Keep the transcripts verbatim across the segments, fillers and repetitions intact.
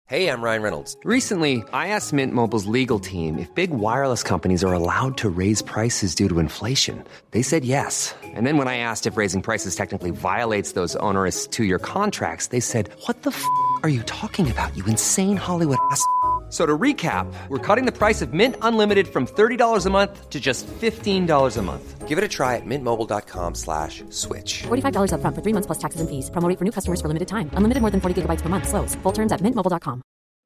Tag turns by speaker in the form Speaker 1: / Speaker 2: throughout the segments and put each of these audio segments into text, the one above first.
Speaker 1: Hey, I'm Ryan Reynolds.
Speaker 2: Recently, I asked Mint Mobile's legal team if big wireless companies are allowed to raise prices due to inflation. They said yes. And then when I asked if raising prices technically violates those onerous two-year contracts, they said, what the f*** are you talking about, you insane Hollywood ass f- So to recap, we're cutting the price of Mint Unlimited from thirty dollars a month to just fifteen dollars a month.
Speaker 1: Give it a try at mintmobile.com slash switch.
Speaker 3: forty-five dollars up front for three months plus taxes and fees. Promo rate for new customers for limited time. Unlimited more than forty gigabytes per month. Slows full terms at mint mobile dot com.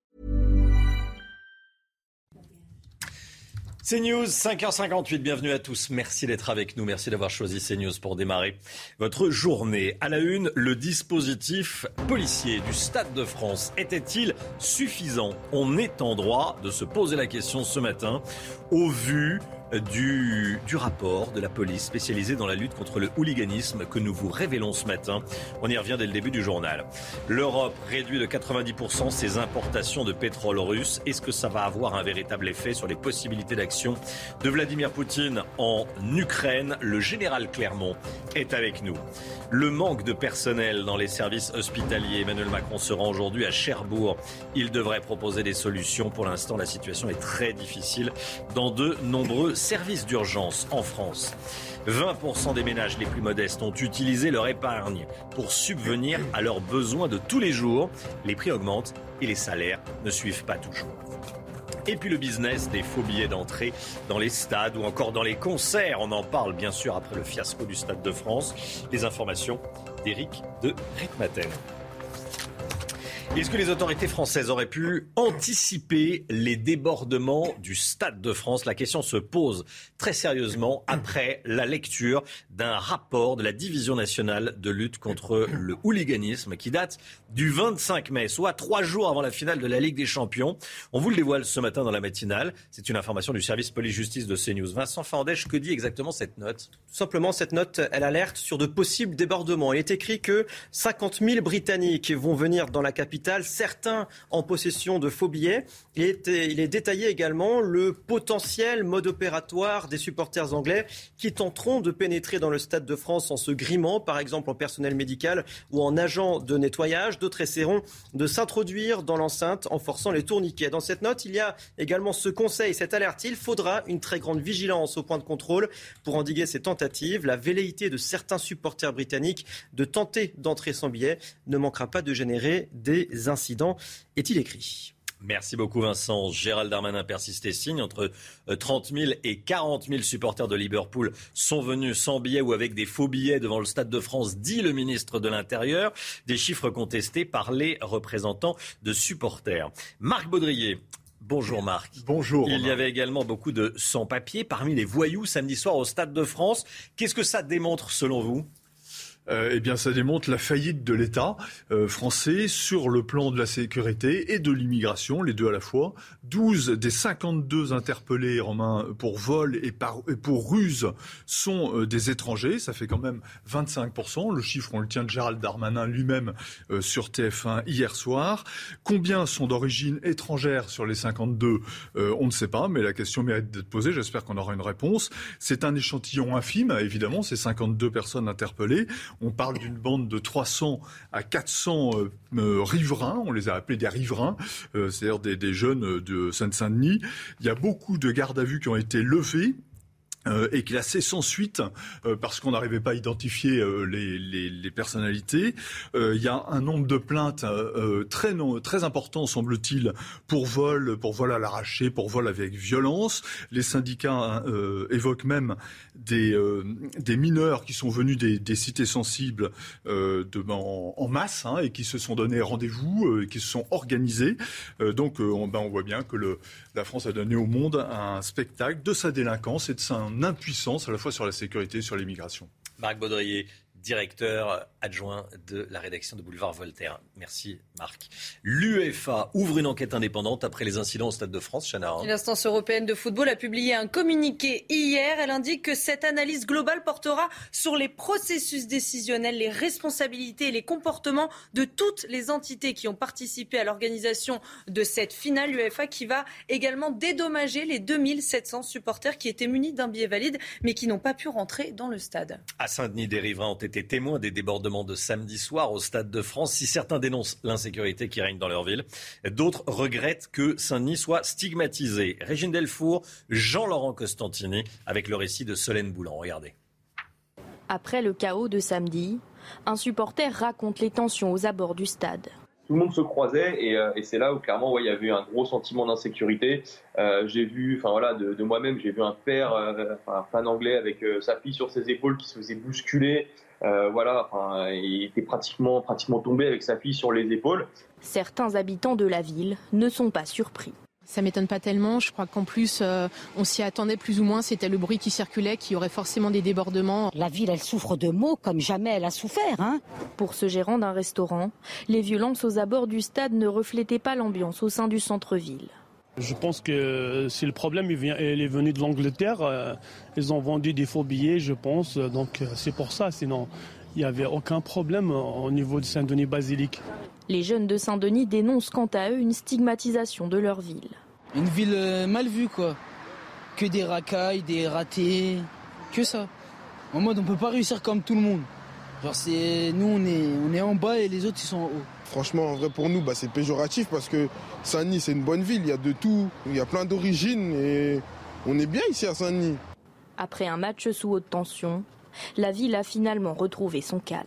Speaker 4: CNews, cinq heures cinquante-huit, bienvenue à tous. Merci d'être avec nous, merci d'avoir choisi CNews pour démarrer votre journée. À la une, le dispositif policier du Stade de France était-il suffisant ? On est en droit de se poser la question ce matin au vu Du, du rapport de la police spécialisée dans la lutte contre le hooliganisme que nous vous révélons ce matin. On y revient dès le début du journal. L'Europe réduit de quatre-vingt-dix pour cent ses importations de pétrole russe. Est-ce que ça va avoir un véritable effet sur les possibilités d'action de Vladimir Poutine en Ukraine ? Le général Clermont est avec nous. Le manque de personnel dans les services hospitaliers. Emmanuel Macron se rend aujourd'hui à Cherbourg. Il devrait proposer des solutions. Pour l'instant, la situation est très difficile dans de nombreux services d'urgence en France. vingt pour cent des ménages les plus modestes ont utilisé leur épargne pour subvenir à leurs besoins de tous les jours. Les prix augmentent et les salaires ne suivent pas toujours. Et puis le business des faux billets d'entrée dans les stades ou encore dans les concerts. On en parle bien sûr après le fiasco du Stade de France. Les informations d'Éric de Ritmaten. Est-ce que les autorités françaises auraient pu anticiper les débordements du Stade de France ? La question se pose très sérieusement après la lecture d'un rapport de la Division nationale de lutte contre le hooliganisme qui date du vingt-cinq mai, soit trois jours avant la finale de la Ligue des Champions. On vous le dévoile ce matin dans la matinale. C'est une information du service police-justice de CNews. Vincent Fandèche, que dit exactement cette note ?
Speaker 5: Tout simplement, cette note, elle alerte sur de possibles débordements. Il est écrit que cinquante mille Britanniques vont venir dans la capitale, certains en possession de faux billets. Il est, il est détaillé également le potentiel mode opératoire des supporters anglais qui tenteront de pénétrer dans le Stade de France en se grimant, par exemple en personnel médical ou en agent de nettoyage. D'autres essaieront de s'introduire dans l'enceinte en forçant les tourniquets. Dans cette note, il y a également ce conseil, cette alerte. Il faudra une très grande vigilance au point de contrôle pour endiguer ces tentatives. La velléité de certains supporters britanniques de tenter d'entrer sans billet ne manquera pas de générer des incidents, est-il écrit.
Speaker 4: Merci beaucoup Vincent. Gérald Darmanin persiste et signe. Entre trente mille et quarante mille supporters de Liverpool sont venus sans billets ou avec des faux billets devant le Stade de France, dit le ministre de l'Intérieur. Des chiffres contestés par les représentants de supporters. Marc Baudrier. Bonjour Marc.
Speaker 6: Bonjour.
Speaker 4: Il y avait également beaucoup de sans-papiers parmi les voyous samedi soir au Stade de France. Qu'est-ce que ça démontre selon vous ?
Speaker 6: Euh, eh bien, ça démontre la faillite de l'État euh, français sur le plan de la sécurité et de l'immigration, les deux à la fois. douze des cinquante-deux interpellés, Romain, pour vol et, par, et pour ruse sont euh, des étrangers. Ça fait quand même vingt-cinq pour cent. Le chiffre, on le tient de Gérald Darmanin lui-même euh, sur T F un hier soir. Combien sont d'origine étrangère sur les cinquante-deux ? euh, On ne sait pas, mais la question mérite d'être posée. J'espère qu'on aura une réponse. C'est un échantillon infime, évidemment, ces cinquante-deux personnes interpellées. On parle d'une bande de trois cents à quatre cents euh, euh, riverains, on les a appelés des riverains, euh, c'est-à-dire des, des jeunes de Seine-Saint-Denis. Il y a beaucoup de gardes à vue qui ont été levés. Euh, et classé sans suite euh, parce qu'on n'arrivait pas à identifier euh, les, les, les personnalités. Euh, il y a un nombre de plaintes euh, très, non, très important, semble-t-il, pour vol, pour vol à l'arraché, pour vol avec violence. Les syndicats euh, évoquent même des, euh, des mineurs qui sont venus des, des cités sensibles euh, de, en, en masse hein, et qui se sont donné rendez-vous, euh, qui se sont organisés. Euh, donc euh, on, ben, on voit bien que le, la France a donné au monde un spectacle de sa délinquance et de sa impuissance à la fois sur la sécurité et sur l'immigration.
Speaker 4: Marc Baudrier, directeur adjoint de la rédaction de Boulevard Voltaire. Merci Marc. L'UEFA ouvre une enquête indépendante après les incidents au Stade de France. Chana.
Speaker 7: L'instance européenne de football a publié un communiqué hier. Elle indique que cette analyse globale portera sur les processus décisionnels, les responsabilités et les comportements de toutes les entités qui ont participé à l'organisation de cette finale. L'UEFA qui va également dédommager les deux mille sept cents supporters qui étaient munis d'un billet valide mais qui n'ont pas pu rentrer dans le stade.
Speaker 4: À Saint-Denis, des riverains ont été été témoins des débordements de samedi soir au Stade de France. Si certains dénoncent l'insécurité qui règne dans leur ville, d'autres regrettent que Saint-Denis soit stigmatisé. Régine Delfour, Jean-Laurent Costantini avec le récit de Solène Boulan. Regardez.
Speaker 8: Après le chaos de samedi, un supporter raconte les tensions aux abords du stade.
Speaker 9: Tout le monde se croisait et, euh, et c'est là où clairement ouais, il y avait eu un gros sentiment d'insécurité. Euh, j'ai vu, enfin voilà, de, de moi-même, j'ai vu un père, euh, un fan anglais avec euh, sa fille sur ses épaules qui se faisait bousculer. Euh, voilà, enfin, il était pratiquement, pratiquement tombé avec sa fille sur les épaules.
Speaker 8: Certains habitants de la ville ne sont pas surpris.
Speaker 10: Ça m'étonne pas tellement. Je crois qu'en plus, euh, on s'y attendait plus ou moins. C'était le bruit qui circulait, qu'il y aurait forcément des débordements.
Speaker 11: La ville, elle souffre de maux comme jamais elle a souffert. Hein.
Speaker 8: Pour ce gérant d'un restaurant, les violences aux abords du stade ne reflétaient pas l'ambiance au sein du centre-ville.
Speaker 12: Je pense que si le problème il vient, il est venu de l'Angleterre, euh, ils ont vendu des faux billets, je pense. Donc c'est pour ça. Sinon, il n'y avait aucun problème au niveau de Saint-Denis-Basilique.
Speaker 8: Les jeunes de Saint-Denis dénoncent quant à eux une stigmatisation de leur ville.
Speaker 13: Une ville mal vue, quoi. Que des racailles, des ratés, que ça. En mode, on peut pas réussir comme tout le monde. Genre, c'est, nous, on est, on est en bas et les autres, ils sont en haut.
Speaker 14: Franchement, en vrai, pour nous, bah, c'est péjoratif parce que Saint-Denis, c'est une bonne ville. Il y a de tout, il y a plein d'origines et on est bien ici à Saint-Denis.
Speaker 8: Après un match sous haute tension, la ville a finalement retrouvé son calme.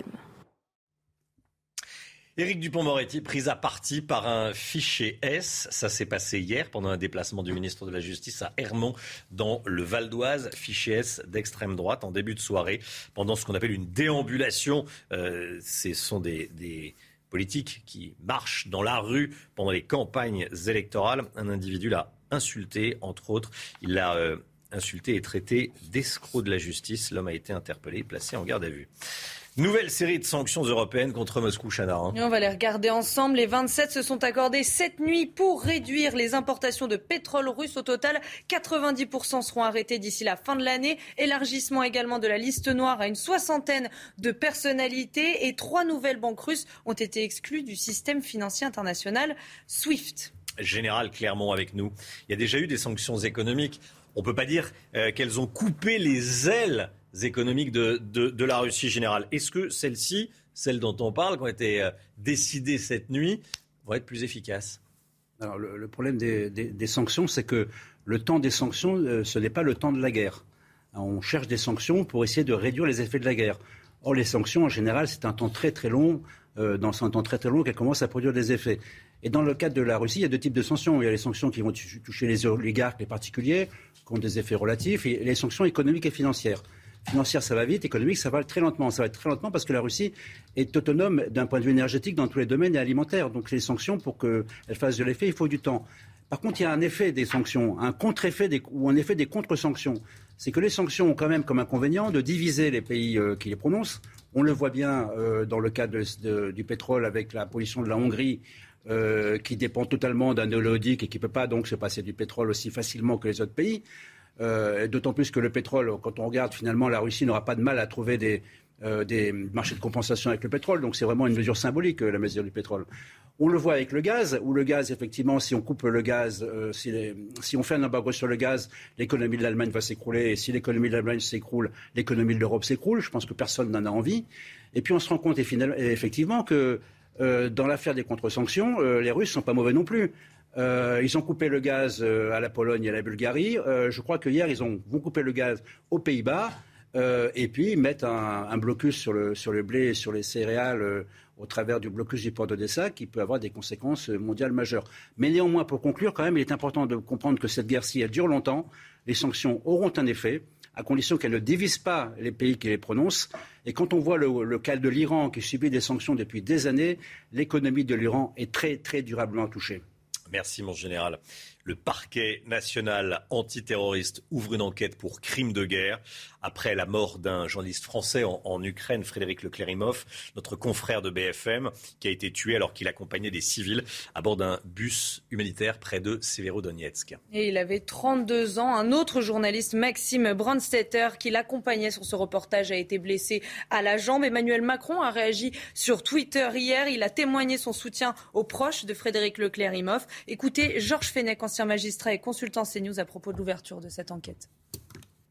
Speaker 4: Éric Dupond-Moretti pris à partie par un fichier S. Ça s'est passé hier pendant un déplacement du ministre de la Justice à Hermont dans le Val d'Oise. Fichier S d'extrême droite en début de soirée pendant ce qu'on appelle une déambulation. Euh, ce sont des, des politiques qui marchent dans la rue pendant les campagnes électorales. Un individu l'a insulté, entre autres. Il l'a euh, insulté et traité d'escroc de la justice. L'homme a été interpellé et placé en garde à vue. Nouvelle série de sanctions européennes contre Moscou, Chana. Hein.
Speaker 7: On va les regarder ensemble. Les vingt-sept se sont accordés cette nuit pour réduire les importations de pétrole russe. Au total, quatre-vingt-dix pour cent seront arrêtés d'ici la fin de l'année. Élargissement également de la liste noire à une soixantaine de personnalités. Et trois nouvelles banques russes ont été exclues du système financier international SWIFT.
Speaker 4: Général Clermont avec nous. Il y a déjà eu des sanctions économiques. On ne peut pas dire euh, qu'elles ont coupé les ailes économiques de, de, de la Russie générale. Est-ce que celles-ci, celles dont on parle, qui ont été euh, décidées cette nuit, vont être plus efficaces ?
Speaker 15: Alors le, le problème des, des, des sanctions, c'est que le temps des sanctions, euh, ce n'est pas le temps de la guerre. On cherche des sanctions pour essayer de réduire les effets de la guerre. Or, les sanctions, en général, c'est un temps très très long. Euh, dans un temps très très long qu'elles commencent à produire des effets. Et dans le cadre de la Russie, il y a deux types de sanctions. Il y a les sanctions qui vont toucher les oligarques, les particuliers, qui ont des effets relatifs, et les sanctions économiques et financières. Financière, ça va vite. Économique, ça va très lentement. Ça va très lentement parce que la Russie est autonome d'un point de vue énergétique dans tous les domaines et alimentaires. Donc les sanctions, pour qu'elles fassent de l'effet, il faut du temps. Par contre, il y a un effet des sanctions, un contre-effet des, ou un effet des contre-sanctions. C'est que les sanctions ont quand même comme inconvénient de diviser les pays euh, qui les prononcent. On le voit bien euh, dans le cas de, de, du pétrole avec la position de la Hongrie, euh, qui dépend totalement d'un oléoduc et qui ne peut pas donc se passer du pétrole aussi facilement que les autres pays. Euh, d'autant plus que le pétrole, quand on regarde, finalement, la Russie n'aura pas de mal à trouver des, euh, des marchés de compensation avec le pétrole. Donc c'est vraiment une mesure symbolique, la mesure du pétrole. On le voit avec le gaz, où le gaz, effectivement, si on coupe le gaz, euh, si, les, si on fait un embargo sur le gaz, l'économie de l'Allemagne va s'écrouler. Et si l'économie de l'Allemagne s'écroule, l'économie de l'Europe s'écroule. Je pense que personne n'en a envie. Et puis on se rend compte et finalement, effectivement que euh, dans l'affaire des contre-sanctions, euh, les Russes ne sont pas mauvais non plus. Euh, ils ont coupé le gaz euh, à la Pologne et à la Bulgarie. Euh, je crois que hier, ils ont, vont couper le gaz aux Pays-Bas. Euh, et puis ils mettent un, un blocus sur le, sur le blé et sur les céréales euh, au travers du blocus du port d'Odessa qui peut avoir des conséquences mondiales majeures. Mais néanmoins, pour conclure, quand même, il est important de comprendre que cette guerre, si elle dure longtemps, les sanctions auront un effet, à condition qu'elles ne divisent pas les pays qui les prononcent. Et quand on voit le, le cas de l'Iran qui subit des sanctions depuis des années, l'économie de l'Iran est très, très durablement touchée.
Speaker 4: Merci, mon général. Le parquet national antiterroriste ouvre une enquête pour crime de guerre après la mort d'un journaliste français en, en Ukraine, Frédéric Leclerimoff, notre confrère de B F M, qui a été tué alors qu'il accompagnait des civils à bord d'un bus humanitaire près de Severodonetsk.
Speaker 7: Et il avait trente-deux ans. Un autre journaliste, Maxime Brandstetter, qui l'accompagnait sur ce reportage, a été blessé à la jambe. Emmanuel Macron a réagi sur Twitter hier. Il a témoigné son soutien aux proches de Frédéric Leclerimoff. Écoutez Georges Fenech, ancien magistrat et consultant CNews, à propos de l'ouverture de cette enquête.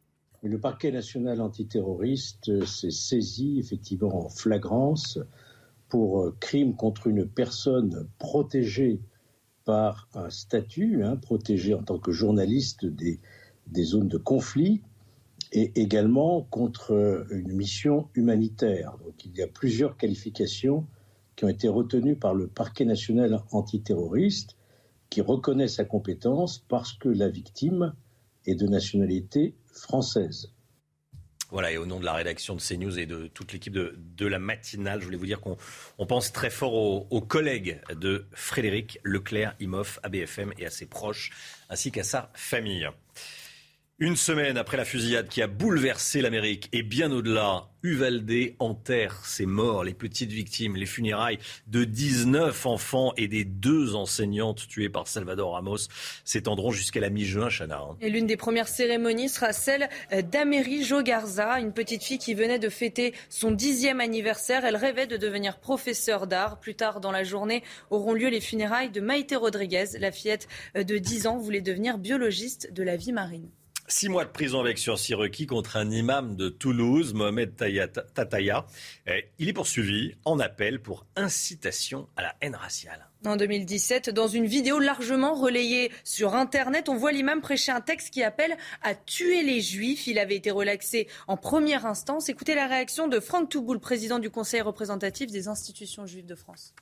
Speaker 16: Mais le parquet national antiterroriste s'est saisi effectivement en flagrance pour crime contre une personne protégée par un statut, hein, protégée en tant que journaliste des, des zones de conflit, et également contre une mission humanitaire. Donc il y a plusieurs qualifications qui ont été retenues par le parquet national antiterroriste, qui reconnaît sa compétence parce que la victime est de nationalité française.
Speaker 4: Voilà, et au nom de la rédaction de CNews et de toute l'équipe de, de la matinale, je voulais vous dire qu'on on pense très fort aux, aux collègues de Frédéric Leclerc-Imhoff à B F M et à ses proches, ainsi qu'à sa famille. Une semaine après la fusillade qui a bouleversé l'Amérique et bien au-delà, Uvalde enterre ses morts, les petites victimes, les funérailles de dix-neuf enfants et des deux enseignantes tuées par Salvador Ramos s'étendront jusqu'à la mi-juin, Chana.
Speaker 7: Et l'une des premières cérémonies sera celle d'Améry Jo Garza, une petite fille qui venait de fêter son dixième anniversaire. Elle rêvait de devenir professeure d'art. Plus tard dans la journée auront lieu les funérailles de Maïté Rodriguez. La fillette de dix ans voulait devenir biologiste de la vie marine.
Speaker 4: Six mois de prison avec sursis requis contre un imam de Toulouse, Mohamed Tataya. Il est poursuivi en appel pour incitation à la haine raciale.
Speaker 7: En deux mille dix-sept, dans une vidéo largement relayée sur Internet, on voit l'imam prêcher un texte qui appelle à tuer les Juifs. Il avait été relaxé en première instance. Écoutez la réaction de Franck Touboul, président du Conseil représentatif des institutions juives de France.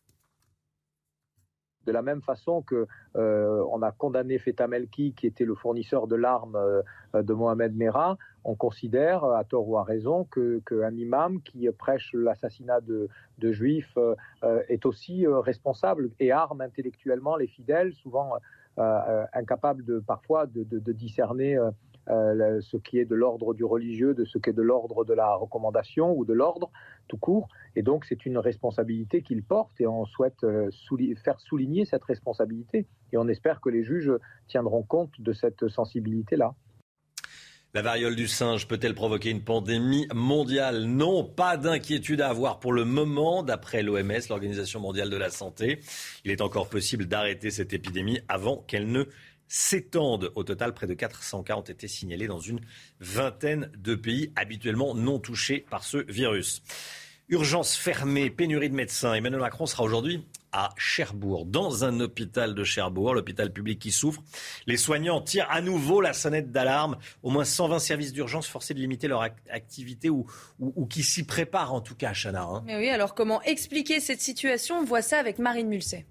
Speaker 17: De la même façon que euh, on a condamné Feta Melki, qui était le fournisseur de l'arme euh, de Mohamed Merah, on considère, à tort ou à raison, que qu'un imam qui prêche l'assassinat de, de juifs euh, est aussi euh, responsable et arme intellectuellement les fidèles, souvent euh, incapables de, parfois de, de, de discerner euh, euh, ce qui est de l'ordre du religieux, de ce qui est de l'ordre de la recommandation ou de l'ordre tout court. Et donc c'est une responsabilité qu'il porte et on souhaite euh, souli- faire souligner cette responsabilité. Et on espère que les juges tiendront compte de cette sensibilité-là.
Speaker 4: La variole du singe peut-elle provoquer une pandémie mondiale ? Non, pas d'inquiétude à avoir pour le moment, d'après l'O M S, l'Organisation mondiale de la santé. Il est encore possible d'arrêter cette épidémie avant qu'elle ne s'étende. Au total, près de quatre cents cas ont été signalés dans une vingtaine de pays habituellement non touchés par ce virus. Urgence fermée, pénurie de médecins. Emmanuel Macron sera aujourd'hui à Cherbourg, dans un hôpital de Cherbourg, l'hôpital public qui souffre. Les soignants tirent à nouveau la sonnette d'alarme. Au moins cent vingt services d'urgence forcés de limiter leur activité ou, ou, ou qui s'y préparent en tout cas, Chana. Hein.
Speaker 7: Mais oui, alors comment expliquer cette situation ? On voit ça avec Marine Mulset.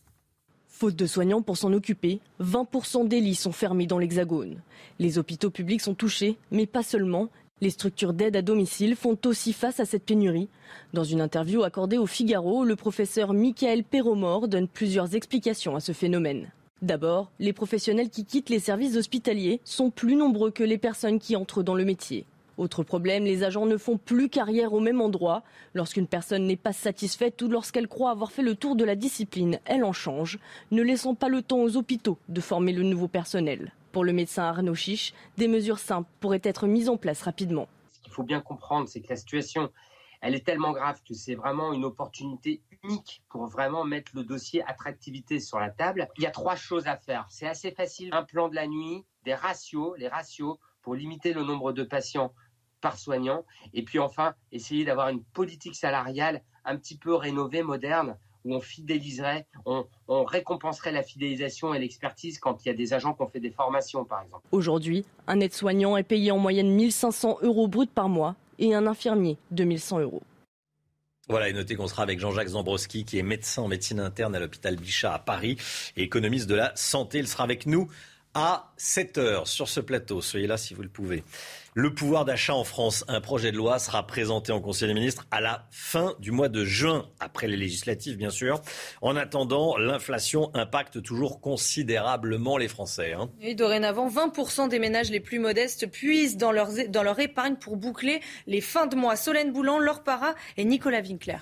Speaker 18: Faute de soignants pour s'en occuper, vingt pour cent des lits sont fermés dans l'Hexagone. Les hôpitaux publics sont touchés, mais pas seulement. Les structures d'aide à domicile font aussi face à cette pénurie. Dans une interview accordée au Figaro, le professeur Michael Perromore donne plusieurs explications à ce phénomène. D'abord, les professionnels qui quittent les services hospitaliers sont plus nombreux que les personnes qui entrent dans le métier. Autre problème, les agents ne font plus carrière au même endroit. Lorsqu'une personne n'est pas satisfaite ou lorsqu'elle croit avoir fait le tour de la discipline, elle en change, ne laissant pas le temps aux hôpitaux de former le nouveau personnel. Pour le médecin Arnaud Chiche, des mesures simples pourraient être mises en place rapidement.
Speaker 19: Ce qu'il faut bien comprendre, c'est que la situation, elle est tellement grave que c'est vraiment une opportunité unique pour vraiment mettre le dossier attractivité sur la table. Il y a trois choses à faire. C'est assez facile. Un plan de la nuit, des ratios, les ratios pour limiter le nombre de patients par soignant. Et puis enfin, essayer d'avoir une politique salariale un petit peu rénovée, moderne, où on fidéliserait, on, on récompenserait la fidélisation et l'expertise quand il y a des agents qui ont fait des formations, par exemple.
Speaker 18: Aujourd'hui, un aide-soignant est payé en moyenne mille cinq cents euros bruts par mois et un infirmier deux mille cent euros.
Speaker 4: Voilà, et notez qu'on sera avec Jean-Jacques Zambrowski, qui est médecin en médecine interne à l'hôpital Bichat à Paris et économiste de la santé. Il sera avec nous à sept heures sur ce plateau. Soyez là si vous le pouvez. Le pouvoir d'achat en France, un projet de loi sera présenté en Conseil des ministres à la fin du mois de juin, après les législatives bien sûr. En attendant, l'inflation impacte toujours considérablement les Français. Hein.
Speaker 7: Et dorénavant, vingt pour cent des ménages les plus modestes puisent dans leur, dans leur épargne pour boucler les fins de mois. Solène Boulan, Laure Parra et Nicolas Winkler.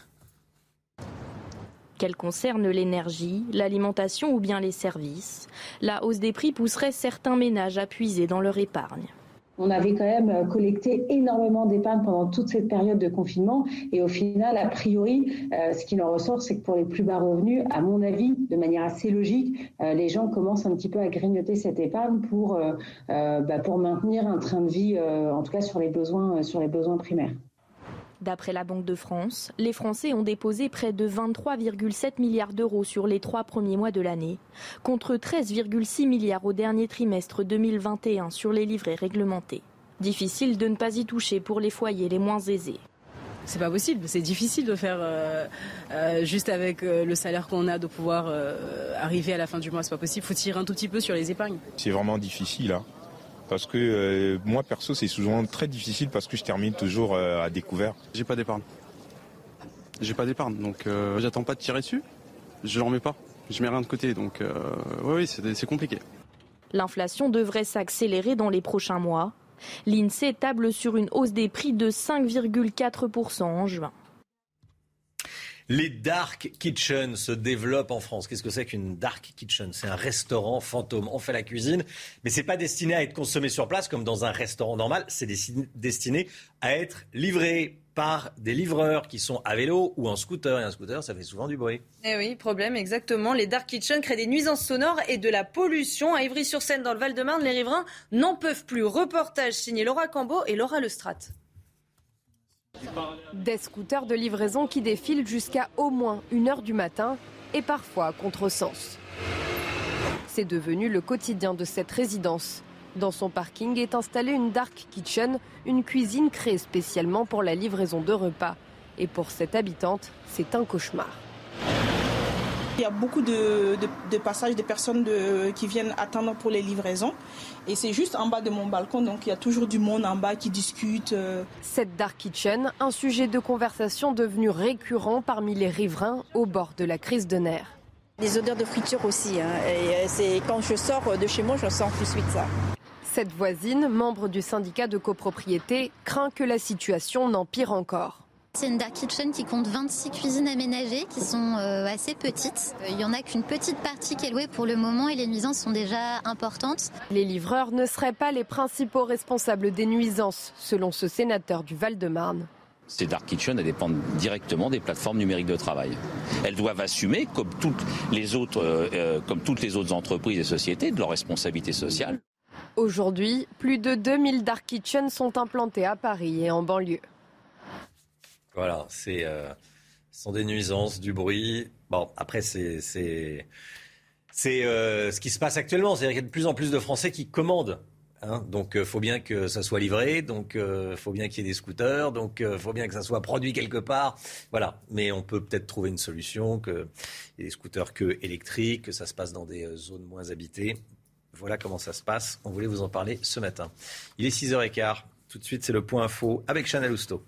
Speaker 8: Qu'elle concerne l'énergie, l'alimentation ou bien les services, la hausse des prix pousserait certains ménages à puiser dans leur épargne.
Speaker 20: On avait quand même collecté énormément d'épargne pendant toute cette période de confinement et au final, a priori, euh, ce qu'il en ressort, c'est que pour les plus bas revenus, à mon avis, de manière assez logique, euh, les gens commencent un petit peu à grignoter cette épargne pour, euh, euh, bah, pour maintenir un train de vie, euh, en tout cas sur les besoins, euh, sur les besoins primaires.
Speaker 8: D'après la Banque de France, les Français ont déposé près de vingt-trois virgule sept milliards d'euros sur les trois premiers mois de l'année, contre treize virgule six milliards au dernier trimestre deux mille vingt et un sur les livrets réglementés. Difficile de ne pas y toucher pour les foyers les moins aisés.
Speaker 21: C'est pas possible, c'est difficile de faire euh, euh, juste avec euh, le salaire qu'on a, de pouvoir euh, arriver à la fin du mois, c'est pas possible, il faut tirer un tout petit peu sur les épargnes.
Speaker 22: C'est vraiment difficile, hein, parce que euh, moi perso c'est souvent très difficile parce que je termine toujours euh, à découvert.
Speaker 23: J'ai pas d'épargne, j'ai pas d'épargne, donc euh, j'attends pas de tirer dessus, je n'en mets pas, je mets rien de côté, donc euh, oui, oui c'est, c'est compliqué.
Speaker 8: L'inflation devrait s'accélérer dans les prochains mois. L'INSEE table sur une hausse des prix de cinq virgule quatre pour cent en juin.
Speaker 4: Les dark kitchens se développent en France. Qu'est-ce que c'est qu'une dark kitchen ? C'est un restaurant fantôme. On fait la cuisine, mais c'est pas destiné à être consommé sur place comme dans un restaurant normal. C'est destiné à être livré par des livreurs qui sont à vélo ou en scooter. Et un scooter, ça fait souvent du bruit.
Speaker 7: Eh oui, problème, exactement. Les dark kitchens créent des nuisances sonores et de la pollution. À Ivry-sur-Seine, dans le Val-de-Marne, les riverains n'en peuvent plus. Reportage signé Laura Cambo et Laura Lestrade.
Speaker 24: Des scooters de livraison qui défilent jusqu'à au moins une heure du matin et parfois à contresens. C'est devenu le quotidien de cette résidence. Dans son parking est installée une dark kitchen, une cuisine créée spécialement pour la livraison de repas. Et pour cette habitante, c'est un cauchemar.
Speaker 25: Il y a beaucoup de, de, de passages de personnes de, qui viennent attendre pour les livraisons. Et c'est juste en bas de mon balcon, donc il y a toujours du monde en bas qui discute.
Speaker 24: Cette dark kitchen, un sujet de conversation devenu récurrent parmi les riverains au bord de la crise de nerfs.
Speaker 26: Des odeurs de friture aussi. Hein. Et c'est, quand je sors de chez moi, je sens tout de suite ça.
Speaker 24: Cette voisine, membre du syndicat de copropriété, craint que la situation n'empire encore.
Speaker 27: C'est une dark kitchen qui compte vingt-six cuisines aménagées qui sont euh, assez petites. Il n'y en a qu'une petite partie qui est louée pour le moment et les nuisances sont déjà importantes.
Speaker 24: Les livreurs ne seraient pas les principaux responsables des nuisances, selon ce sénateur du Val-de-Marne.
Speaker 28: Ces dark kitchens, elles dépendent directement des plateformes numériques de travail. Elles doivent assumer, comme toutes les autres, euh, comme toutes les autres entreprises et sociétés, de leur responsabilité sociale.
Speaker 24: Aujourd'hui, plus de deux mille dark kitchens sont implantés à Paris et en banlieue.
Speaker 4: Voilà, c'est, euh, ce sont des nuisances, du bruit. Bon, après, c'est, c'est, c'est euh, ce qui se passe actuellement. C'est-à-dire qu'il y a de plus en plus de Français qui commandent. Hein, donc, il euh, faut bien que ça soit livré. Donc, il euh, faut bien qu'il y ait des scooters. Donc, il euh, faut bien que ça soit produit quelque part. Voilà. Mais on peut peut-être trouver une solution, qu'il y ait des scooters que électriques, que ça se passe dans des euh, zones moins habitées. Voilà comment ça se passe. On voulait vous en parler ce matin. Il est six heures quinze. Tout de suite, c'est le point info avec Chanel Housteau.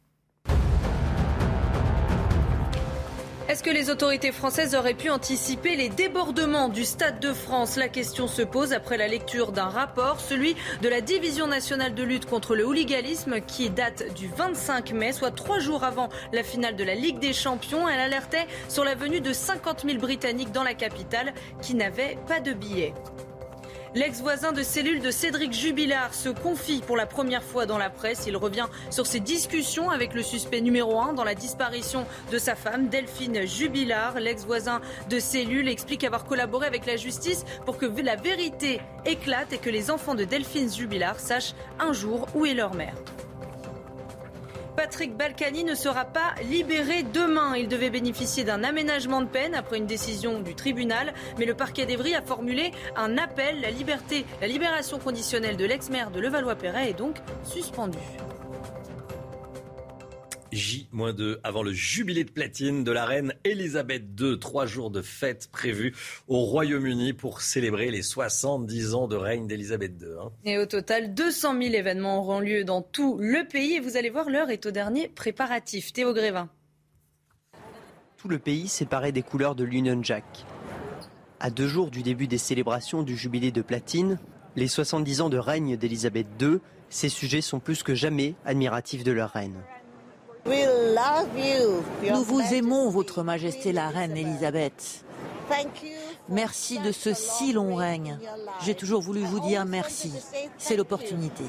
Speaker 7: Est-ce que les autorités françaises auraient pu anticiper les débordements du Stade de France ? La question se pose après la lecture d'un rapport, celui de la Division nationale de lutte contre le hooliganisme qui date du vingt-cinq mai, soit trois jours avant la finale de la Ligue des Champions. Elle alertait sur la venue de cinquante mille Britanniques dans la capitale qui n'avaient pas de billets. L'ex-voisin de cellule de Cédric Jubilard se confie pour la première fois dans la presse. Il revient sur ses discussions avec le suspect numéro un dans la disparition de sa femme, Delphine Jubilard. L'ex-voisin de cellule explique avoir collaboré avec la justice pour que la vérité éclate et que les enfants de Delphine Jubilard sachent un jour où est leur mère. Patrick Balkany ne sera pas libéré demain. Il devait bénéficier d'un aménagement de peine après une décision du tribunal. Mais le parquet d'Evry a formulé un appel. La liberté, la libération conditionnelle de l'ex-maire de Levallois-Perret est donc suspendue.
Speaker 4: J deux avant le jubilé de platine de la reine Elisabeth deux. Trois jours de fête prévus au Royaume-Uni pour célébrer les soixante-dix ans de règne d'Elisabeth deux. Hein.
Speaker 7: Et au total, deux cent mille événements auront lieu dans tout le pays. Et vous allez voir, l'heure est au dernier préparatif. Théo Grévin.
Speaker 29: Tout le pays s'est paré des couleurs de l'Union Jack. À deux jours du début des célébrations du jubilé de platine, les soixante-dix ans de règne d'Elisabeth deux, ces sujets sont plus que jamais admiratifs de leur reine.
Speaker 30: Nous vous aimons, Votre Majesté la Reine Elisabeth.
Speaker 1: Merci de ce si long règne. J'ai toujours voulu vous dire merci. C'est l'opportunité.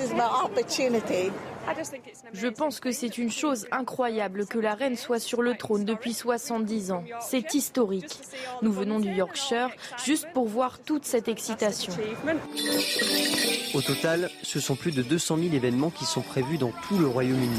Speaker 8: Je pense que c'est une chose incroyable que la reine soit sur le trône depuis soixante-dix ans. C'est historique. Nous venons du Yorkshire juste pour voir toute cette excitation.
Speaker 29: Au total, ce sont plus de deux cent mille événements qui sont prévus dans tout le Royaume-Uni.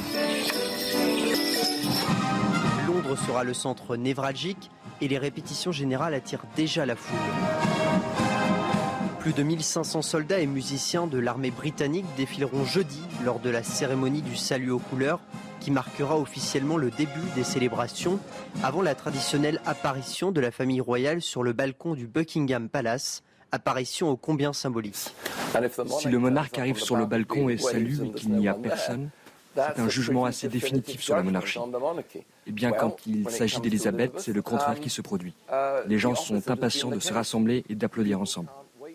Speaker 29: Londres sera le centre névralgique et les répétitions générales attirent déjà la foule. Plus de mille cinq cents soldats et musiciens de l'armée britannique défileront jeudi lors de la cérémonie du salut aux couleurs qui marquera officiellement le début des célébrations avant la traditionnelle apparition de la famille royale sur le balcon du Buckingham Palace, apparition ô combien symbolique.
Speaker 2: Si le monarque arrive sur le balcon et salue et qu'il n'y a personne, c'est un jugement assez définitif sur la monarchie. Et bien quand il s'agit d'Élisabeth, c'est le contraire qui se produit. Les gens sont impatients de se rassembler et d'applaudir ensemble.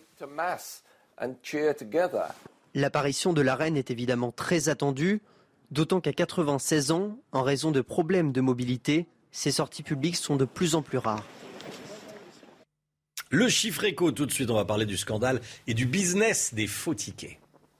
Speaker 29: L'apparition de la reine est évidemment très attendue, d'autant qu'à quatre-vingt-seize ans, en raison de problèmes de mobilité, ses sorties publiques sont de plus en plus rares.
Speaker 4: Le chiffre éco, tout de suite, on va parler du scandale et du business des faux tickets.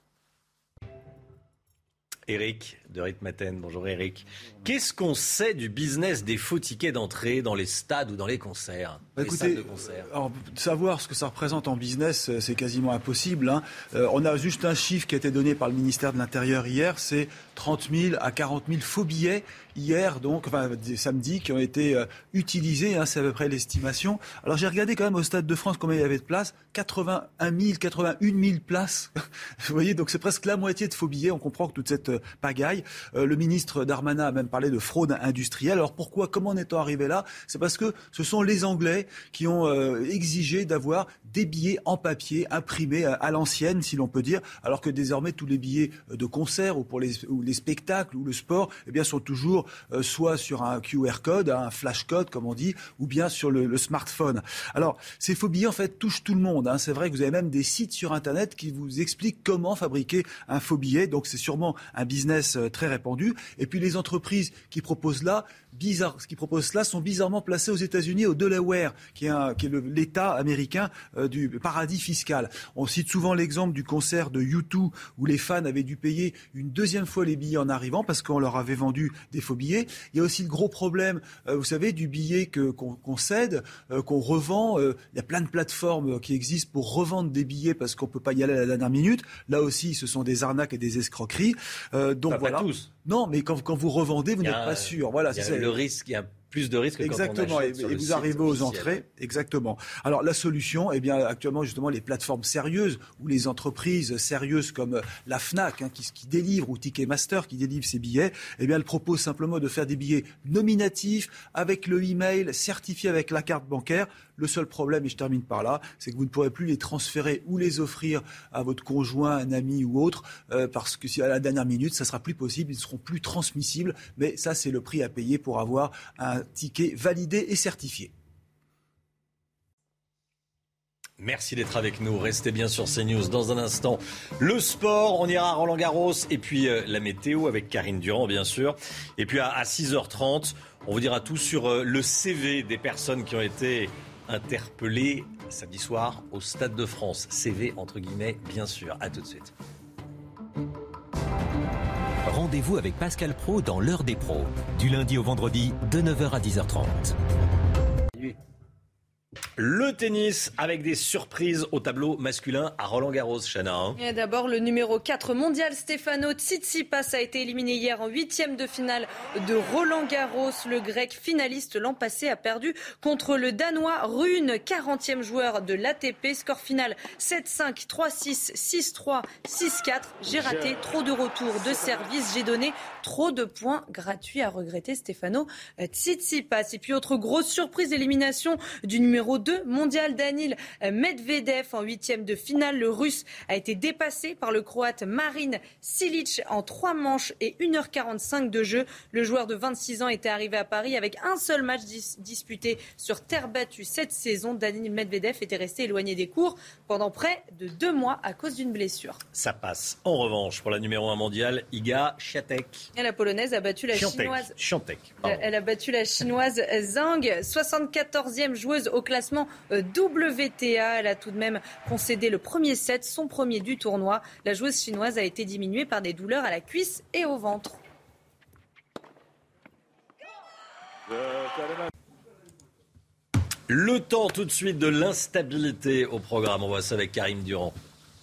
Speaker 4: Eric de Ritmaten, bonjour Eric. Qu'est-ce qu'on sait du business des faux tickets d'entrée dans les stades ou dans les concerts,
Speaker 3: bah,
Speaker 4: les
Speaker 3: écoutez,
Speaker 4: salles de concert?
Speaker 3: Alors, savoir ce que ça représente en business, c'est quasiment impossible. Hein. Euh, on a juste un chiffre qui a été donné par le ministère de l'Intérieur hier, c'est trente mille à quarante mille faux billets hier, donc enfin samedi, qui ont été euh, utilisés. Hein, c'est à peu près l'estimation. Alors j'ai regardé quand même au Stade de France combien il y avait de places. quatre-vingt-un mille, quatre-vingt-une mille places. Vous voyez, donc c'est presque la moitié de faux billets. On comprend que toute cette euh, pagaille. Euh, le ministre Darmanin a même parlé de fraude industrielle. Alors pourquoi, comment en est-on arrivé là? C'est parce que ce sont les Anglais qui ont euh, exigé d'avoir des billets en papier imprimés à, à l'ancienne, si l'on peut dire, alors que désormais tous les billets de concert ou pour les, ou les spectacles ou le sport, eh bien, sont toujours euh, soit sur un Q R code, un flash code comme on dit, ou bien sur le, le smartphone. Alors ces faux billets en fait touchent tout le monde. Hein. C'est vrai que vous avez même des sites sur Internet qui vous expliquent comment fabriquer un faux billet. Donc c'est sûrement un business euh, très répandu. Et puis les entreprises qui proposent là, bizarre, ce qui proposent là sont bizarrement placées aux États-Unis, au Delaware, qui est, un, qui est le, l'État américain euh, du paradis fiscal. On cite souvent l'exemple du concert de U deux où les fans avaient dû payer une deuxième fois les billets en arrivant parce qu'on leur avait vendu des faux billets. Il y a aussi le gros problème, euh, vous savez, du billet que, qu'on, qu'on cède, euh, qu'on revend. Euh, il y a plein de plateformes qui existent pour revendre des billets parce qu'on ne peut pas y aller à la dernière minute. Là aussi, ce sont des arnaques et des escroqueries. Euh, donc
Speaker 4: pas,
Speaker 3: voilà.
Speaker 4: Pas tous.
Speaker 3: Non, mais quand, quand vous revendez, vous
Speaker 4: a,
Speaker 3: n'êtes pas sûr. Voilà,
Speaker 4: il y a
Speaker 3: c'est
Speaker 4: le risque, il y a plus de risques que
Speaker 3: exactement,
Speaker 4: quand on achète
Speaker 3: et,
Speaker 4: sur
Speaker 3: et
Speaker 4: le
Speaker 3: vous
Speaker 4: site
Speaker 3: arrivez aux
Speaker 4: officiel.
Speaker 3: entrées. Exactement. Alors la solution, eh bien actuellement justement les plateformes sérieuses ou les entreprises sérieuses comme la Fnac hein, qui, qui délivre ou Ticketmaster qui délivre ces billets, eh bien elles proposent simplement de faire des billets nominatifs avec le email certifié avec la carte bancaire. Le seul problème, et je termine par là, c'est que vous ne pourrez plus les transférer ou les offrir à votre conjoint, un ami ou autre, euh, parce que si à la dernière minute, ça sera plus possible, ils ne seront plus transmissibles. Mais ça, c'est le prix à payer pour avoir un ticket validé et certifié.
Speaker 4: Merci d'être avec nous. Restez bien sur CNews. Dans un instant, le sport. On ira à Roland-Garros. Et puis euh, la météo avec Karine Durand, bien sûr. Et puis à, à six heures trente, on vous dira tout sur euh, le C V des personnes qui ont été interpellées samedi soir au Stade de France. C V entre guillemets, bien sûr. À tout de suite.
Speaker 5: Rendez-vous avec Pascal Praud dans l'heure des pros. Du lundi au vendredi, de neuf heures à dix heures trente.
Speaker 4: Le tennis avec des surprises au tableau masculin à Roland-Garros, Chana.
Speaker 7: Et d'abord, le numéro quatre mondial, Stefano Tsitsipas, a été éliminé hier en huitième de finale de Roland-Garros. Le grec finaliste l'an passé a perdu contre le danois Rune, quarantième joueur de l'A T P. Score final sept cinq, trois six, six trois, six quatre. J'ai raté trop de retours de service. J'ai donné trop de points gratuits, à regretter Stefano Tsitsipas. Et puis autre grosse surprise, l'élimination du numéro deux mondial Daniil Medvedev en huitième de finale. Le Russe a été dépassé par le Croate Marin Cilic en trois manches et une heure quarante-cinq de jeu. Le joueur de vingt-six ans était arrivé à Paris avec un seul match dis- disputé sur terre battue cette saison. Daniil Medvedev était resté éloigné des cours pendant près de deux mois à cause d'une blessure.
Speaker 4: Ça passe. En revanche, pour la numéro un mondiale, Iga Świątek.
Speaker 7: Et la Polonaise a battu la
Speaker 4: Świątek.
Speaker 7: Chinoise.
Speaker 4: Świątek.
Speaker 7: Elle a battu la Chinoise Zhang, soixante-quatorzième joueuse au classement classement W T A. Elle a tout de même concédé le premier set, son premier du tournoi. La joueuse chinoise a été diminuée par des douleurs à la cuisse et au ventre.
Speaker 4: Le temps tout de suite de l'instabilité au programme. On voit ça avec Karim Durand.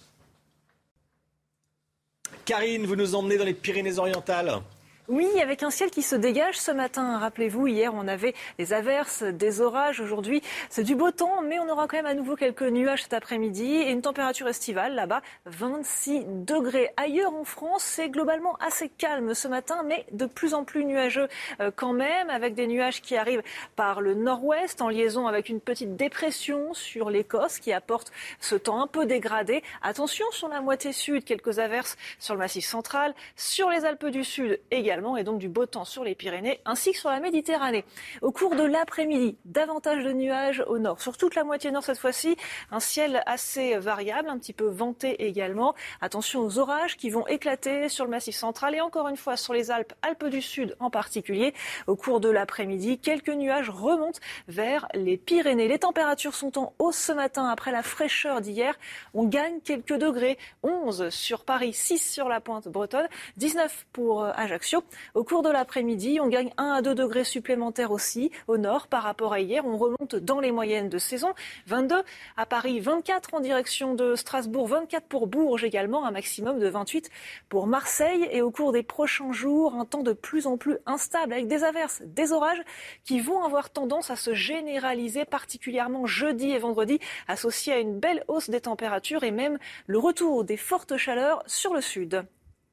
Speaker 4: Karine, vous nous emmenez dans les Pyrénées-Orientales.
Speaker 6: Oui, avec un ciel qui se dégage ce matin. Rappelez-vous, hier, on avait des averses, des orages. Aujourd'hui, c'est du beau temps, mais on aura quand même à nouveau quelques nuages cet après-midi et une température estivale, là-bas, vingt-six degrés. Ailleurs en France, c'est globalement assez calme ce matin, mais de plus en plus nuageux quand même, avec des nuages qui arrivent par le nord-ouest, en liaison avec une petite dépression sur l'Écosse qui apporte ce temps un peu dégradé. Attention sur la moitié sud, quelques averses sur le Massif central, sur les Alpes du Sud également, et donc du beau temps sur les Pyrénées ainsi que sur la Méditerranée. Au cours de l'après-midi, davantage de nuages au nord, sur toute la moitié nord cette fois-ci, un ciel assez variable, un petit peu venté également. Attention aux orages qui vont éclater sur le Massif central et encore une fois sur les Alpes, Alpes du Sud en particulier. Au cours de l'après-midi, quelques nuages remontent vers les Pyrénées. Les températures sont en hausse ce matin après la fraîcheur d'hier. On gagne quelques degrés, onze sur Paris, six sur la pointe bretonne, dix-neuf pour Ajaccio. Au cours de l'après-midi, on gagne un à deux degrés supplémentaires aussi au nord par rapport à hier. On remonte dans les moyennes de saison. vingt-deux à Paris, vingt-quatre en direction de Strasbourg, vingt-quatre pour Bourges également, un maximum de vingt-huit pour Marseille. Et au cours des prochains jours, un temps de plus en plus instable avec des averses, des orages qui vont avoir tendance à se généraliser, particulièrement jeudi et vendredi, associés à une belle hausse des températures et même le retour des fortes chaleurs sur le sud.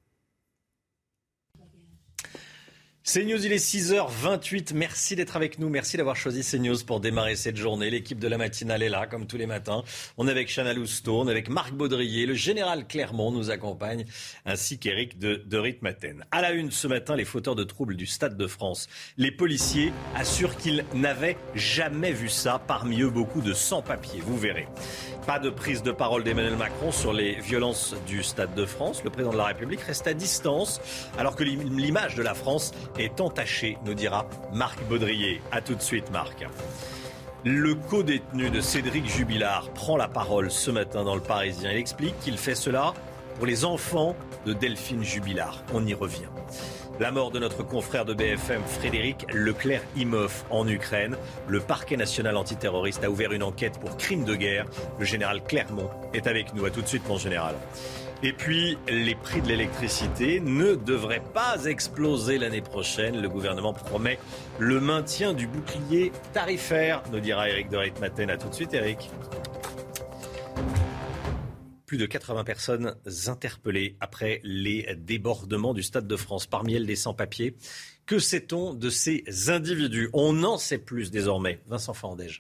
Speaker 4: CNews, il est six heures vingt-huit. Merci d'être avec nous. Merci d'avoir choisi CNews pour démarrer cette journée. L'équipe de la matinale est là, comme tous les matins. On est avec Chana Lousteau, on est avec Marc Baudrier. Le général Clermont nous accompagne, ainsi qu'Éric de, de Ritmaten. À la une ce matin, les fauteurs de troubles du Stade de France. Les policiers assurent qu'ils n'avaient jamais vu ça. Parmi eux, beaucoup de sans-papiers. Vous verrez. Pas de prise de parole d'Emmanuel Macron sur les violences du Stade de France. Le président de la République reste à distance, alors que l'image de la France est entachée, nous dira Marc Baudrier. A tout de suite, Marc. Le co-détenu de Cédric Jubilard prend la parole ce matin dans Le Parisien. Il explique qu'il fait cela pour les enfants de Delphine Jubilard. On y revient. La mort de notre confrère de B F M, Frédéric Leclerc-Imhoff, en Ukraine. Le parquet national antiterroriste a ouvert une enquête pour crime de guerre. Le général Clermont est avec nous. À tout de suite, mon général. Et puis, les prix de l'électricité ne devraient pas exploser l'année prochaine. Le gouvernement promet le maintien du bouclier tarifaire, nous dira Éric de Ritmaten. À tout de suite, Éric. Plus de quatre-vingts personnes interpellées après les débordements du Stade de France. Parmi elles, des sans-papiers. Que sait-on de ces individus ? On en sait plus désormais. Vincent Fandège.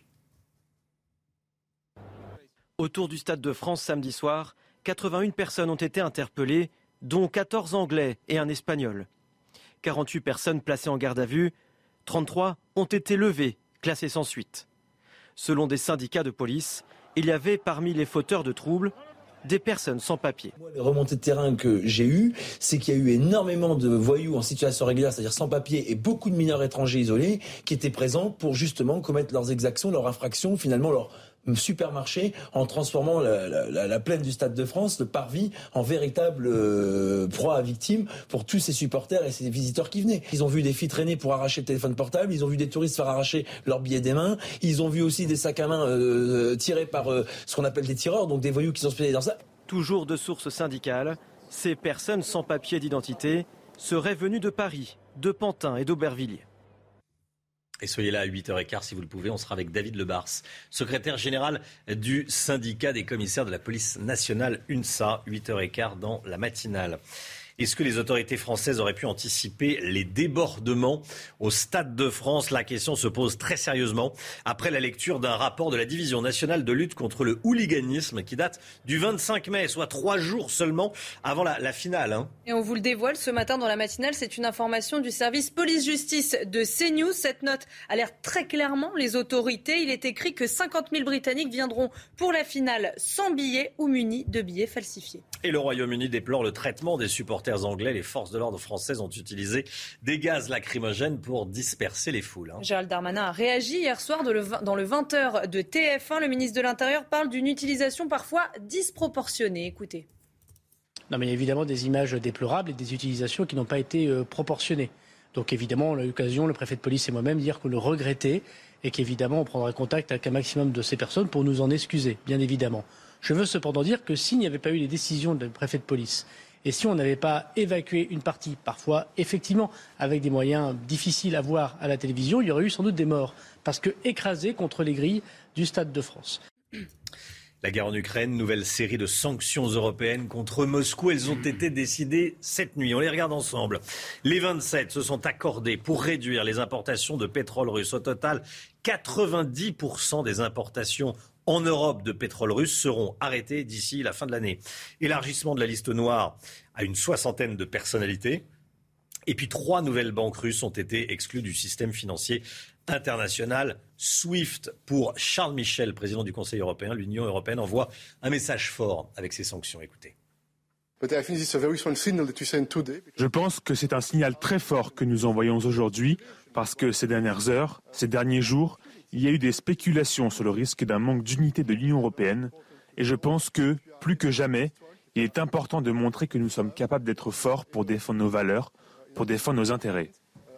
Speaker 9: Autour du Stade de France samedi soir, quatre-vingt-une personnes ont été interpellées, dont quatorze Anglais et un Espagnol. quarante-huit personnes placées en garde à vue, trente-trois ont été levées, classées sans suite. Selon des syndicats de police, il y avait parmi les fauteurs de troubles des personnes sans papier.
Speaker 10: Les remontées de terrain que j'ai eues, c'est qu'il y a eu énormément de voyous en situation régulière, c'est-à-dire sans papier, et beaucoup de mineurs étrangers isolés qui étaient présents pour justement commettre leurs exactions, leurs infractions, finalement leur supermarché, en transformant la, la, la plaine du Stade de France, le parvis, en véritable euh, proie à victime pour tous ces supporters et ces visiteurs qui venaient. Ils ont vu des filles traîner pour arracher le téléphone portable, ils ont vu des touristes faire arracher leurs billets des mains, ils ont vu aussi des sacs à main euh, tirés par euh, ce qu'on appelle des tireurs, donc des voyous qui sont spécialisés dans ça.
Speaker 9: Toujours de sources syndicales, ces personnes sans papier d'identité seraient venues de Paris, de Pantin et d'Aubervilliers.
Speaker 4: Et soyez là à huit heures quinze si vous le pouvez, on sera avec David Lebars, secrétaire général du syndicat des commissaires de la police nationale UNSA, huit heures quinze dans la matinale. Est-ce que les autorités françaises auraient pu anticiper les débordements au Stade de France ? La question se pose très sérieusement après la lecture d'un rapport de la Division nationale de lutte contre le hooliganisme qui date du vingt-cinq mai, soit trois jours seulement avant la, la finale. Hein.
Speaker 7: Et on vous le dévoile ce matin dans la matinale, c'est une information du service police-justice de CNews. Cette note alerte très clairement les autorités. Il est écrit que cinquante mille Britanniques viendront pour la finale sans billets ou munis de billets falsifiés.
Speaker 4: Et le Royaume-Uni déplore le traitement des supporters reporters anglais. Les forces de l'ordre françaises ont utilisé des gaz lacrymogènes pour disperser les foules. Hein.
Speaker 7: Gérald Darmanin a réagi hier soir dans le vingt heures de T F un. Le ministre de l'Intérieur parle d'une utilisation parfois disproportionnée. Écoutez.
Speaker 11: Non, mais il y a évidemment des images déplorables et des utilisations qui n'ont pas été euh, proportionnées. Donc évidemment, on a eu l'occasion, le préfet de police et moi-même, dire que le regrettait et qu'évidemment, on prendrait contact avec un maximum de ces personnes pour nous en excuser, bien évidemment. Je veux cependant dire que s'il n'y avait pas eu les décisions du préfet de police et si on n'avait pas évacué une partie, parfois effectivement avec des moyens difficiles à voir à la télévision, il y aurait eu sans doute des morts, parce que écrasés contre les grilles du Stade de France.
Speaker 4: La guerre en Ukraine, nouvelle série de sanctions européennes contre Moscou. Elles ont été décidées cette nuit. On les regarde ensemble. Les vingt-sept se sont accordés pour réduire les importations de pétrole russe. Au total, quatre-vingt-dix pour cent des importations en Europe de pétrole russe seront arrêtées d'ici la fin de l'année. Élargissement de la liste noire à une soixantaine de personnalités. Et puis trois nouvelles banques russes ont été exclues du système financier international SWIFT. Pour Charles Michel, président du Conseil européen, l'Union européenne envoie un message fort avec ces sanctions. Écoutez.
Speaker 12: Je pense que c'est un signal très fort que nous envoyons aujourd'hui parce que ces dernières heures, ces derniers jours, il y a eu des spéculations sur le risque d'un manque d'unité de l'Union européenne et je pense que, plus que jamais, il est important de montrer que nous sommes capables d'être forts pour défendre nos valeurs, pour défendre nos intérêts.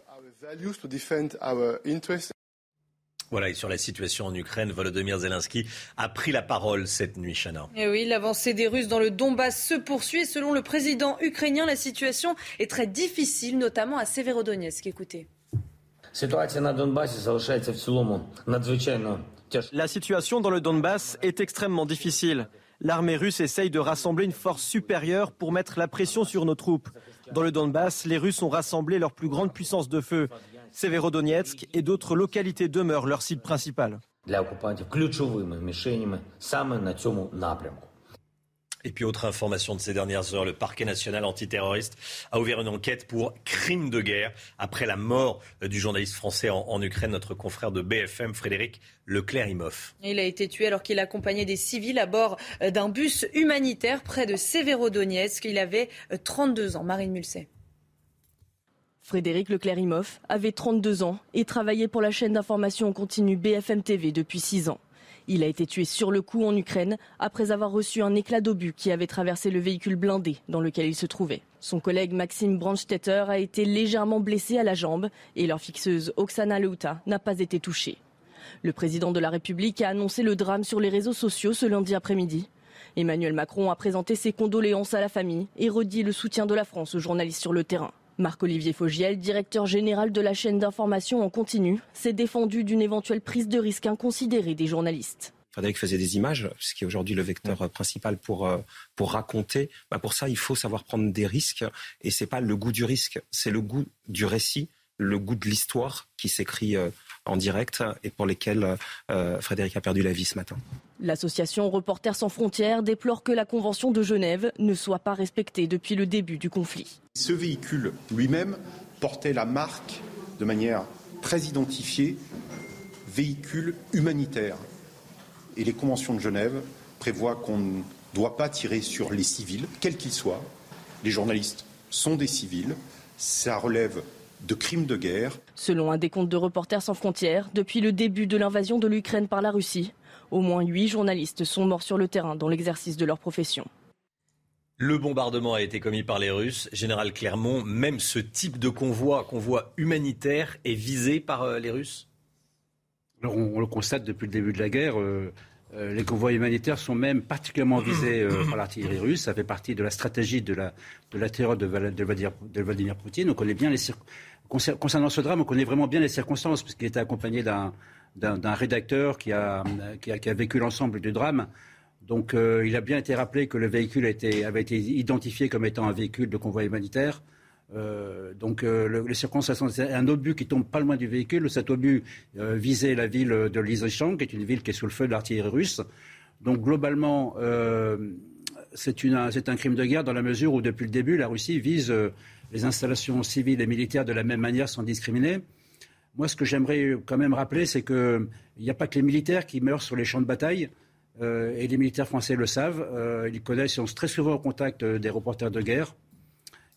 Speaker 4: Voilà, et sur la situation en Ukraine, Volodymyr Zelensky a pris la parole cette nuit, Chana.
Speaker 7: Et oui, l'avancée des Russes dans le Donbass se poursuit. Selon le président ukrainien, la situation est très difficile, notamment à Severodonetsk. Écoutez.
Speaker 9: La situation dans le Donbass est extrêmement difficile. L'armée russe essaye de rassembler une force supérieure pour mettre la pression sur nos troupes. Dans le Donbass, les Russes ont rassemblé leur plus grande puissance de feu. Severodonetsk et d'autres localités demeurent leur cible principale.
Speaker 4: Et puis autre information de ces dernières heures, le parquet national antiterroriste a ouvert une enquête pour crime de guerre après la mort du journaliste français en, en Ukraine, notre confrère de B F M, Frédéric Leclerc-Imhoff.
Speaker 7: Il a été tué alors qu'il accompagnait des civils à bord d'un bus humanitaire près de Severodonetsk. Il avait trente-deux ans. Marine Mulset.
Speaker 8: Frédéric Leclerc-Imhoff avait trente-deux ans et travaillait pour la chaîne d'information en continu B F M T V depuis six ans. Il a été tué sur le coup en Ukraine après avoir reçu un éclat d'obus qui avait traversé le véhicule blindé dans lequel il se trouvait. Son collègue Maxime Brandstetter a été légèrement blessé à la jambe et leur fixeuse Oksana Leuta n'a pas été touchée. Le président de la République a annoncé le drame sur les réseaux sociaux ce lundi après-midi. Emmanuel Macron a présenté ses condoléances à la famille et redit le soutien de la France aux journalistes sur le terrain. Marc-Olivier Fogiel, directeur général de la chaîne d'information en continu, s'est défendu d'une éventuelle prise de risque inconsidérée des journalistes.
Speaker 13: Frédéric faisait des images, ce qui est aujourd'hui le vecteur principal pour, pour raconter. Bah pour ça, il faut savoir prendre des risques. Et ce n'est pas le goût du risque, c'est le goût du récit, le goût de l'histoire qui s'écrit en direct et pour lesquels euh, Frédéric a perdu la vie ce matin.
Speaker 8: L'association Reporters sans frontières déplore que la Convention de Genève ne soit pas respectée depuis le début du conflit.
Speaker 14: Ce véhicule lui-même portait la marque de manière très identifiée, véhicule humanitaire. Et les conventions de Genève prévoient qu'on ne doit pas tirer sur les civils, quels qu'ils soient. Les journalistes sont des civils, ça relève de crimes de guerre.
Speaker 8: Selon un décompte de Reporters sans frontières, depuis le début de l'invasion de l'Ukraine par la Russie, au moins huit journalistes sont morts sur le terrain dans l'exercice de leur profession.
Speaker 4: Le bombardement a été commis par les Russes. Général Clermont, même ce type de convoi, convoi humanitaire, est visé par euh, les Russes ?
Speaker 15: Alors on, on le constate depuis le début de la guerre. Euh, euh, les convois humanitaires sont même particulièrement visés euh, par l'artillerie russe. Ça fait partie de la stratégie de la, de la terreur de, Val, de, Vladimir, de Vladimir Poutine. On connaît bien les cir... Concernant ce drame, on connaît vraiment bien les circonstances, puisqu'il était accompagné d'un, d'un, d'un rédacteur qui a, qui, a, qui a vécu l'ensemble du drame. Donc euh, il a bien été rappelé que le véhicule a été, avait été identifié comme étant un véhicule de convoi humanitaire. Euh, donc euh, le, les circonstances, c'est un obus qui tombe pas loin du véhicule. Cet obus euh, visait la ville de Lysychansk, qui est une ville qui est sous le feu de l'artillerie russe. Donc globalement, euh, c'est, une, c'est un crime de guerre dans la mesure où depuis le début, la Russie vise euh, les installations civiles et militaires de la même manière sans discriminer. Moi, ce que j'aimerais quand même rappeler, c'est qu'il n'y a pas que les militaires qui meurent sur les champs de bataille. Euh, et les militaires français le savent. Euh, ils connaissent, ils sont très souvent au contact euh, des reporters de guerre.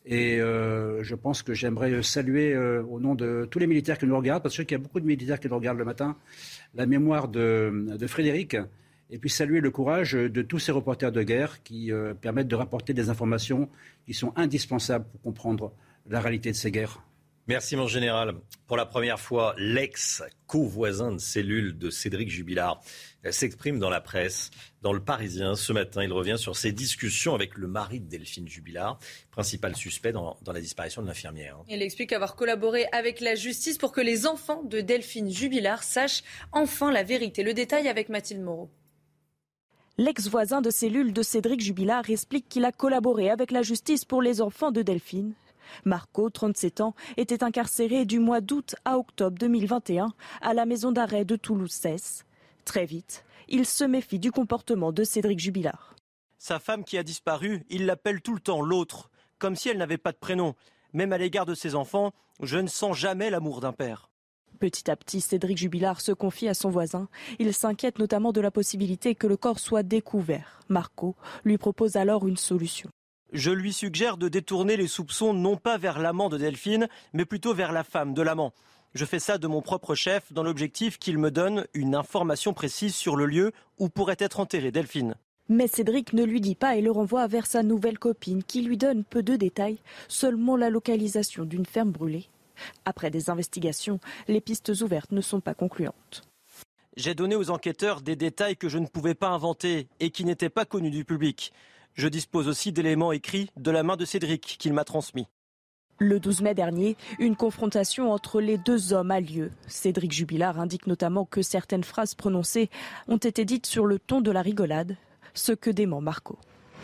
Speaker 15: Et euh, je pense que j'aimerais saluer, euh, au nom de tous les militaires qui nous regardent, parce que je sais qu'il y a beaucoup de militaires qui nous regardent le matin, la mémoire de, de Frédéric, et puis saluer le courage de tous ces reporters de guerre qui euh, permettent de rapporter des informations qui sont indispensables pour comprendre la réalité de ces guerres.
Speaker 4: Merci mon général. Pour la première fois, l'ex-co-voisin de cellule de Cédric Jubilard s'exprime dans la presse. Dans Le Parisien, ce matin, il revient sur ses discussions avec le mari de Delphine Jubilard, principal suspect dans, dans la disparition de l'infirmière.
Speaker 7: Il explique avoir collaboré avec la justice pour que les enfants de Delphine Jubilard sachent enfin la vérité. Le détail avec Mathilde Moreau.
Speaker 16: L'ex-voisin de cellule de Cédric Jubilard explique qu'il a collaboré avec la justice pour les enfants de Delphine. Marco, trente-sept ans, était incarcéré du mois d'août à octobre deux mille vingt et un à la maison d'arrêt de Toulouse-Cesse. Très vite, il se méfie du comportement de Cédric Jubilard.
Speaker 9: Sa femme qui a disparu, il l'appelle tout le temps l'autre, comme si elle n'avait pas de prénom. Même à l'égard de ses enfants, je ne sens jamais l'amour d'un père.
Speaker 16: Petit à petit, Cédric Jubilard se confie à son voisin. Il s'inquiète notamment de la possibilité que le corps soit découvert. Marco lui propose alors une solution.
Speaker 9: Je lui suggère de détourner les soupçons non pas vers l'amant de Delphine, mais plutôt vers la femme de l'amant. Je fais ça de mon propre chef dans l'objectif qu'il me donne une information précise sur le lieu où pourrait être enterrée Delphine.
Speaker 16: Mais Cédric ne lui dit pas et le renvoie vers sa nouvelle copine qui lui donne peu de détails, seulement la localisation d'une ferme brûlée. Après des investigations, les pistes ouvertes ne sont pas concluantes.
Speaker 9: J'ai donné aux enquêteurs des détails que je ne pouvais pas inventer et qui n'étaient pas connus du public. Je dispose aussi d'éléments écrits de la main de Cédric qu'il m'a transmis.
Speaker 16: Le douze mai dernier, une confrontation entre les deux hommes a lieu. Cédric Jubilard indique notamment que certaines phrases prononcées ont été dites sur le ton de la rigolade, ce que dément Marco.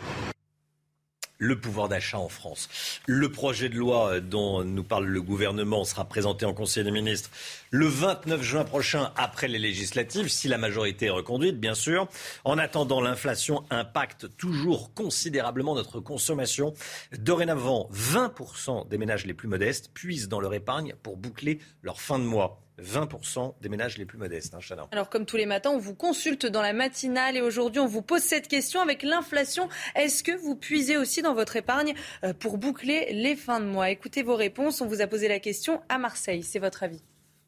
Speaker 4: Le pouvoir d'achat en France. Le projet de loi dont nous parle le gouvernement sera présenté en Conseil des ministres le vingt-neuf juin prochain après les législatives, si la majorité est reconduite, bien sûr. En attendant, l'inflation impacte toujours considérablement notre consommation. Dorénavant, vingt pour cent des ménages les plus modestes puisent dans leur épargne pour boucler leur fin de mois. vingt pour cent des ménages les plus modestes, hein, Chana.
Speaker 7: Alors comme tous les matins, on vous consulte dans la matinale et aujourd'hui on vous pose cette question avec l'inflation. Est-ce que vous puisez aussi dans votre épargne pour boucler les fins de mois? Écoutez vos réponses, on vous a posé la question à Marseille, c'est votre avis?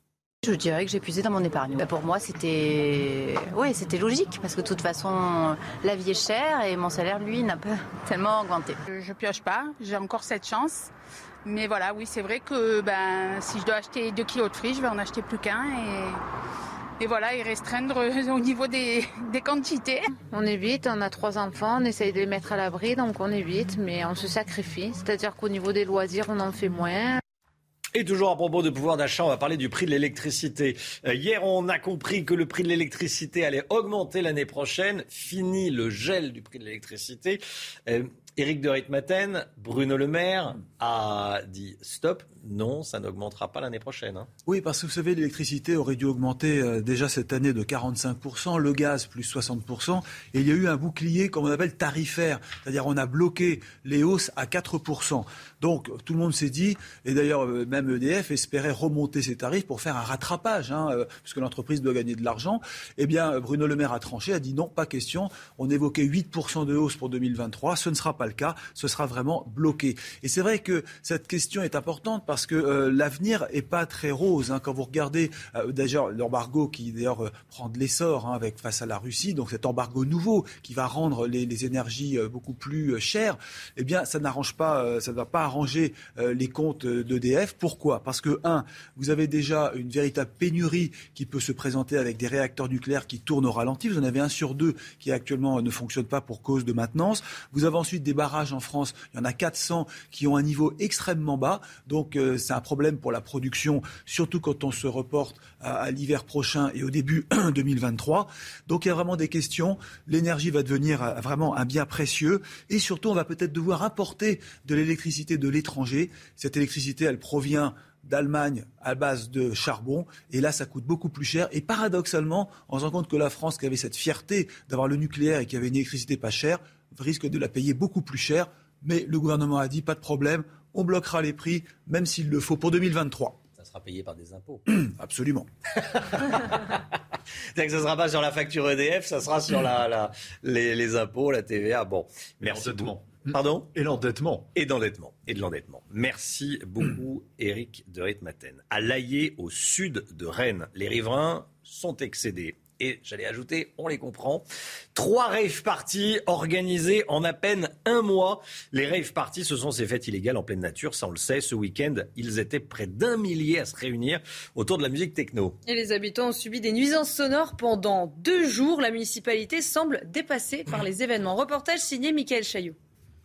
Speaker 17: Je dirais que j'ai puisé dans mon épargne. Bah pour moi, c'était ouais, c'était logique parce que de toute façon, la vie est chère et mon salaire, lui, n'a pas tellement augmenté.
Speaker 18: Je pioche pas, j'ai encore cette chance. Mais voilà, oui, c'est vrai que ben, si je dois acheter deux kilos de fruits, je vais en acheter plus qu'un et, et voilà, et restreindre au niveau des, des quantités.
Speaker 19: On évite, on a trois enfants, on essaye de les mettre à l'abri, donc on évite, mais on se sacrifie. C'est-à-dire qu'au niveau des loisirs, on en fait moins.
Speaker 4: Et toujours à propos de pouvoir d'achat, on va parler du prix de l'électricité. Euh, hier, on a compris que le prix de l'électricité allait augmenter l'année prochaine. Fini le gel du prix de l'électricité. Euh, Éric de Ritmaten, Bruno Le Maire a dit stop. Non, ça n'augmentera pas l'année prochaine. Hein.
Speaker 3: Oui, parce que vous savez, l'électricité aurait dû augmenter euh, déjà cette année de quarante-cinq pour cent, le gaz plus soixante pour cent, et il y a eu un bouclier, comme on appelle, tarifaire. C'est-à-dire on a bloqué les hausses à quatre pour cent. Donc tout le monde s'est dit, et d'ailleurs euh, même E D F espérait remonter ses tarifs pour faire un rattrapage, hein, euh, puisque l'entreprise doit gagner de l'argent. Eh bien, Bruno Le Maire a tranché, a dit non, pas question. On évoquait huit pour cent de hausse pour deux mille vingt-trois, ce ne sera pas le cas, ce sera vraiment bloqué. Et c'est vrai que cette question est importante parce que euh, l'avenir est pas très rose. Hein. Quand vous regardez euh, d'ailleurs l'embargo qui d'ailleurs euh, prend de l'essor hein, avec face à la Russie, donc cet embargo nouveau qui va rendre les, les énergies euh, beaucoup plus euh, chères, eh bien ça n'arrange pas, euh, ça ne va pas arranger euh, les comptes d'E D F. Pourquoi ? Parce que un, vous avez déjà une véritable pénurie qui peut se présenter avec des réacteurs nucléaires qui tournent au ralenti. Vous en avez un sur deux qui actuellement ne fonctionne pas pour cause de maintenance. Vous avez ensuite des barrages en France, il y en a quatre cents qui ont un niveau extrêmement bas. Donc euh, c'est un problème pour la production, surtout quand on se reporte à, à l'hiver prochain et au début deux mille vingt-trois. Donc il y a vraiment des questions. L'énergie va devenir euh, vraiment un bien précieux et surtout on va peut-être devoir importer de l'électricité de l'étranger. Cette électricité, elle provient d'Allemagne à base de charbon et là ça coûte beaucoup plus cher et paradoxalement on se rend compte que la France qui avait cette fierté d'avoir le nucléaire et qui avait une électricité pas chère risque de la payer beaucoup plus cher, mais le gouvernement a dit pas de problème, on bloquera les prix même s'il le faut pour deux mille vingt-trois.
Speaker 4: Ça sera payé par des impôts.
Speaker 3: Absolument.
Speaker 4: C'est-à-dire que ça ne sera pas sur la facture E D F, ça sera sur la, la, les, les impôts, la T V A. Bon, merci beaucoup. Pardon ?
Speaker 3: Et l'endettement.
Speaker 4: Et d'endettement. Et de l'endettement. Merci beaucoup, Éric de Ritmaten. À Laillé, au sud de Rennes, les riverains sont excédés. Et j'allais ajouter, on les comprend. Trois rave parties organisées en à peine un mois. Les rave parties, ce sont ces fêtes illégales en pleine nature, ça on le sait. Ce week-end, ils étaient près d'un millier à se réunir autour de la musique techno.
Speaker 7: Et les habitants ont subi des nuisances sonores pendant deux jours. La municipalité semble dépassée par les événements. Reportage signé Mickaël Chailloux.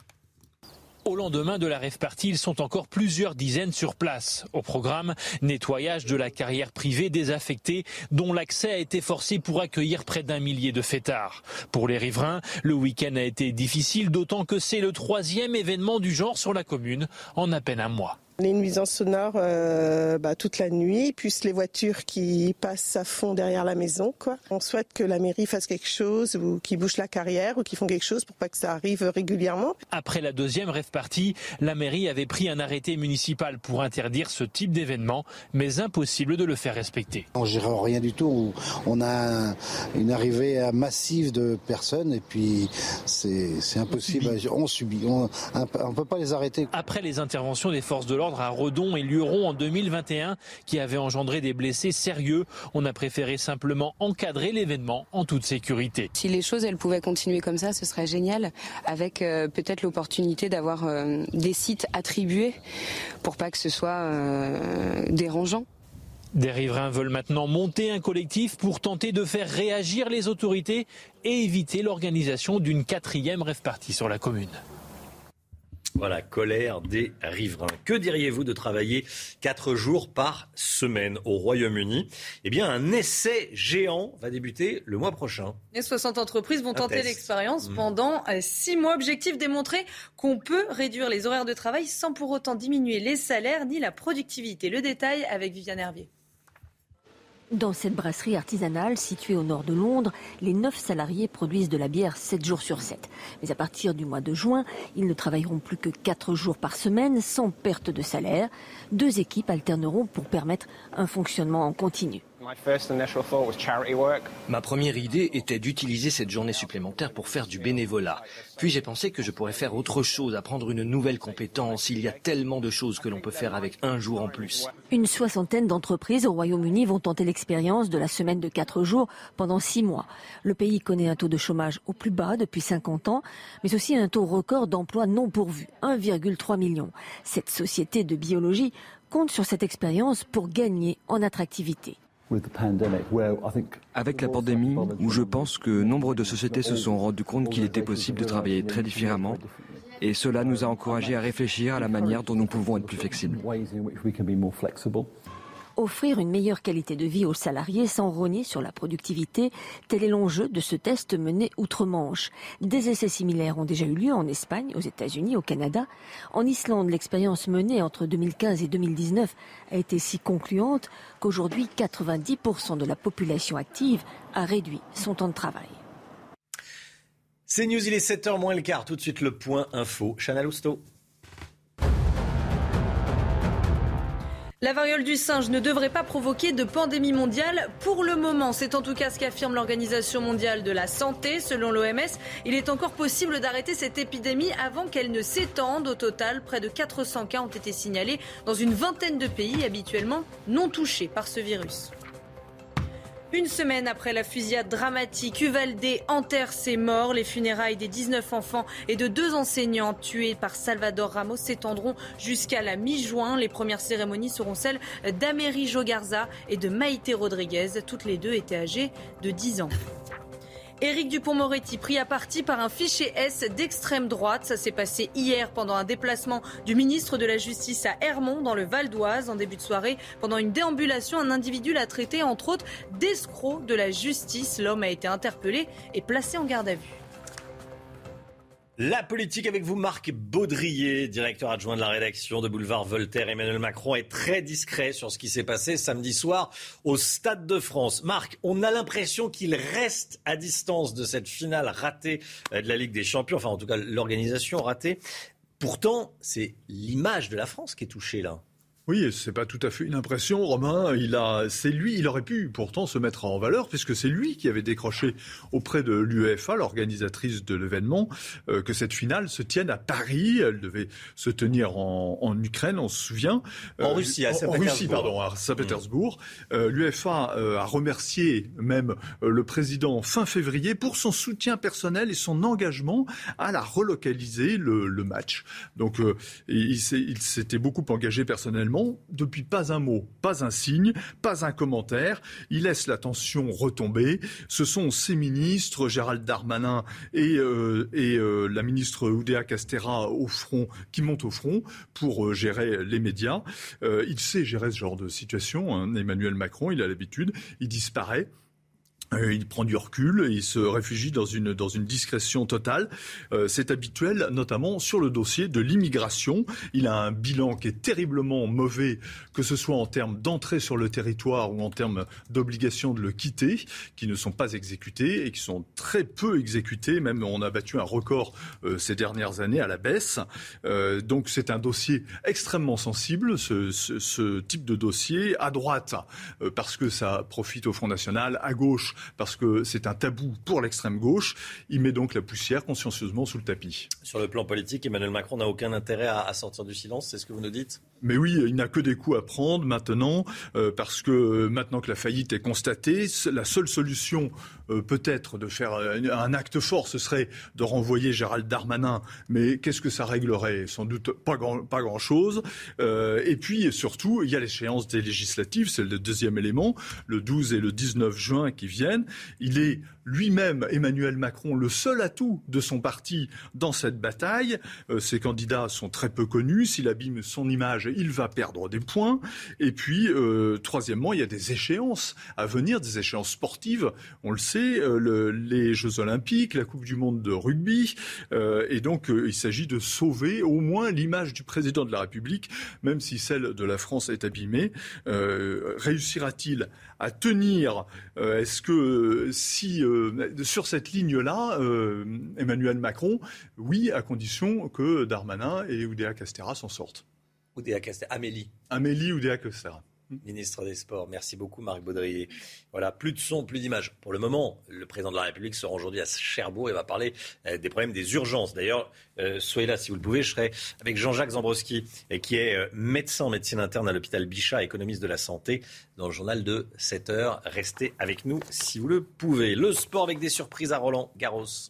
Speaker 20: Au lendemain de la rave party, ils sont encore plusieurs dizaines sur place. Au programme, nettoyage de la carrière privée désaffectée dont l'accès a été forcé pour accueillir près d'un millier de fêtards. Pour les riverains, le week-end a été difficile, d'autant que c'est le troisième événement du genre sur la commune en à peine un mois.
Speaker 21: Les nuisances sonores euh, bah, toute la nuit, plus les voitures qui passent à fond derrière la maison, quoi. On souhaite que la mairie fasse quelque chose ou qu'ils bouchent la carrière ou qu'ils font quelque chose pour pas que ça arrive régulièrement.
Speaker 20: Après la deuxième rave party, la mairie avait pris un arrêté municipal pour interdire ce type d'événement, mais impossible de le faire respecter.
Speaker 22: On ne gère rien du tout. On a une arrivée massive de personnes et puis c'est, c'est impossible. On subit. On ne peut pas les arrêter.
Speaker 20: Après les interventions des forces de l'ordre à Redon et Luron en deux mille vingt et un qui avait engendré des blessés sérieux. On a préféré simplement encadrer l'événement en toute sécurité.
Speaker 23: Si les choses elles pouvaient continuer comme ça, ce serait génial, avec euh, peut-être l'opportunité d'avoir euh, des sites attribués pour pas que ce soit euh, dérangeant.
Speaker 20: Des riverains veulent maintenant monter un collectif pour tenter de faire réagir les autorités et éviter l'organisation d'une quatrième rave party sur la commune.
Speaker 4: Voilà, colère des riverains. Que diriez-vous de travailler quatre jours par semaine au Royaume-Uni ? Eh bien, un essai géant va débuter le mois prochain.
Speaker 7: Et soixante entreprises vont
Speaker 4: Un
Speaker 7: tenter
Speaker 4: test.
Speaker 7: l'expérience
Speaker 4: Mmh.
Speaker 7: pendant six mois. Objectif, démontrer qu'on peut réduire les horaires de travail sans pour autant diminuer les salaires ni la productivité. Le détail avec Viviane Hervier.
Speaker 24: Dans cette brasserie artisanale située au nord de Londres, les neuf salariés produisent de la bière sept jours sur sept. Mais à partir du mois de juin, ils ne travailleront plus que quatre jours par semaine sans perte de salaire. Deux équipes alterneront pour permettre un fonctionnement en continu.
Speaker 25: Ma première idée était d'utiliser cette journée supplémentaire pour faire du bénévolat. Puis j'ai pensé que je pourrais faire autre chose, apprendre une nouvelle compétence. Il y a tellement de choses que l'on peut faire avec un jour en plus.
Speaker 24: Une soixantaine d'entreprises au Royaume-Uni vont tenter l'expérience de la semaine de quatre jours pendant six mois. Le pays connaît un taux de chômage au plus bas depuis cinquante ans, mais aussi un taux record d'emplois non pourvus, un virgule trois million. Cette société de biologie compte sur cette expérience pour gagner en attractivité.
Speaker 2: Avec la pandémie, où je pense que nombre de sociétés se sont rendues compte qu'il était possible de travailler très différemment, et cela nous a encouragés à réfléchir à la manière dont nous pouvons être plus flexibles.
Speaker 24: Offrir une meilleure qualité de vie aux salariés sans rogner sur la productivité, tel est l'enjeu de ce test mené outre-Manche. Des essais similaires ont déjà eu lieu en Espagne, aux États-Unis, au Canada. En Islande, l'expérience menée entre deux mille quinze et deux mille dix-neuf a été si concluante qu'aujourd'hui, quatre-vingt-dix pour cent de la population active a réduit son temps de travail.
Speaker 4: C'est News, il est sept heures moins le quart. Tout de suite, le point info. Chana Lousteau.
Speaker 7: La variole du singe ne devrait pas provoquer de pandémie mondiale pour le moment. C'est en tout cas ce qu'affirme l'Organisation mondiale de la santé. Selon l'O M S, il est encore possible d'arrêter cette épidémie avant qu'elle ne s'étende. Au total, près de quatre cents cas ont été signalés dans une vingtaine de pays habituellement non touchés par ce virus. Une semaine après la fusillade dramatique, Uvalde enterre ses morts. Les funérailles des dix-neuf enfants et de deux enseignants tués par Salvador Ramos s'étendront jusqu'à la mi-juin. Les premières cérémonies seront celles d'Amérijo Garza et de Maïté Rodriguez. Toutes les deux étaient âgées de dix ans. Éric Dupond-Moretti pris à partie par un fichier S d'extrême droite. Ça s'est passé hier pendant un déplacement du ministre de la Justice à Hermont dans le Val d'Oise. En début de soirée, pendant une déambulation, un individu l'a traité entre autres d'escroc de la justice. L'homme a été interpellé et placé en garde à vue.
Speaker 4: La politique avec vous, Marc Baudrier, directeur adjoint de la rédaction de Boulevard Voltaire. Emmanuel Macron est très discret sur ce qui s'est passé samedi soir au Stade de France. Marc, on a l'impression qu'il reste à distance de cette finale ratée de la Ligue des Champions, enfin en tout cas l'organisation ratée. Pourtant, c'est l'image de la France qui est touchée là.
Speaker 1: Oui, c'est pas tout à fait une impression, Romain. Il a, c'est lui, il aurait pu pourtant se mettre en valeur, puisque c'est lui qui avait décroché auprès de l'UEFA, l'organisatrice de l'événement, euh, que cette finale se tienne à Paris. Elle devait se tenir en, en Ukraine, on se souvient.
Speaker 4: En euh, Russie, à Saint-Pétersbourg.
Speaker 1: En Russie, pardon, à Saint-Pétersbourg. Mmh. Euh, L'UEFA euh, a remercié même euh, le président fin février pour son soutien personnel et son engagement à la relocaliser le, le match. Donc, euh, il, il s'était beaucoup engagé personnellement. Depuis pas un mot, pas un signe, pas un commentaire. Il laisse la tension retomber. Ce sont ses ministres, Gérald Darmanin et, euh, et euh, la ministre Oudéa Castéra au front, qui montent au front pour euh, gérer les médias. Euh, il sait gérer ce genre de situation. Hein. Emmanuel Macron, il a l'habitude. Il disparaît. Euh, il prend du recul, il se réfugie dans une, dans une discrétion totale. Euh, c'est habituel, notamment sur le dossier de l'immigration. Il a un bilan qui est terriblement mauvais, que ce soit en termes d'entrée sur le territoire ou en termes d'obligation de le quitter, qui ne sont pas exécutés et qui sont très peu exécutés. Même on a battu un record euh, ces dernières années à la baisse. Euh, donc c'est un dossier extrêmement sensible, ce, ce, ce type de dossier. À droite, euh, parce que ça profite au Front National, à gauche, parce que c'est un tabou pour l'extrême gauche. Il met donc la poussière consciencieusement sous le tapis.
Speaker 4: Sur le plan politique, Emmanuel Macron n'a aucun intérêt à, à sortir du silence, c'est ce que vous nous dites ?
Speaker 1: Mais oui, il n'a que des coups à prendre maintenant, euh, parce que maintenant que la faillite est constatée, la seule solution euh, peut-être de faire un acte fort, ce serait de renvoyer Gérald Darmanin. Mais qu'est-ce que ça réglerait ? Sans doute pas, grand, pas grand-chose. Euh, et puis surtout, il y a l'échéance des législatives, c'est le deuxième élément, le douze et le dix-neuf juin qui viennent. Il est lui-même, Emmanuel Macron, le seul atout de son parti dans cette bataille. Euh, ses candidats sont très peu connus. S'il abîme son image, il va perdre des points. Et puis, euh, troisièmement, il y a des échéances à venir, des échéances sportives. On le sait, euh, le, les Jeux Olympiques, la Coupe du Monde de rugby. Euh, et donc, euh, il s'agit de sauver au moins l'image du président de la République, même si celle de la France est abîmée. Euh, réussira-t-il à tenir euh, Est-ce que euh, si euh, sur cette ligne-là, euh, Emmanuel Macron, oui, à condition que Darmanin et Oudéa Castéra s'en sortent.
Speaker 4: Oudéa Castéra, Amélie.
Speaker 1: Amélie Oudéa Castéra.
Speaker 4: Ministre des Sports. Merci beaucoup, Marc Baudrier. Voilà, plus de son, plus d'images. Pour le moment, le président de la République sera aujourd'hui à Cherbourg et va parler euh, des problèmes des urgences. D'ailleurs, euh, soyez là si vous le pouvez. Je serai avec Jean-Jacques Zambrowski, euh, qui est euh, médecin en médecine interne à l'hôpital Bichat, économiste de la santé, dans le journal de sept heures. Restez avec nous si vous le pouvez. Le sport avec des surprises à Roland Garros.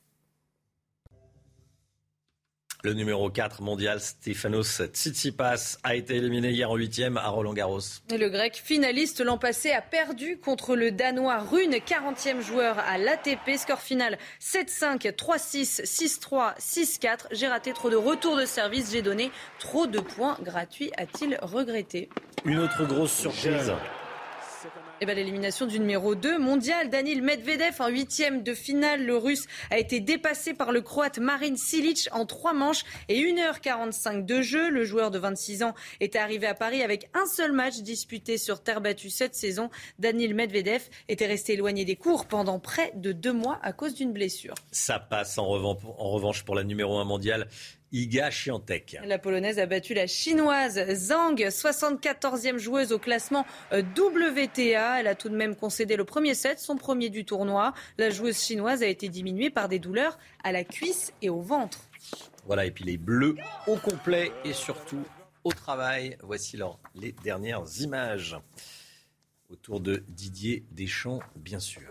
Speaker 4: Le numéro quatre mondial, Stefanos Tsitsipas, a été éliminé hier en huitième à Roland-Garros.
Speaker 7: Et le Grec finaliste l'an passé a perdu contre le Danois Rune, quarantième joueur à l'A T P. Score final sept cinq, trois six, six trois, six quatre. J'ai raté trop de retours de service, j'ai donné trop de points gratuits, a-t-il regretté.
Speaker 4: Une autre grosse surprise.
Speaker 7: Eh ben, l'élimination du numéro deux mondial, Daniil Medvedev, en huitième de finale. Le Russe a été dépassé par le Croate Marin Cilic en trois manches et une heure quarante-cinq de jeu. Le joueur de vingt-six ans était arrivé à Paris avec un seul match disputé sur terre battue cette saison. Daniil Medvedev était resté éloigné des courts pendant près de deux mois à cause d'une blessure.
Speaker 4: Ça passe en revanche pour la numéro un mondiale, Iga Świątek.
Speaker 7: La Polonaise a battu la Chinoise Zhang, soixante-quatorzième joueuse au classement W T A. Elle a tout de même concédé le premier set, son premier du tournoi. La joueuse chinoise a été diminuée par des douleurs à la cuisse et au ventre.
Speaker 4: Voilà, et puis les Bleus au complet et surtout au travail. Voici là les dernières images autour de Didier Deschamps, bien sûr.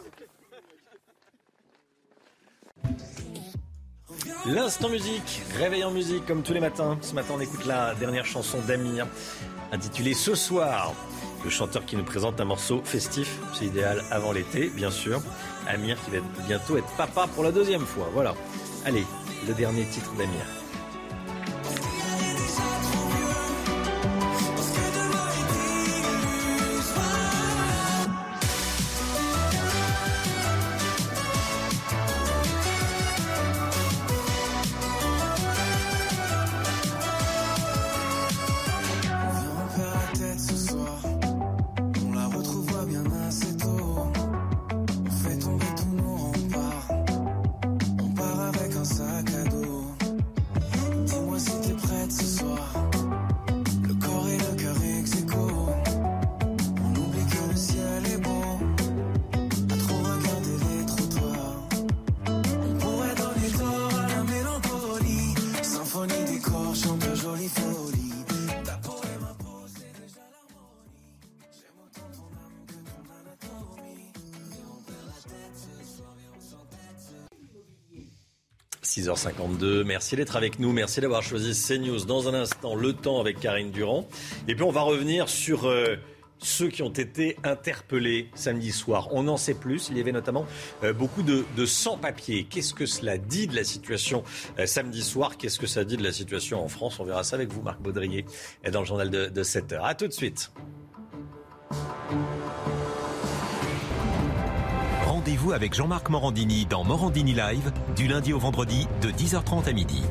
Speaker 4: L'instant musique, réveil en musique comme tous les matins. Ce matin on écoute la dernière chanson d'Amir intitulée Ce soir. Le chanteur qui nous présente un morceau festif, c'est idéal avant l'été bien sûr. Amir qui va bientôt être papa pour la deuxième fois, voilà. Allez, le dernier titre d'Amir. six heures cinquante-deux, merci d'être avec nous, merci d'avoir choisi CNews. Dans un instant, le temps avec Karine Durand. Et puis on va revenir sur euh, ceux qui ont été interpellés samedi soir. On en sait plus, il y avait notamment euh, beaucoup de, de sans-papiers. Qu'est-ce que cela dit de la situation euh, samedi soir? Qu'est-ce que ça dit de la situation en France? On verra ça avec vous, Marc Baudrier, dans le journal de, de sept heures. A tout de suite.
Speaker 5: Rendez-vous avec Jean-Marc Morandini dans Morandini Live, du lundi au vendredi, de dix heures trente à midi.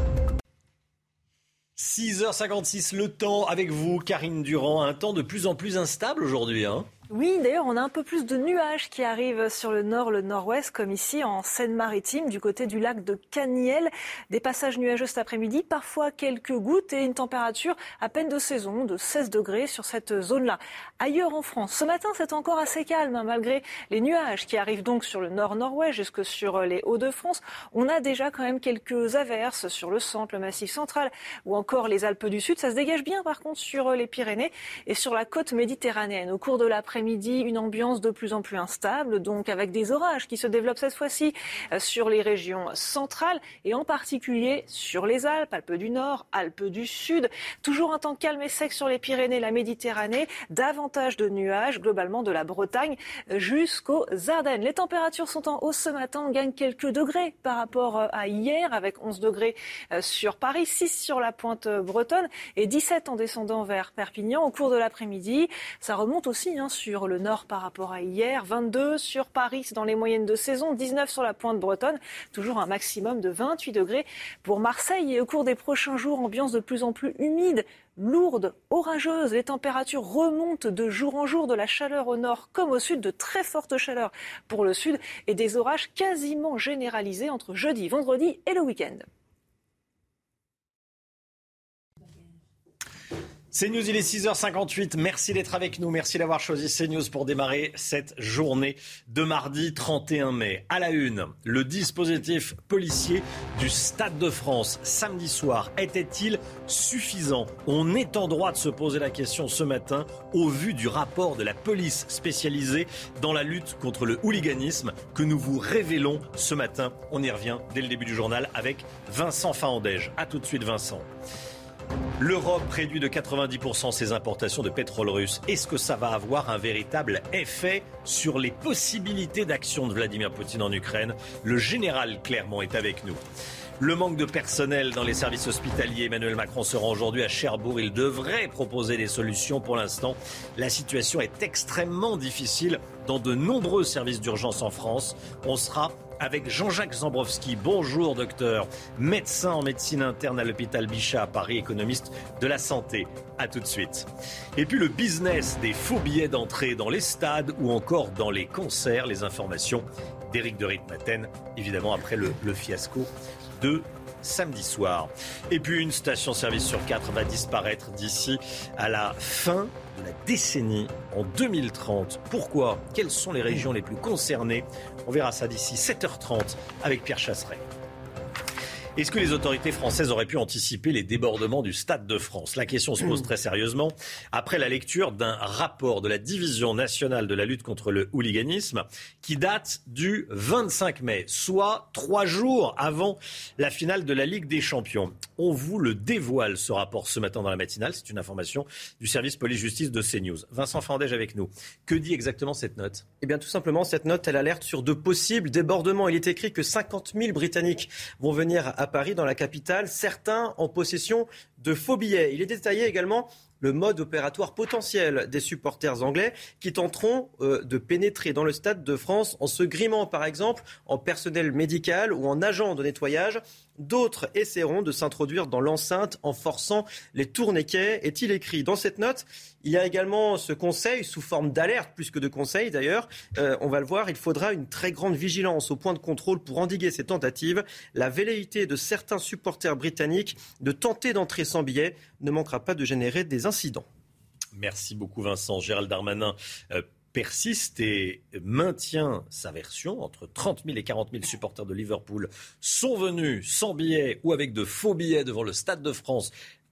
Speaker 4: six heures cinquante-six, le temps avec vous, Karine Durand. Un temps de plus en plus instable aujourd'hui, hein?
Speaker 6: Oui, d'ailleurs, on a un peu plus de nuages qui arrivent sur le nord, le nord-ouest, comme ici en Seine-Maritime, du côté du lac de Caniel. Des passages nuageux cet après-midi, parfois quelques gouttes et une température à peine de saison, de seize degrés sur cette zone-là. Ailleurs en France, ce matin, c'est encore assez calme, hein, malgré les nuages qui arrivent donc sur le nord-nord-ouest jusque sur les Hauts-de-France. On a déjà quand même quelques averses sur le centre, le Massif central ou encore les Alpes du Sud. Ça se dégage bien, par contre, sur les Pyrénées et sur la côte méditerranéenne. Au cours de l'après-midi, midi, une ambiance de plus en plus instable, donc avec des orages qui se développent cette fois-ci sur les régions centrales et en particulier sur les Alpes, Alpes du Nord, Alpes du Sud. Toujours un temps calme et sec sur les Pyrénées, la Méditerranée, davantage de nuages, globalement de la Bretagne jusqu'aux Ardennes. Les températures sont en hausse ce matin, on gagne quelques degrés par rapport à hier, avec onze degrés sur Paris, six sur la pointe bretonne et dix-sept en descendant vers Perpignan. Au cours de l'après-midi, ça remonte aussi hein, sur le nord par rapport à hier, vingt-deux sur Paris, c'est dans les moyennes de saison, dix-neuf sur la pointe bretonne, toujours un maximum de vingt-huit degrés pour Marseille. Et au cours des prochains jours, ambiance de plus en plus humide, lourde, orageuse. Les températures remontent de jour en jour, de la chaleur au nord comme au sud, de très forte chaleur pour le sud et des orages quasiment généralisés entre jeudi, vendredi et le week-end.
Speaker 4: CNews, il est six heures cinquante-huit. Merci d'être avec nous. Merci d'avoir choisi CNews pour démarrer cette journée de mardi trente et un mai. À la une, le dispositif policier du Stade de France samedi soir était-il suffisant? On est en droit de se poser la question ce matin au vu du rapport de la police spécialisée dans la lutte contre le hooliganisme que nous vous révélons ce matin. On y revient dès le début du journal avec Vincent Fahandège. A tout de suite, Vincent. L'Europe réduit de quatre-vingt-dix pour cent ses importations de pétrole russe. Est-ce que ça va avoir un véritable effet sur les possibilités d'action de Vladimir Poutine en Ukraine? Le général Clermont est avec nous. Le manque de personnel dans les services hospitaliers. Emmanuel Macron se rend aujourd'hui à Cherbourg. Il devrait proposer des solutions. Pour l'instant, la situation est extrêmement difficile dans de nombreux services d'urgence en France. On sera avec Jean-Jacques Zambrowski. Bonjour docteur, médecin en médecine interne à l'hôpital Bichat à Paris, économiste de la santé. A tout de suite. Et puis le business des faux billets d'entrée dans les stades ou encore dans les concerts. Les informations d'Éric de Ritmaten, évidemment après le, le fiasco de samedi soir. Et puis une station-service sur quatre va disparaître d'ici à la fin de la décennie en deux mille trente. Pourquoi? Quelles sont les régions les plus concernées? On verra ça d'ici sept heures trente avec Pierre Chasseret. Est-ce que les autorités françaises auraient pu anticiper les débordements du Stade de France? La question se pose très sérieusement après la lecture d'un rapport de la Division nationale de la lutte contre le hooliganisme qui date du vingt-cinq mai, soit trois jours avant la finale de la Ligue des Champions. On vous le dévoile, ce rapport, ce matin dans la matinale. C'est une information du service police-justice de CNews. Vincent Fahandège avec nous. Que dit exactement cette note?
Speaker 9: Eh bien, tout simplement, cette note, elle alerte sur de possibles débordements. Il est écrit que cinquante mille Britanniques vont venir à Paris, dans la capitale, certains en possession de faux billets. Il est détaillé également le mode opératoire potentiel des supporters anglais qui tenteront euh, de pénétrer dans le Stade de France en se grimant par exemple en personnel médical ou en agent de nettoyage. D'autres essaieront de s'introduire dans l'enceinte en forçant les tourniquets. Est-il écrit dans cette note? Il y a également ce conseil, sous forme d'alerte, plus que de conseil d'ailleurs. Euh, on va le voir, il faudra une très grande vigilance au point de contrôle pour endiguer ces tentatives. La velléité de certains supporters britanniques de tenter d'entrer sans billet ne manquera pas de générer des incidents.
Speaker 4: Merci beaucoup Vincent. Gérald Darmanin euh, persiste et maintient sa version. Entre trente mille et quarante mille supporters de Liverpool sont venus sans billets ou avec de faux billets devant le Stade de France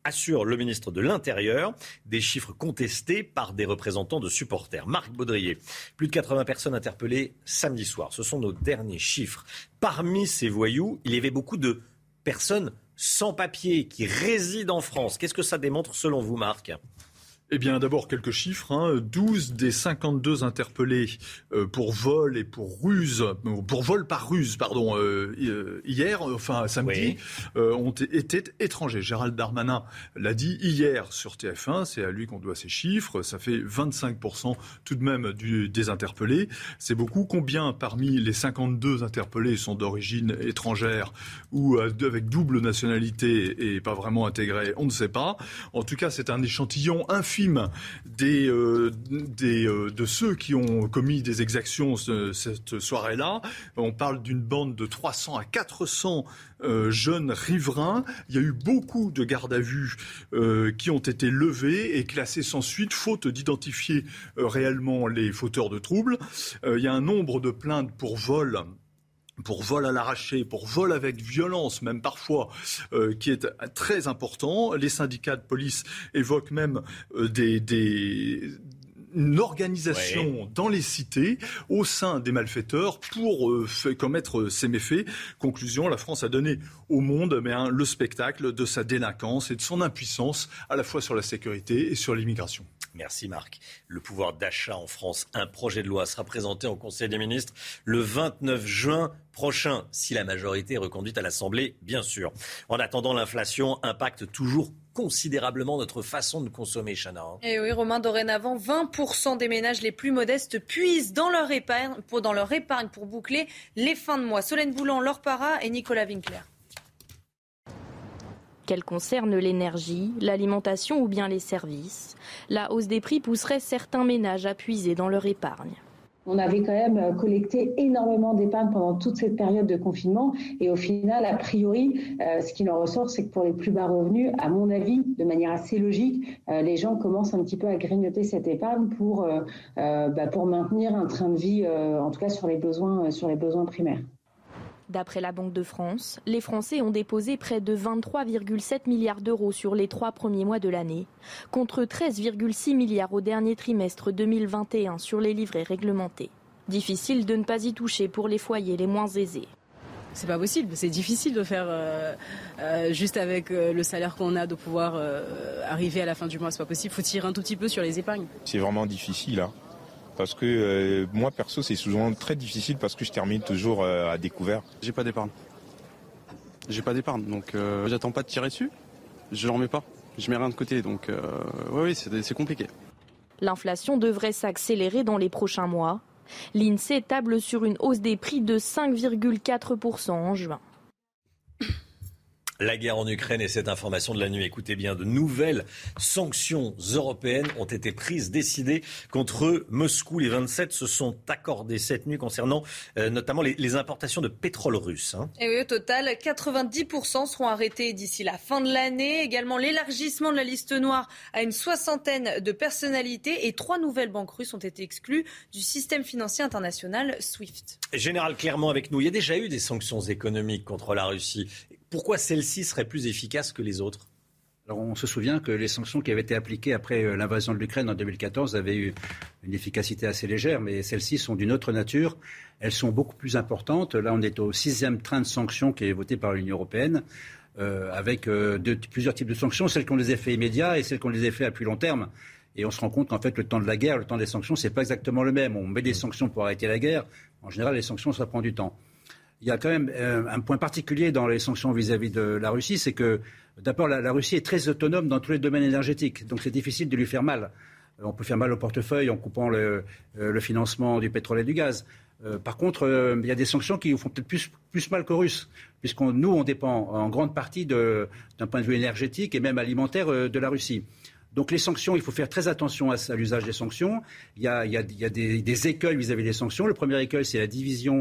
Speaker 4: assure le ministre de l'Intérieur, des chiffres contestés par des représentants de supporters. Marc Baudrier, plus de quatre-vingts personnes interpellées samedi soir. Ce sont nos derniers chiffres. Parmi ces voyous, il y avait beaucoup de personnes sans papier qui résident en France. Qu'est-ce que ça démontre selon vous, Marc ?
Speaker 1: Eh bien, d'abord, quelques chiffres. Hein. douze des cinquante-deux interpellés euh, pour vol et pour ruse, pour vol par ruse, pardon, euh, hier, enfin samedi, oui. euh, ont été étrangers. Gérald Darmanin l'a dit hier sur T F un, c'est à lui qu'on doit ces chiffres. Ça fait vingt-cinq pour cent tout de même du, des interpellés. C'est beaucoup. Combien parmi les cinquante-deux interpellés sont d'origine étrangère ou euh, avec double nationalité et pas vraiment intégrés? On ne sait pas. En tout cas, c'est un échantillon infime Des, euh, des, euh, de ceux qui ont commis des exactions ce, cette soirée-là. On parle d'une bande de trois cents à quatre cents euh, jeunes riverains. Il y a eu beaucoup de gardes à vue euh, qui ont été levés et classés sans suite, faute d'identifier euh, réellement les fauteurs de troubles. Euh, il y a un nombre de plaintes pour vol pour vol à l'arraché, pour vol avec violence, même parfois, euh, qui est très important. Les syndicats de police évoquent même euh, des... des une organisation ouais. dans les cités, au sein des malfaiteurs, pour euh, fait, commettre ces méfaits. Conclusion, la France a donné au monde mais, hein, le spectacle de sa délinquance et de son impuissance, à la fois sur la sécurité et sur l'immigration.
Speaker 4: Merci Marc. Le pouvoir d'achat en France, un projet de loi sera présenté au Conseil des ministres le vingt-neuf juin prochain, si la majorité est reconduite à l'Assemblée, bien sûr. En attendant, l'inflation impacte toujours considérablement notre façon de consommer, Chana.
Speaker 7: Et oui, Romain, dorénavant, vingt pour cent des ménages les plus modestes puisent dans leur épargne pour, dans leur épargne pour boucler les fins de mois. Solène Boulan, Laure Parra et Nicolas Winkler.
Speaker 8: Qu'elle concerne l'énergie, l'alimentation ou bien les services, la hausse des prix pousserait certains ménages à puiser dans leur épargne.
Speaker 10: On avait quand même collecté énormément d'épargne pendant toute cette période de confinement et au final, a priori, euh, ce qui en ressort, c'est que pour les plus bas revenus, à mon avis, de manière assez logique, euh, les gens commencent un petit peu à grignoter cette épargne pour, euh, euh, bah, pour maintenir un train de vie, euh, en tout cas sur les besoins, euh, sur les besoins primaires.
Speaker 8: D'après la Banque de France, les Français ont déposé près de vingt-trois virgule sept milliards d'euros sur les trois premiers mois de l'année, contre treize virgule six milliards au dernier trimestre deux mille vingt et un sur les livrets réglementés. Difficile de ne pas y toucher pour les foyers les moins aisés.
Speaker 11: C'est pas possible, c'est difficile de faire euh, euh, juste avec euh, le salaire qu'on a, de pouvoir euh, arriver à la fin du mois, c'est pas possible, il faut tirer un tout petit peu sur les épargnes.
Speaker 12: C'est vraiment difficile, hein. Parce que euh, moi, perso, c'est souvent très difficile parce que je termine toujours euh, à découvert.
Speaker 13: J'ai pas d'épargne. J'ai pas d'épargne, donc euh, j'attends pas de tirer dessus. Je n'en mets pas. Je mets rien de côté, donc euh, oui, oui, c'est, c'est compliqué.
Speaker 8: L'inflation devrait s'accélérer dans les prochains mois. L'INSEE table sur une hausse des prix de cinq virgule quatre pour cent en juin.
Speaker 4: La guerre en Ukraine et cette information de la nuit. Écoutez bien, de nouvelles sanctions européennes ont été prises, décidées contre Moscou. Les vingt-sept se sont accordés cette nuit concernant euh, notamment les, les importations de pétrole russe. Hein.
Speaker 7: Et oui, au total, quatre-vingt-dix pour cent seront arrêtés d'ici la fin de l'année. Également l'élargissement de la liste noire à une soixantaine de personnalités et trois nouvelles banques russes ont été exclues du système financier international SWIFT.
Speaker 4: Général Clermont avec nous. Il y a déjà eu des sanctions économiques contre la Russie. Pourquoi celles-ci seraient plus efficaces que les autres ?
Speaker 15: Alors on se souvient que les sanctions qui avaient été appliquées après l'invasion de l'Ukraine en deux mille quatorze avaient eu une efficacité assez légère, mais celles-ci sont d'une autre nature. Elles sont beaucoup plus importantes. Là, on est au sixième train de sanctions qui est voté par l'Union européenne, euh, avec euh, de, plusieurs types de sanctions, celles qui ont des effets immédiats et celles qui ont des effets à plus long terme. Et on se rend compte qu'en fait, le temps de la guerre, le temps des sanctions, c'est pas exactement le même. On met des sanctions pour arrêter la guerre. En général, les sanctions, ça prend du temps. Il y a quand même euh, un point particulier dans les sanctions vis-à-vis de la Russie, c'est que d'abord la, la Russie est très autonome dans tous les domaines énergétiques, donc c'est difficile de lui faire mal. Euh, on peut faire mal au portefeuille en coupant le, euh, le financement du pétrole et du gaz. Euh, par contre, euh, il y a des sanctions qui font peut-être plus, plus mal qu'aux Russes, puisqu'on nous on dépend en grande partie de, d'un point de vue énergétique et même alimentaire euh, de la Russie. Donc les sanctions, il faut faire très attention à, à l'usage des sanctions. Il y a, il y a, il y a des, des écueils vis-à-vis des sanctions. Le premier écueil, c'est la division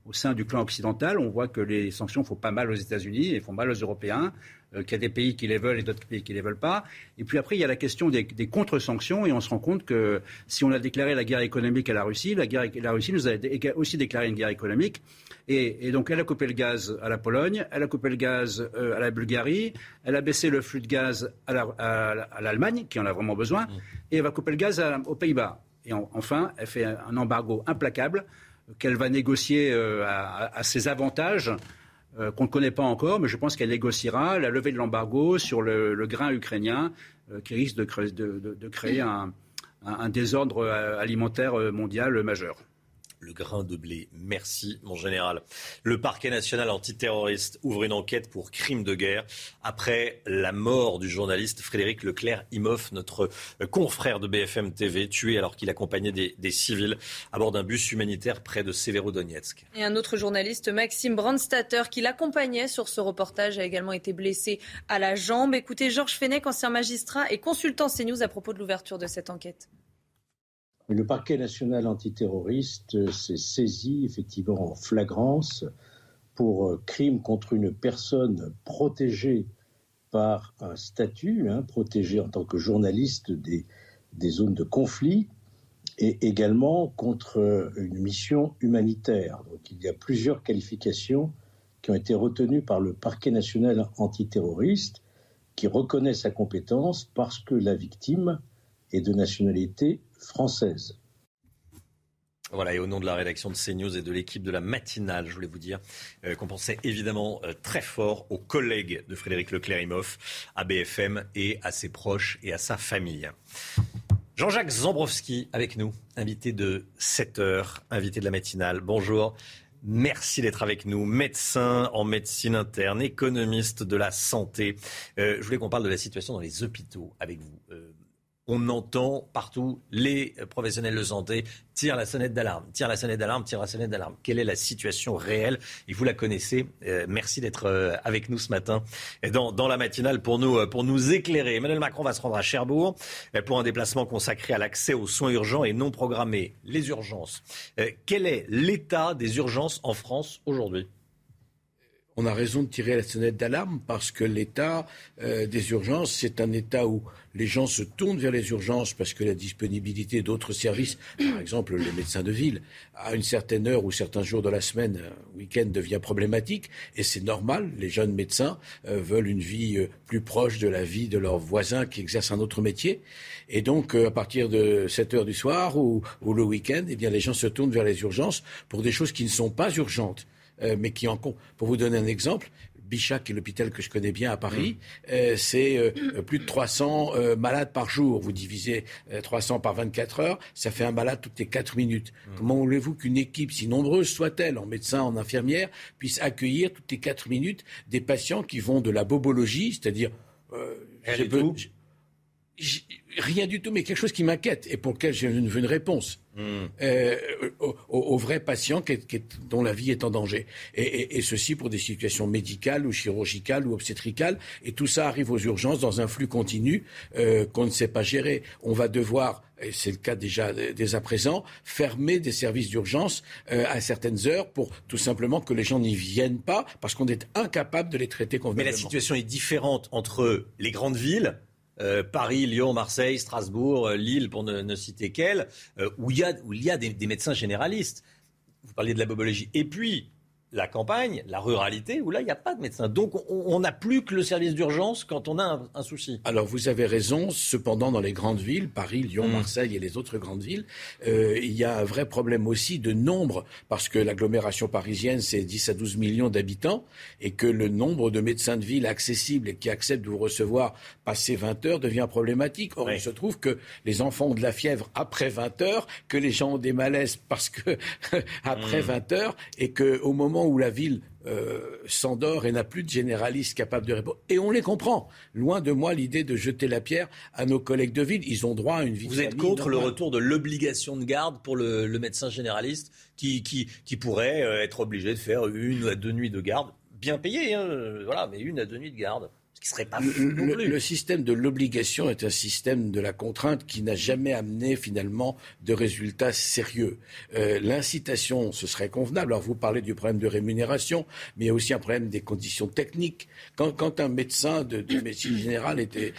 Speaker 15: au sein du clan occidental. On voit que les sanctions font pas mal aux États-Unis et font mal aux Européens, euh, qu'il y a des pays qui les veulent et d'autres pays qui les veulent pas. Et puis après, il y a la question des, des contre-sanctions et on se rend compte que si on a déclaré la guerre économique à la Russie, la, guerre, la Russie nous a aussi déclaré une guerre économique. Et, et donc elle a coupé le gaz à la Pologne, elle a coupé le gaz euh, à la Bulgarie, elle a baissé le flux de gaz à, la, à, à l'Allemagne, qui en a vraiment besoin, mmh. et elle va couper le gaz à, aux Pays-Bas. Et en, enfin, elle fait un embargo implacable qu'elle va négocier euh, à, à ses avantages, euh, qu'on ne connaît pas encore, mais je pense qu'elle négociera la levée de l'embargo sur le, le grain ukrainien, euh, qui risque de créer, de, de, de créer un, un, un désordre alimentaire mondial majeur.
Speaker 4: Le grain de blé. Merci, mon général. Le parquet national antiterroriste ouvre une enquête pour crime de guerre après la mort du journaliste Frédéric Leclerc-Imhoff, notre confrère de B F M T V, tué alors qu'il accompagnait des, des civils à bord d'un bus humanitaire près de Severodonetsk.
Speaker 7: Et un autre journaliste, Maxime Brandstatter, qui l'accompagnait sur ce reportage, a également été blessé à la jambe. Écoutez Georges Fenech, ancien magistrat et consultant CNews à propos de l'ouverture de cette enquête.
Speaker 14: Le parquet national antiterroriste s'est saisi effectivement en flagrance pour crime contre une personne protégée par un statut, hein, protégée en tant que journaliste des, des zones de conflit, et également contre une mission humanitaire. Donc il y a plusieurs qualifications qui ont été retenues par le parquet national antiterroriste, qui reconnaît sa compétence parce que la victime est de nationalité française.
Speaker 4: Voilà, et au nom de la rédaction de CNews et de l'équipe de la matinale, je voulais vous dire euh, qu'on pensait évidemment euh, très fort aux collègues de Frédéric Leclerc-Imhoff, à B F M et à ses proches et à sa famille. Jean-Jacques Zambrowski avec nous, invité de sept heures, invité de la matinale. Bonjour. Merci d'être avec nous, médecin en médecine interne, économiste de la santé. Euh, je voulais qu'on parle de la situation dans les hôpitaux avec vous. Euh, On entend partout les professionnels de santé tirent la sonnette d'alarme, tirent la sonnette d'alarme, tirent la sonnette d'alarme. Quelle est la situation réelle ? Et vous la connaissez. Euh, merci d'être euh, avec nous ce matin dans, dans la matinale pour nous, pour nous éclairer. Emmanuel Macron va se rendre à Cherbourg euh, pour un déplacement consacré à l'accès aux soins urgents et non programmés. Les urgences. Euh, quel est l'état des urgences en France aujourd'hui ?
Speaker 16: On a raison de tirer la sonnette d'alarme parce que l'état euh, des urgences, c'est un état où les gens se tournent vers les urgences parce que la disponibilité d'autres services, par exemple les médecins de ville, à une certaine heure ou certains jours de la semaine, un week-end devient problématique. Et c'est normal, les jeunes médecins euh, veulent une vie euh, plus proche de la vie de leurs voisins qui exercent un autre métier. Et donc, euh, à partir de sept heures du soir ou, ou le week-end, eh bien, les gens se tournent vers les urgences pour des choses qui ne sont pas urgentes. Euh, mais qui en compte. Pour vous donner un exemple, Bichat, qui est l'hôpital que je connais bien à Paris, mmh. euh, c'est euh, plus de trois cents euh, malades par jour. Vous divisez euh, trois cents par vingt-quatre heures, ça fait un malade toutes les quatre minutes. Mmh. Comment voulez-vous qu'une équipe, si nombreuse soit-elle, en médecins, en infirmières, puisse accueillir toutes les quatre minutes des patients qui vont de la bobologie, c'est-à-dire... Euh,
Speaker 4: j'ai be-
Speaker 16: j'ai, rien du tout, mais quelque chose qui m'inquiète et pour lequel je veux une réponse. Mmh. Euh, aux, aux vrais patients qui, qui, dont la vie est en danger. Et, et, et ceci pour des situations médicales ou chirurgicales ou obstétricales. Et tout ça arrive aux urgences dans un flux continu euh, qu'on ne sait pas gérer. On va devoir, et c'est le cas déjà dès à présent, fermer des services d'urgence euh, à certaines heures pour tout simplement que les gens n'y viennent pas parce qu'on est incapable de les traiter convenablement.
Speaker 4: Mais la situation est différente entre les grandes villes, Euh, Paris, Lyon, Marseille, Strasbourg, euh, Lille, pour ne, ne citer qu'elles, euh, où il y a, où il y a des, des médecins généralistes. Vous parliez de la bobologie. Et puis, la campagne, la ruralité, où là, il n'y a pas de médecin. Donc, on n'a plus que le service d'urgence quand on a un, un souci.
Speaker 16: Alors, vous avez raison. Cependant, dans les grandes villes, Paris, Lyon, mmh. Marseille et les autres grandes villes, euh, il y a un vrai problème aussi de nombre, parce que l'agglomération parisienne, c'est dix à douze millions d'habitants, et que le nombre de médecins de ville accessibles et qui acceptent de vous recevoir passé vingt heures devient problématique. Or, oui. il se trouve que les enfants ont de la fièvre après vingt heures, que les gens ont des malaises parce que après mmh. vingt heures, et qu'au moment où la ville euh, s'endort et n'a plus de généralistes capables de répondre. Et on les comprend. Loin de moi l'idée de jeter la pierre à nos collègues de ville. Ils ont droit à une vie.
Speaker 4: Vous êtes contre normale. Le retour de l'obligation de garde pour le, le médecin généraliste qui, qui, qui pourrait euh, être obligé de faire une à deux nuits de garde, bien payées, hein, voilà, mais une à deux nuits de garde. Ce qui serait pas fou non
Speaker 16: le,
Speaker 4: plus.
Speaker 16: le système de l'obligation est un système de la contrainte qui n'a jamais amené finalement de résultats sérieux. Euh, l'incitation, ce serait convenable. Alors vous parlez du problème de rémunération, mais il y a aussi un problème des conditions techniques. Quand, quand un médecin de, de médecine générale était,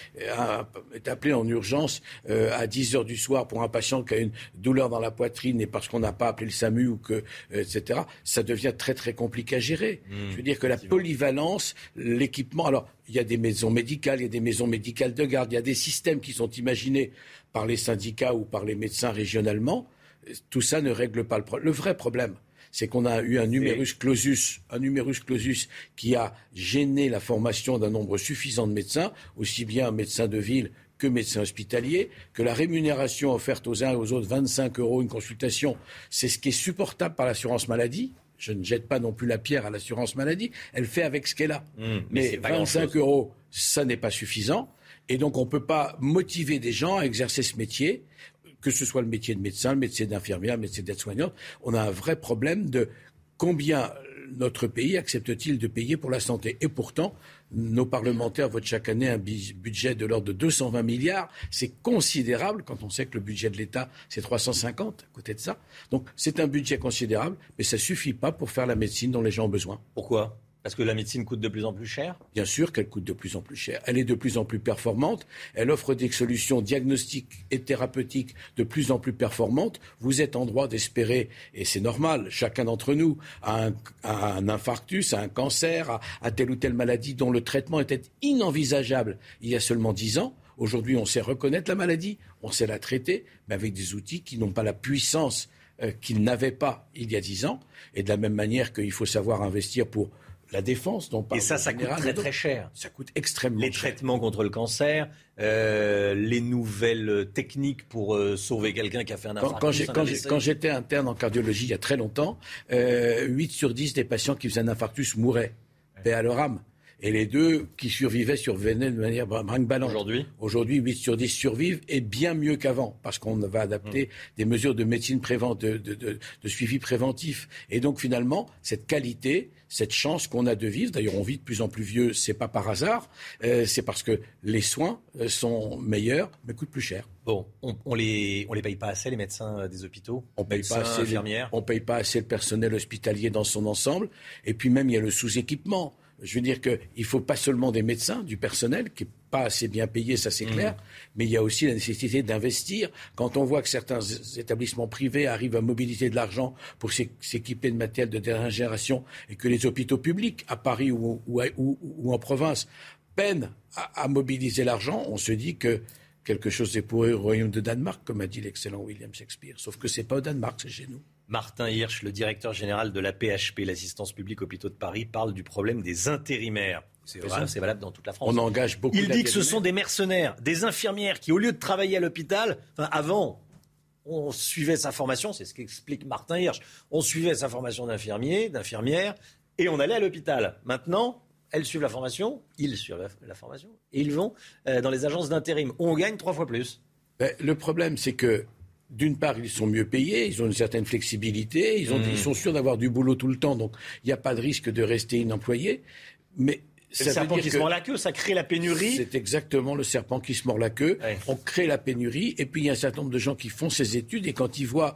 Speaker 16: est appelé en urgence euh, à dix heures du soir pour un patient qui a une douleur dans la poitrine et parce qu'on n'a pas appelé le SAMU ou que, euh, et cetera, ça devient très très compliqué à gérer. Mmh, Je veux dire que la polyvalence, l'équipement, alors il y a des maisons médicales, il y a des maisons médicales de garde, il y a des systèmes qui sont imaginés par les syndicats ou par les médecins régionalement. Tout ça ne règle pas le problème. Le vrai problème, c'est qu'on a eu un numerus clausus, un numerus clausus qui a gêné la formation d'un nombre suffisant de médecins, aussi bien médecins de ville que médecins hospitaliers, que la rémunération offerte aux uns et aux autres, vingt-cinq euros une consultation, c'est ce qui est supportable par l'assurance maladie. Je ne jette pas non plus la pierre à l'assurance maladie. Elle fait avec ce qu'elle a. Mmh, mais mais vingt-cinq euros, ça n'est pas suffisant. Et donc, on ne peut pas motiver des gens à exercer ce métier, que ce soit le métier de médecin, le métier d'infirmière, le métier d'aide-soignante. On a un vrai problème de combien notre pays accepte-t-il de payer pour la santé. Et pourtant, nos parlementaires votent chaque année un budget de l'ordre de deux cent vingt milliards. C'est considérable quand on sait que le budget de l'État, c'est trois cent cinquante à côté de ça. Donc c'est un budget considérable, mais ça ne suffit pas pour faire la médecine dont les gens ont besoin.
Speaker 4: Pourquoi ? Parce que la médecine coûte de plus en plus cher ?
Speaker 16: Bien sûr qu'elle coûte de plus en plus cher. Elle est de plus en plus performante. Elle offre des solutions diagnostiques et thérapeutiques de plus en plus performantes. Vous êtes en droit d'espérer, et c'est normal, chacun d'entre nous a un, a un infarctus, a un cancer, a, a telle ou telle maladie dont le traitement était inenvisageable il y a seulement dix ans. Aujourd'hui, on sait reconnaître la maladie, on sait la traiter, mais avec des outils qui n'ont pas la puissance euh, qu'ils n'avaient pas il y a dix ans. Et de la même manière qu'il faut savoir investir pour la défense, dont
Speaker 4: et ça, ça coûte très très cher.
Speaker 16: Ça coûte extrêmement
Speaker 4: les
Speaker 16: cher.
Speaker 4: Les traitements contre le cancer, euh, les nouvelles techniques pour euh, sauver quelqu'un qui a fait un infarctus.
Speaker 16: Quand, quand, j'ai, quand, j'ai, quand j'étais interne en cardiologie il y a très longtemps, euh, huit sur dix des patients qui faisaient un infarctus mouraient. Ouais. Paix à leur âme. Et les deux qui survivaient survenaient de manière brinque-ballante.
Speaker 4: Aujourd'hui
Speaker 16: Aujourd'hui, huit sur dix survivent et bien mieux qu'avant, parce qu'on va adapter mmh. des mesures de médecine prévente, de, de, de, de suivi préventif. Et donc finalement, cette qualité, cette chance qu'on a de vivre, d'ailleurs on vit de plus en plus vieux, c'est pas par hasard, euh, c'est parce que les soins sont meilleurs, mais coûtent plus cher.
Speaker 4: Bon, on, on les on les paye pas assez les médecins des hôpitaux,
Speaker 16: on paye
Speaker 4: médecins,
Speaker 16: pas assez
Speaker 4: infirmières.
Speaker 16: Les, on paye pas assez le personnel hospitalier dans son ensemble, et puis même il y a le sous-équipement. Je veux dire qu'il ne faut pas seulement des médecins, du personnel qui n'est pas assez bien payé, ça c'est clair, mmh. mais il y a aussi la nécessité d'investir. Quand on voit que certains établissements privés arrivent à mobiliser de l'argent pour s'équiper de matériel de dernière génération et que les hôpitaux publics, à Paris ou, ou, ou, ou en province, peinent à, à mobiliser l'argent, on se dit que quelque chose est pour eux au royaume de Danemark, comme a dit l'excellent William Shakespeare. Sauf que ce n'est pas au Danemark, c'est chez nous.
Speaker 4: Martin Hirsch, le directeur général de l'A P H P, l'Assistance publique hôpitaux de Paris, parle du problème des intérimaires. C'est vrai, c'est valable dans toute la France.
Speaker 16: On engage beaucoup.
Speaker 4: Il dit que ce sont des mercenaires, des infirmières qui, au lieu de travailler à l'hôpital, enfin avant, on suivait sa formation, c'est ce qu'explique Martin Hirsch, on suivait sa formation d'infirmier, d'infirmière, et on allait à l'hôpital. Maintenant, elles suivent la formation, ils suivent la, la formation, et ils vont euh, dans les agences d'intérim, où on gagne trois fois plus.
Speaker 16: Ben, le problème, c'est que d'une part, ils sont mieux payés, ils ont une certaine flexibilité, ils, ont, mmh. ils sont sûrs d'avoir du boulot tout le temps, donc il n'y a pas de risque de rester inemployé. Mais
Speaker 4: c'est le serpent qui se mord la queue, ça crée la pénurie.
Speaker 16: C'est exactement le serpent qui se mord la queue. Ouais. On crée la pénurie, et puis il y a un certain nombre de gens qui font ces études, et quand ils voient...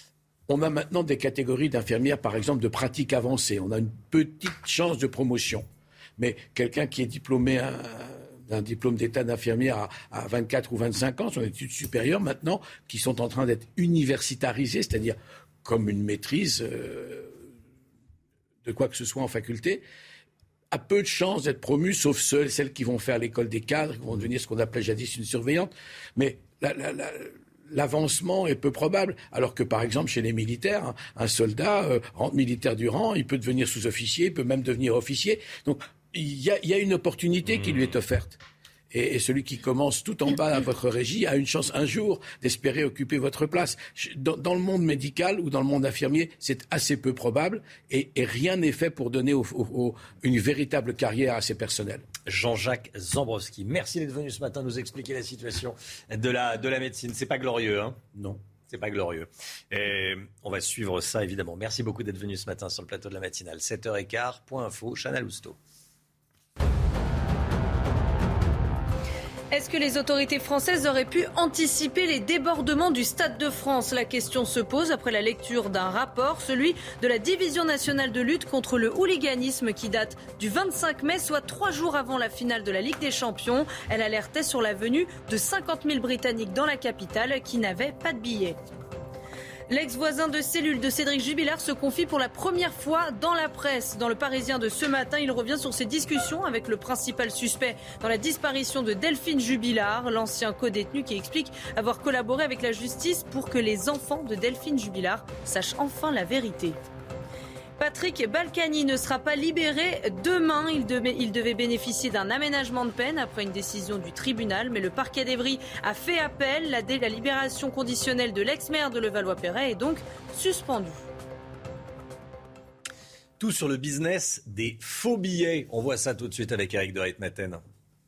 Speaker 16: On a maintenant des catégories d'infirmières, par exemple, de pratique avancée. On a une petite chance de promotion. Mais quelqu'un qui est diplômé... Un, d'un diplôme d'état d'infirmière à, à vingt-quatre ou vingt-cinq ans, son études supérieures maintenant, qui sont en train d'être universitarisées, c'est-à-dire comme une maîtrise euh, de quoi que ce soit en faculté, a peu de chances d'être promues, sauf celles, celles qui vont faire l'école des cadres, qui vont devenir ce qu'on appelait jadis une surveillante. Mais la, la, la, l'avancement est peu probable, alors que par exemple chez les militaires, un, un soldat euh, rentre militaire du rang, il peut devenir sous-officier, il peut même devenir officier. Donc Il y, a, il y a une opportunité qui lui est offerte. Et, et celui qui commence tout en bas à votre régie a une chance un jour d'espérer occuper votre place. Dans, dans le monde médical ou dans le monde infirmier, c'est assez peu probable et, et rien n'est fait pour donner au, au, au, une véritable carrière à ces personnels.
Speaker 4: Jean-Jacques Zambrowski, merci d'être venu ce matin nous expliquer la situation de la, de la médecine. C'est pas glorieux, hein ?
Speaker 16: Non.
Speaker 4: C'est pas glorieux. Et on va suivre ça, évidemment. Merci beaucoup d'être venu ce matin sur le plateau de la matinale. sept heures quinze, point info, Chana Lousteau.
Speaker 7: Est-ce que les autorités françaises auraient pu anticiper les débordements du Stade de France ? La question se pose après la lecture d'un rapport, celui de la Division nationale de lutte contre le hooliganisme qui date du vingt-cinq mai, soit trois jours avant la finale de la Ligue des Champions. Elle alertait sur la venue de cinquante mille Britanniques dans la capitale qui n'avaient pas de billets. L'ex-voisin de cellule de Cédric Jubilard se confie pour la première fois dans la presse. Dans le Parisien de ce matin, il revient sur ses discussions avec le principal suspect dans la disparition de Delphine Jubilard, l'ancien codétenu qui explique avoir collaboré avec la justice pour que les enfants de Delphine Jubilard sachent enfin la vérité. Patrick Balkany ne sera pas libéré demain. Il devait, il devait bénéficier d'un aménagement de peine après une décision du tribunal. Mais le parquet d'Evry a fait appel. La, la libération conditionnelle de l'ex-maire de Levallois-Perret est donc suspendue.
Speaker 4: Tout sur le business des faux billets. On voit ça tout de suite avec Eric de Ritmaten.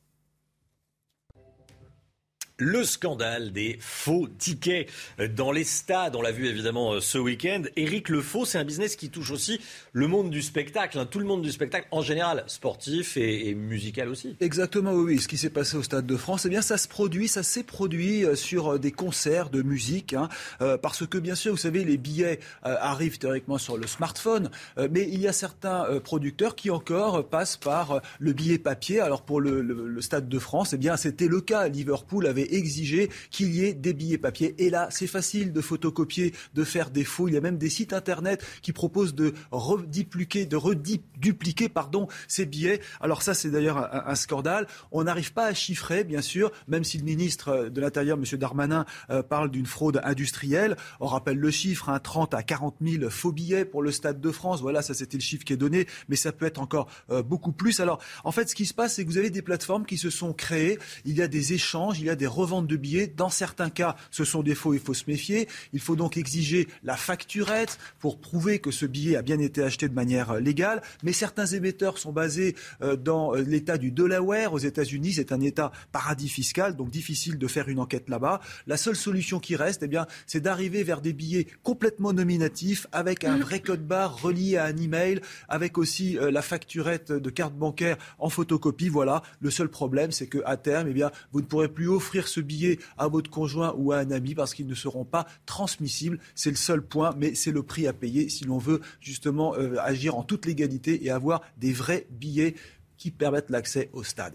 Speaker 4: Le scandale des faux tickets dans les stades. On l'a vu évidemment ce week-end. Éric, le faux, c'est un business qui touche aussi le monde du spectacle. Hein, tout le monde du spectacle en général, sportif et, et musical aussi.
Speaker 3: Exactement, oui, oui. Ce qui s'est passé au Stade de France, eh bien, ça se produit, ça s'est produit sur des concerts de musique. Hein, euh, parce que bien sûr, vous savez, les billets euh, arrivent théoriquement sur le smartphone. Euh, mais il y a certains euh, producteurs qui encore passent par euh, le billet papier. Alors pour le, le, le Stade de France, eh bien, c'était le cas. Liverpool avait exiger qu'il y ait des billets papier. Et là, c'est facile de photocopier, de faire des faux. Il y a même des sites internet qui proposent de redupliquer, de redupliquer, pardon, ces billets. Alors ça, c'est d'ailleurs un, un scandale. On n'arrive pas à chiffrer, bien sûr, même si le ministre de l'Intérieur, M. Darmanin, euh, parle d'une fraude industrielle. On rappelle le chiffre, hein, trente à quarante mille faux billets pour le Stade de France. Voilà, ça c'était le chiffre qui est donné, mais ça peut être encore euh, beaucoup plus. Alors, en fait, ce qui se passe, c'est que vous avez des plateformes qui se sont créées. Il y a des échanges, il y a des reventes de billets. Dans certains cas, ce sont des faux, il faut se méfier. Il faut donc exiger la facturette pour prouver que ce billet a bien été acheté de manière légale. Mais certains émetteurs sont basés euh, dans l'État du Delaware, aux États-Unis. C'est un État paradis fiscal, donc difficile de faire une enquête là-bas. La seule solution qui reste, eh bien, c'est d'arriver vers des billets complètement nominatifs, avec un vrai code barre relié à un email, avec aussi euh, la facturette de carte bancaire en photocopie. Voilà. Le seul problème, c'est qu'à terme, eh bien, vous ne pourrez plus offrir ce billet à votre conjoint ou à un ami parce qu'ils ne seront pas transmissibles. C'est le seul point, mais c'est le prix à payer si l'on veut justement euh, agir en toute légalité et avoir des vrais billets qui permettent l'accès au stade.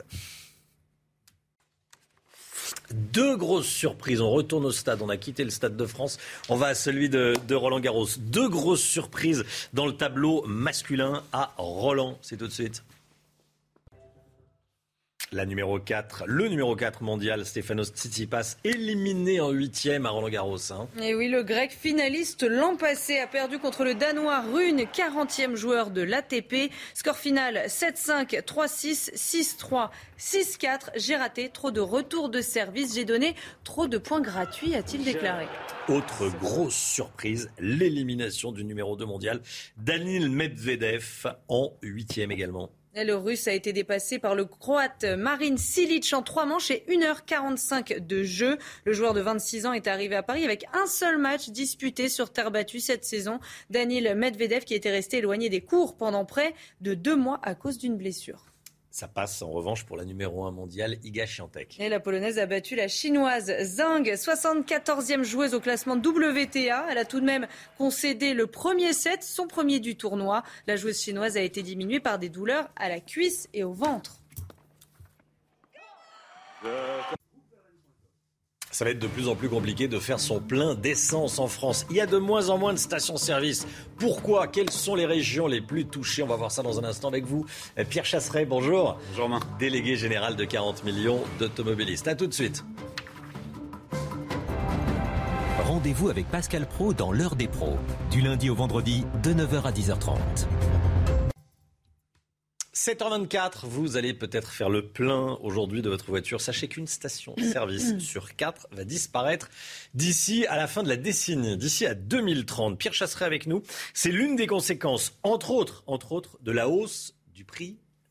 Speaker 4: Deux grosses surprises. On retourne au stade. On a quitté le Stade de France. On va à celui de, de Roland-Garros. Deux grosses surprises dans le tableau masculin à Roland. C'est tout de suite. La numéro quatre, le numéro quatre mondial, Stefanos Tsitsipas, éliminé en huitième à Roland-Garros. Hein.
Speaker 7: Et oui, le grec finaliste l'an passé a perdu contre le danois Rune, quarantième joueur de l'A T P. Score final sept cinq, trois six, six trois, six quatre. J'ai raté trop de retours de service, j'ai donné trop de points gratuits, a-t-il déclaré.
Speaker 4: Autre grosse surprise, l'élimination du numéro deux mondial, Daniil Medvedev, en huitième également.
Speaker 7: Et le Russe a été dépassé par le Croate Marin Cilic en trois manches et une heure quarante-cinq de jeu. Le joueur de vingt-six ans est arrivé à Paris avec un seul match disputé sur terre battue cette saison. Daniil Medvedev qui était resté éloigné des courts pendant près de deux mois à cause d'une blessure.
Speaker 4: Ça passe en revanche pour la numéro un mondiale, Iga Świątek.
Speaker 7: Et la Polonaise a battu la Chinoise Zhang, soixante-quatorzième joueuse au classement W T A. Elle a tout de même concédé le premier set, son premier du tournoi. La joueuse chinoise a été diminuée par des douleurs à la cuisse et au ventre.
Speaker 4: Ça va être de plus en plus compliqué de faire son plein d'essence en France. Il y a de moins en moins de stations-service. Pourquoi ? Quelles sont les régions les plus touchées ? On va voir ça dans un instant avec vous. Pierre Chasseret, bonjour.
Speaker 17: Bonjour, Romain.
Speaker 4: Délégué général de quarante millions d'automobilistes. À tout de suite.
Speaker 5: Rendez-vous avec Pascal Praud dans l'heure des pros. Du lundi au vendredi, de neuf heures à dix heures trente.
Speaker 4: sept heures vingt-quatre, vous allez peut-être faire le plein aujourd'hui de votre voiture. Sachez qu'une station-service sur quatre va disparaître d'ici à la fin de la décennie, d'ici à deux mille trente. Pierre Chasseret avec nous. C'est l'une des conséquences, entre autres, entre autres, de la hausse du prix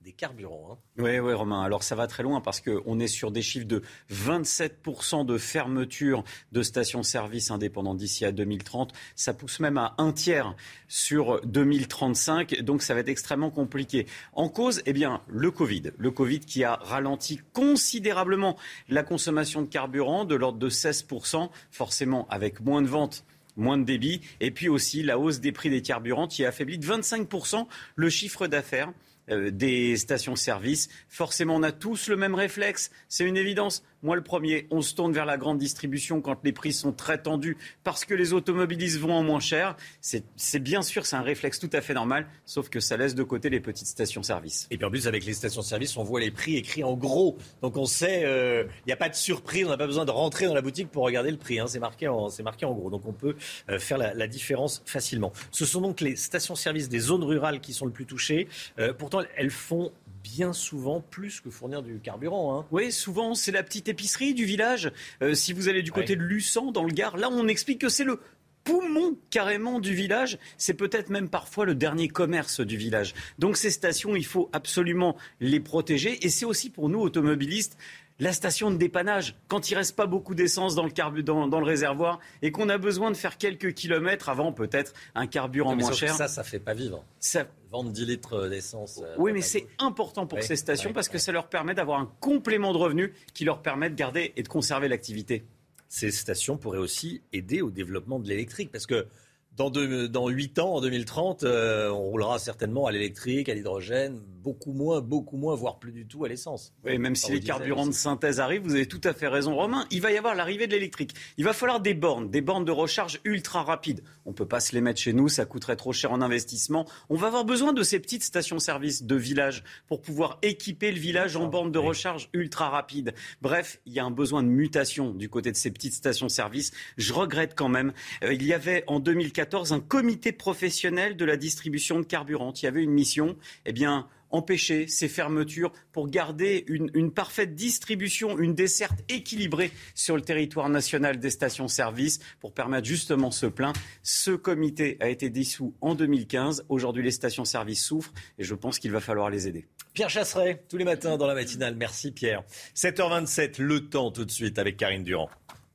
Speaker 4: des carburants. Hein.
Speaker 17: Oui, oui, Romain. Alors ça va très loin parce qu'on est sur des chiffres de vingt-sept pour cent de fermeture de stations-service indépendantes d'ici à deux mille trente. Ça pousse même à un tiers sur deux mille trente-cinq. Donc ça va être extrêmement compliqué. En cause, eh bien, le Covid. Le Covid qui a ralenti considérablement la consommation de carburant de l'ordre de seize pour cent, forcément avec moins de ventes. Moins de débit. Et puis aussi la hausse des prix des carburants qui a affaibli de vingt-cinq pour cent le chiffre d'affaires euh, des stations-service. Forcément, on a tous le même réflexe. C'est une évidence. Moi, le premier, on se tourne vers la grande distribution quand les prix sont très tendus parce que les automobilistes vont en moins cher. C'est, c'est bien sûr, c'est un réflexe tout à fait normal, sauf que ça laisse de côté les petites stations-service.
Speaker 4: Et puis en plus, avec les stations-service, on voit les prix écrits en gros. Donc on sait, il euh, n'y a pas de surprise, on n'a pas besoin de rentrer dans la boutique pour regarder le prix. Hein. C'est marqué en, c'est marqué en gros. Donc on peut euh, faire la, la différence facilement. Ce sont donc les stations-service des zones rurales qui sont le plus touchées. Euh, pourtant, elles font bien souvent plus que fournir du carburant. Hein.
Speaker 17: Oui, souvent, c'est la petite épicerie du village. Euh, si vous allez du côté ouais. de Luçon, dans le Gard, là, on explique que c'est le poumon carrément du village. C'est peut-être même parfois le dernier commerce du village. Donc ces stations, il faut absolument les protéger. Et c'est aussi pour nous, automobilistes, la station de dépannage, quand il ne reste pas beaucoup d'essence dans le, carbu- dans, dans le réservoir et qu'on a besoin de faire quelques kilomètres avant peut-être un carburant
Speaker 4: non, mais
Speaker 17: moins cher.
Speaker 4: Ça, ça ne fait pas vivre. Ça... Vendre dix litres d'essence. Euh,
Speaker 17: oui, mais c'est important pour oui, ces stations oui, parce que oui. ça leur permet d'avoir un complément de revenus qui leur permet de garder et de conserver l'activité.
Speaker 4: Ces stations pourraient aussi aider au développement de l'électrique parce que Dans, deux, dans huit ans, en deux mille trente, euh, on roulera certainement à l'électrique, à l'hydrogène, beaucoup moins, beaucoup moins, voire plus du tout à l'essence.
Speaker 17: Oui, même si les carburants de synthèse arrivent, vous avez tout à fait raison, Romain. Il va y avoir l'arrivée de l'électrique. Il va falloir des bornes, des bornes de recharge ultra rapides. On ne peut pas se les mettre chez nous, ça coûterait trop cher en investissement. On va avoir besoin de ces petites stations-service de village pour pouvoir équiper le village en bornes de recharge ultra rapides. Bref, il y a un besoin de mutation du côté de ces petites stations-service. Je regrette quand même. Euh, il y avait en deux mille quatorze un comité professionnel de la distribution de carburant. Il y avait une mission, eh bien, empêcher ces fermetures pour garder une, une parfaite distribution, une desserte équilibrée sur le territoire national des stations-service pour permettre justement ce plein. Ce comité a été dissous en deux mille quinze. Aujourd'hui, les stations-service souffrent et je pense qu'il va falloir les aider.
Speaker 4: Pierre Chasseret, tous les matins dans la matinale. Merci Pierre. sept heures vingt-sept, le temps tout de suite avec Karine Durand.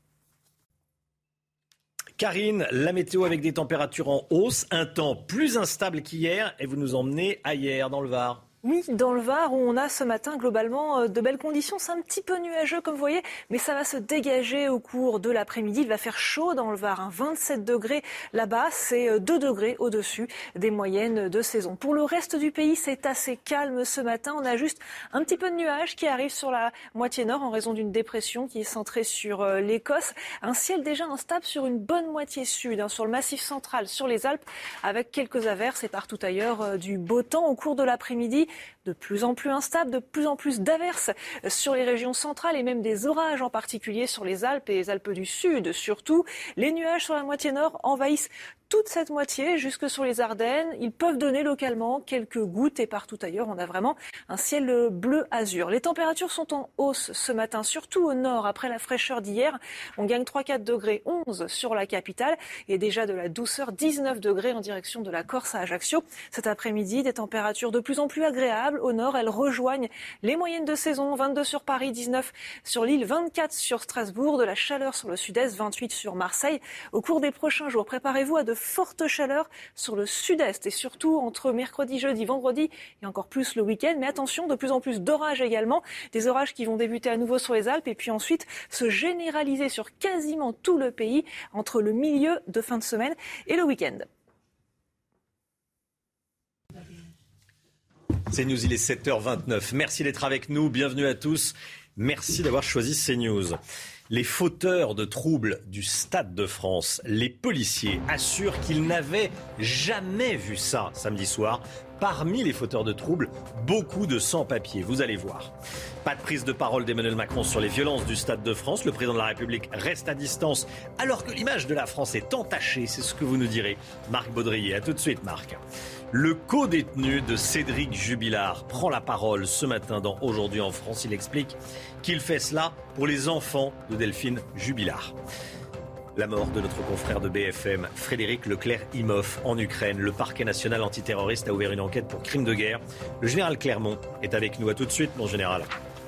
Speaker 4: Karine, la météo avec des températures en hausse, un temps plus instable qu'hier et vous nous emmenez ailleurs dans le Var.
Speaker 6: Oui, dans le Var, où on a ce matin globalement de belles conditions. C'est un petit peu nuageux, comme vous voyez, mais ça va se dégager au cours de l'après-midi. Il va faire chaud dans le Var, hein. vingt-sept degrés là-bas, c'est deux degrés au-dessus des moyennes de saison. Pour le reste du pays, c'est assez calme ce matin. On a juste un petit peu de nuages qui arrivent sur la moitié nord en raison d'une dépression qui est centrée sur l'Écosse. Un ciel déjà instable sur une bonne moitié sud, hein, sur le massif central, sur les Alpes, avec quelques averses et partout ailleurs du beau temps au cours de l'après-midi. De plus en plus instable, de plus en plus d'averses sur les régions centrales et même des orages en particulier sur les Alpes et les Alpes du Sud surtout. Les nuages sur la moitié nord envahissent toute cette moitié jusque sur les Ardennes. Ils peuvent donner localement quelques gouttes et partout ailleurs, on a vraiment un ciel bleu azur. Les températures sont en hausse ce matin, surtout au nord après la fraîcheur d'hier. On gagne trois à quatre degrés, onze sur la capitale et déjà de la douceur, dix-neuf degrés en direction de la Corse à Ajaccio. Cet après-midi, des températures de plus en plus agréables. Au nord, elles rejoignent les moyennes de saison, vingt-deux sur Paris, dix-neuf sur Lille, vingt-quatre sur Strasbourg, de la chaleur sur le sud-est, vingt-huit sur Marseille. Au cours des prochains jours, préparez-vous à de forte chaleur sur le sud-est et surtout entre mercredi, jeudi, vendredi et encore plus le week-end. Mais attention, de plus en plus d'orages également. Des orages qui vont débuter à nouveau sur les Alpes et puis ensuite se généraliser sur quasiment tout le pays entre le milieu de fin de semaine et le week-end.
Speaker 4: C'est News, il est sept heures vingt-neuf. Merci d'être avec nous. Bienvenue à tous. Merci d'avoir choisi CNews. Les fauteurs de troubles du Stade de France, les policiers assurent qu'ils n'avaient jamais vu ça samedi soir. Parmi les fauteurs de troubles, beaucoup de sans-papiers, vous allez voir. Pas de prise de parole d'Emmanuel Macron sur les violences du Stade de France. Le président de la République reste à distance alors que l'image de la France est entachée. C'est ce que vous nous direz. Marc Baudrier, à tout de suite Marc. Le co-détenu de Cédric Jubilard prend la parole ce matin dans Aujourd'hui en France. Il explique qu'il fait cela pour les enfants de Delphine Jubilard. La mort de notre confrère de B F M, Frédéric Leclerc-Imhoff, en Ukraine. Le parquet national antiterroriste a ouvert une enquête pour crime de guerre. Le général Clermont est avec nous. À tout de suite, mon général.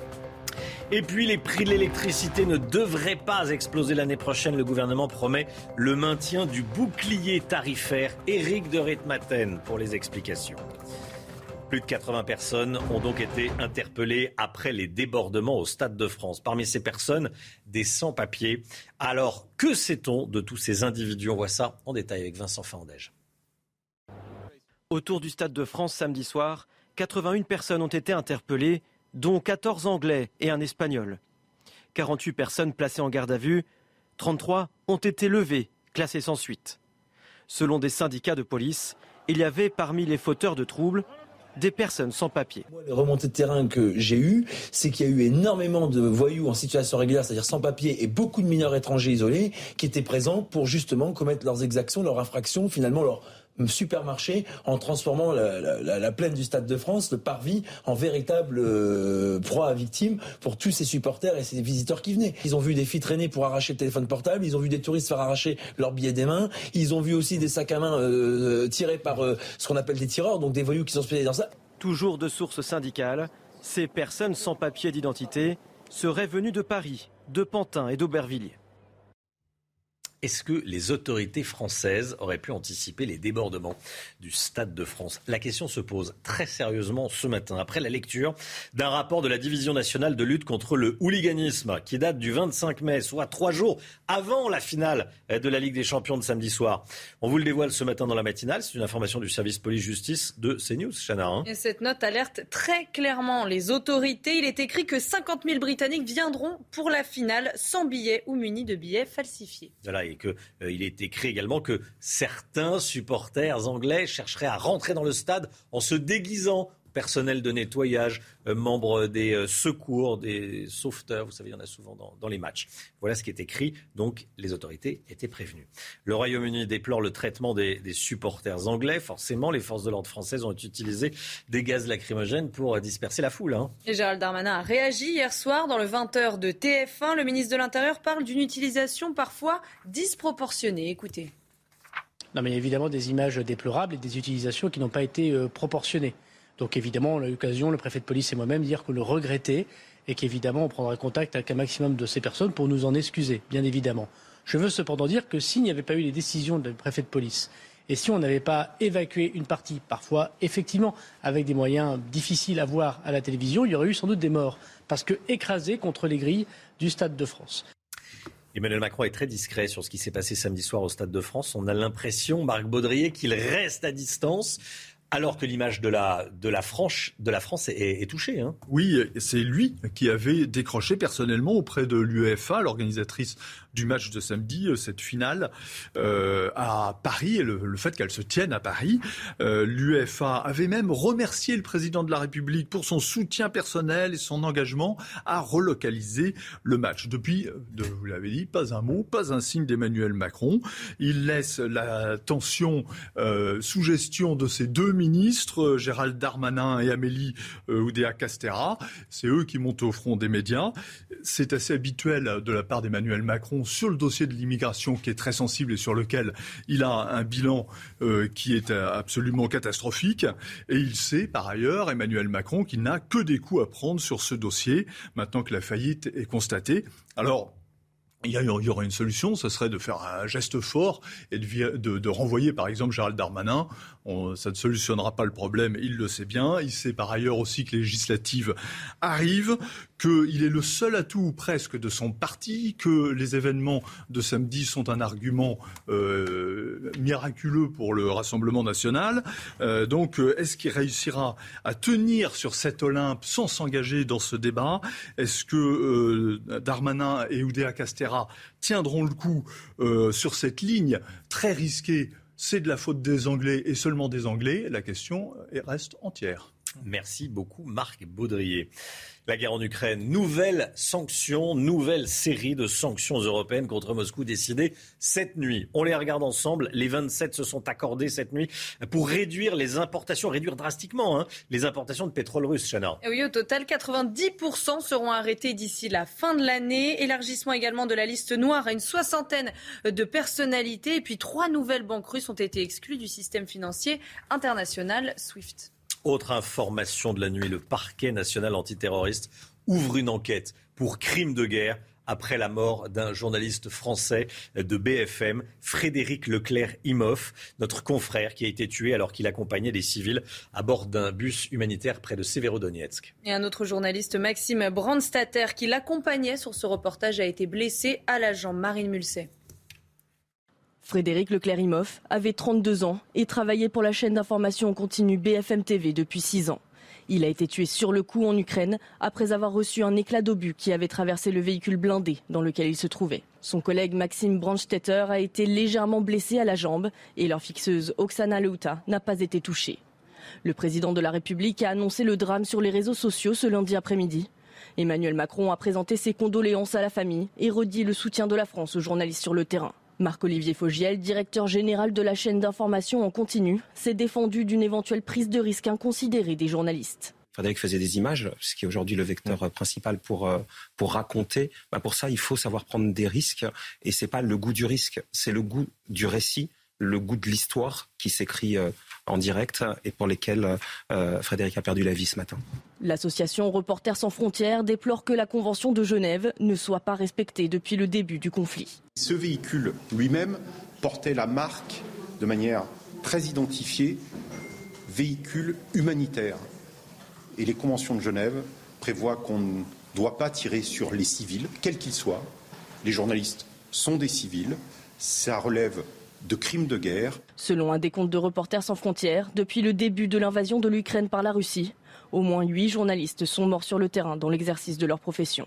Speaker 4: Et puis, les prix de l'électricité ne devraient pas exploser l'année prochaine. Le gouvernement promet le maintien du bouclier tarifaire. Éric de Ritmaten pour les explications. Plus de quatre-vingts personnes ont donc été interpellées après les débordements au Stade de France. Parmi ces personnes, des sans-papiers. Alors, que sait-on de tous ces individus ? On voit ça en détail avec Vincent Fandège.
Speaker 9: Autour du Stade de France samedi soir, quatre-vingt-une personnes ont été interpellées, dont quatorze Anglais et un Espagnol. quarante-huit personnes placées en garde à vue, trente-trois ont été levées, classées sans suite. Selon des syndicats de police, il y avait parmi les fauteurs de troubles des personnes sans papier.
Speaker 18: Moi, les remontées de terrain que j'ai eues, c'est qu'il y a eu énormément de voyous en situation régulière, c'est-à-dire sans papier, et beaucoup de mineurs étrangers isolés qui étaient présents pour justement commettre leurs exactions, leurs infractions, finalement leur supermarché, en transformant la, la, la plaine du Stade de France, le parvis, en véritable euh, proie à victime pour tous ces supporters et ces visiteurs qui venaient. Ils ont vu des filles traîner pour arracher le téléphone portable, ils ont vu des touristes faire arracher leurs billets des mains, ils ont vu aussi des sacs à main euh, tirés par euh, ce qu'on appelle des tireurs, donc des voyous qui sont spécialisés dans ça.
Speaker 9: Toujours de sources syndicales, ces personnes sans papier d'identité seraient venues de Paris, de Pantin et d'Aubervilliers.
Speaker 4: Est-ce que les autorités françaises auraient pu anticiper les débordements du Stade de France ? La question se pose très sérieusement ce matin, après la lecture d'un rapport de la Division nationale de lutte contre le hooliganisme, qui date du vingt-cinq mai, soit trois jours avant la finale de la Ligue des Champions de samedi soir. On vous le dévoile ce matin dans la matinale. C'est une information du service police-justice de CNews, Chana. Hein.
Speaker 7: Et cette note alerte très clairement les autorités. Il est écrit que cinquante mille Britanniques viendront pour la finale sans billets ou munis de billets falsifiés.
Speaker 4: Voilà. Et qu'il euh, est écrit également que certains supporters anglais chercheraient à rentrer dans le stade en se déguisant. Personnel de nettoyage, euh, membres des euh, secours, des sauveteurs, vous savez, il y en a souvent dans, dans les matchs. Voilà ce qui est écrit, donc les autorités étaient prévenues. Le Royaume-Uni déplore le traitement des, des supporters anglais. Forcément, les forces de l'ordre françaises ont utilisé des gaz lacrymogènes pour euh, disperser la foule. Hein.
Speaker 7: Et Gérald Darmanin a réagi hier soir dans le vingt heures de T F un. Le ministre de l'Intérieur parle d'une utilisation parfois disproportionnée. Écoutez.
Speaker 19: Non, mais il y a évidemment des images déplorables et des utilisations qui n'ont pas été euh, proportionnées. Donc évidemment, on a eu l'occasion, le préfet de police et moi-même, dire que le regrettait et qu'évidemment, on prendra contact avec un maximum de ces personnes pour nous en excuser, bien évidemment. Je veux cependant dire que s'il n'y avait pas eu les décisions du préfet de police et si on n'avait pas évacué une partie, parfois effectivement avec des moyens difficiles à voir à la télévision, il y aurait eu sans doute des morts, parce que écrasés contre les grilles du Stade de France.
Speaker 4: Emmanuel Macron est très discret sur ce qui s'est passé samedi soir au Stade de France. On a l'impression, Marc Baudrier, qu'il reste à distance. Alors que l'image de la, de la, France, de la France est, est touchée. Hein.
Speaker 1: Oui, c'est lui qui avait décroché personnellement auprès de l'UEFA, l'organisatrice du match de samedi, cette finale euh, à Paris, et le, le fait qu'elle se tienne à Paris. Euh, L'UEFA avait même remercié le président de la République pour son soutien personnel et son engagement à relocaliser le match. Depuis, de, vous l'avez dit, pas un mot, pas un signe d'Emmanuel Macron. Il laisse la tension euh, sous gestion de ses deux ministres, Gérald Darmanin et Amélie euh, Oudéa-Castéra. C'est eux qui montent au front des médias. C'est assez habituel de la part d'Emmanuel Macron sur le dossier de l'immigration qui est très sensible et sur lequel il a un bilan euh, qui est absolument catastrophique. Et il sait par ailleurs, Emmanuel Macron, qu'il n'a que des coups à prendre sur ce dossier maintenant que la faillite est constatée. Alors, il y, a, il y aurait une solution, ce serait de faire un geste fort et de, de, de renvoyer par exemple Gérald Darmanin. On, ça ne solutionnera pas le problème, il le sait bien. Il sait par ailleurs aussi que les législatives arrivent, qu'il est le seul atout presque de son parti, que les événements de samedi sont un argument euh, miraculeux pour le Rassemblement national. Euh, donc est-ce qu'il réussira à tenir sur cet Olympe sans s'engager dans ce débat ? Est-ce que euh, Darmanin et Oudéa-Castéra tiendront le coup euh, sur cette ligne très risquée ? C'est de la faute des Anglais et seulement des Anglais. La question reste entière.
Speaker 4: Merci beaucoup Marc Baudrier. La guerre en Ukraine, nouvelle sanction, nouvelle série de sanctions européennes contre Moscou décidées cette nuit. On les regarde ensemble. Les vingt-sept se sont accordés cette nuit pour réduire les importations, réduire drastiquement hein, les importations de pétrole russe, Chana.
Speaker 7: Et oui, au total, quatre-vingt-dix pour cent seront arrêtés d'ici la fin de l'année. Élargissement également de la liste noire à une soixantaine de personnalités. Et puis trois nouvelles banques russes ont été exclues du système financier international SWIFT.
Speaker 4: Autre information de la nuit, le parquet national antiterroriste ouvre une enquête pour crime de guerre après la mort d'un journaliste français de B F M, Frédéric Leclerc-Imhoff, notre confrère qui a été tué alors qu'il accompagnait des civils à bord d'un bus humanitaire près de Severodonetsk.
Speaker 7: Et un autre journaliste, Maxime Brandstatter, qui l'accompagnait sur ce reportage, a été blessé à la jambe. Marine Mulset.
Speaker 20: Frédéric Leclerc-Imhoff avait trente-deux ans et travaillait pour la chaîne d'information en continu B F M T V depuis six ans. Il a été tué sur le coup en Ukraine après avoir reçu un éclat d'obus qui avait traversé le véhicule blindé dans lequel il se trouvait. Son collègue Maxime Brandstetter a été légèrement blessé à la jambe et leur fixeuse Oksana Leuta n'a pas été touchée. Le président de la République a annoncé le drame sur les réseaux sociaux ce lundi après-midi. Emmanuel Macron a présenté ses condoléances à la famille et redit le soutien de la France aux journalistes sur le terrain. Marc-Olivier Fogiel, directeur général de la chaîne d'information en continu, s'est défendu d'une éventuelle prise de risque inconsidérée des journalistes.
Speaker 21: Frédéric faisait des images, ce qui est aujourd'hui le vecteur principal pour, pour raconter. Bah pour ça, il faut savoir prendre des risques. Et ce n'est pas le goût du risque, c'est le goût du récit, le goût de l'histoire qui s'écrit en direct et pour lesquels euh, Frédéric a perdu la vie ce matin.
Speaker 20: L'association Reporters sans frontières déplore que la Convention de Genève ne soit pas respectée depuis le début du conflit.
Speaker 22: Ce véhicule lui-même portait la marque de manière très identifiée, véhicule humanitaire. Et les conventions de Genève prévoient qu'on ne doit pas tirer sur les civils, quels qu'ils soient. Les journalistes sont des civils, ça relève de crimes de guerre.
Speaker 20: Selon un décompte de Reporters sans frontières, depuis le début de l'invasion de l'Ukraine par la Russie, au moins huit journalistes sont morts sur le terrain dans l'exercice de leur profession.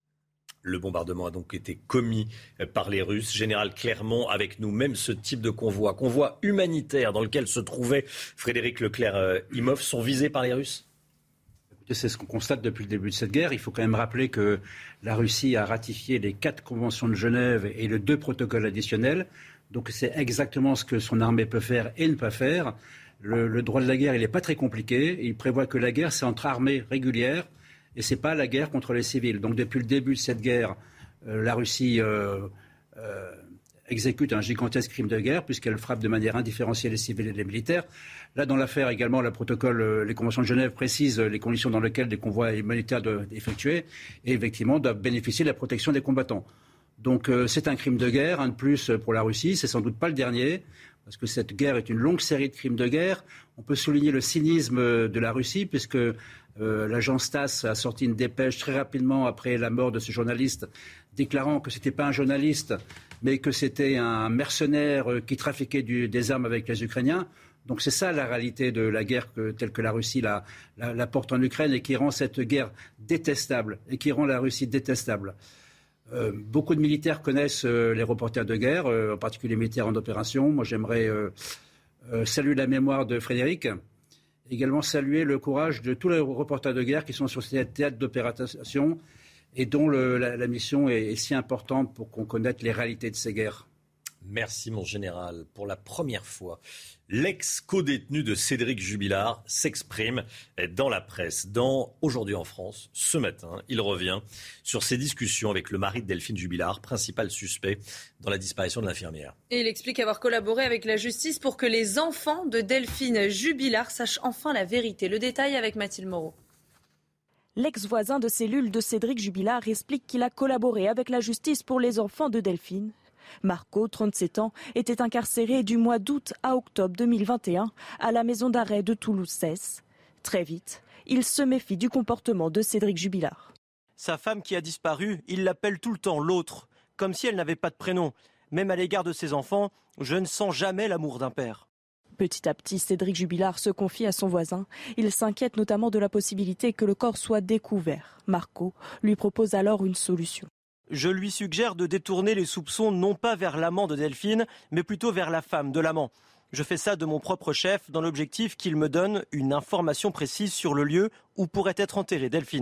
Speaker 4: Le bombardement a donc été commis par les Russes. Général Clermont avec nous, même ce type de convoi, convoi humanitaire dans lequel se trouvait Frédéric Leclerc-Imhoff, sont visés par les Russes ?
Speaker 15: C'est ce qu'on constate depuis le début de cette guerre. Il faut quand même rappeler que la Russie a ratifié les quatre conventions de Genève et les deux protocoles additionnels. Donc c'est exactement ce que son armée peut faire et ne pas faire. Le, le droit de la guerre, il n'est pas très compliqué. Il prévoit que la guerre, c'est entre armées régulières et ce n'est pas la guerre contre les civils. Donc depuis le début de cette guerre, euh, la Russie euh, euh, exécute un gigantesque crime de guerre puisqu'elle frappe de manière indifférenciée les civils et les militaires. Là, dans l'affaire également, le protocole, euh, les conventions de Genève précisent les conditions dans lesquelles des convois humanitaires doivent être effectués et effectivement doivent bénéficier de la protection des combattants. Donc euh, c'est un crime de guerre, un de plus pour la Russie, c'est sans doute pas le dernier, parce que cette guerre est une longue série de crimes de guerre. On peut souligner le cynisme de la Russie, puisque euh, l'agence TASS a sorti une dépêche très rapidement après la mort de ce journaliste, déclarant que ce n'était pas un journaliste, mais que c'était un mercenaire qui trafiquait du, des armes avec les Ukrainiens. Donc c'est ça la réalité de la guerre que, telle que la Russie la, la, la porte en Ukraine et qui rend cette guerre détestable, et qui rend la Russie détestable. Euh, beaucoup de militaires connaissent euh, les reporters de guerre, euh, en particulier les militaires en opération. Moi, j'aimerais euh, euh, saluer la mémoire de Frédéric, également saluer le courage de tous les reporters de guerre qui sont sur ces théâtres d'opération et dont le, la, la mission est, est si importante pour qu'on connaisse les réalités de ces guerres.
Speaker 4: Merci mon général. Pour la première fois, l'ex-codétenu de Cédric Jubilard s'exprime dans la presse. Dans Aujourd'hui en France, ce matin, il revient sur ses discussions avec le mari de Delphine Jubilard, principal suspect dans la disparition de l'infirmière.
Speaker 7: Et il explique avoir collaboré avec la justice pour que les enfants de Delphine Jubilard sachent enfin la vérité. Le détail avec Mathilde Moreau.
Speaker 23: L'ex-voisin de cellule de Cédric Jubilard explique qu'il a collaboré avec la justice pour les enfants de Delphine. Marco, trente-sept ans, était incarcéré du mois d'août à octobre deux mille vingt et un à la maison d'arrêt de Toulouse-Cesse. Très vite, il se méfie du comportement de Cédric Jubilard.
Speaker 9: Sa femme qui a disparu, il l'appelle tout le temps l'autre, comme si elle n'avait pas de prénom. Même à l'égard de ses enfants, je ne sens jamais l'amour d'un père.
Speaker 23: Petit à petit, Cédric Jubilard se confie à son voisin. Il s'inquiète notamment de la possibilité que le corps soit découvert. Marco lui propose alors une solution.
Speaker 9: Je lui suggère de détourner les soupçons non pas vers l'amant de Delphine, mais plutôt vers la femme de l'amant. Je fais ça de mon propre chef dans l'objectif qu'il me donne une information précise sur le lieu où pourrait être enterrée Delphine.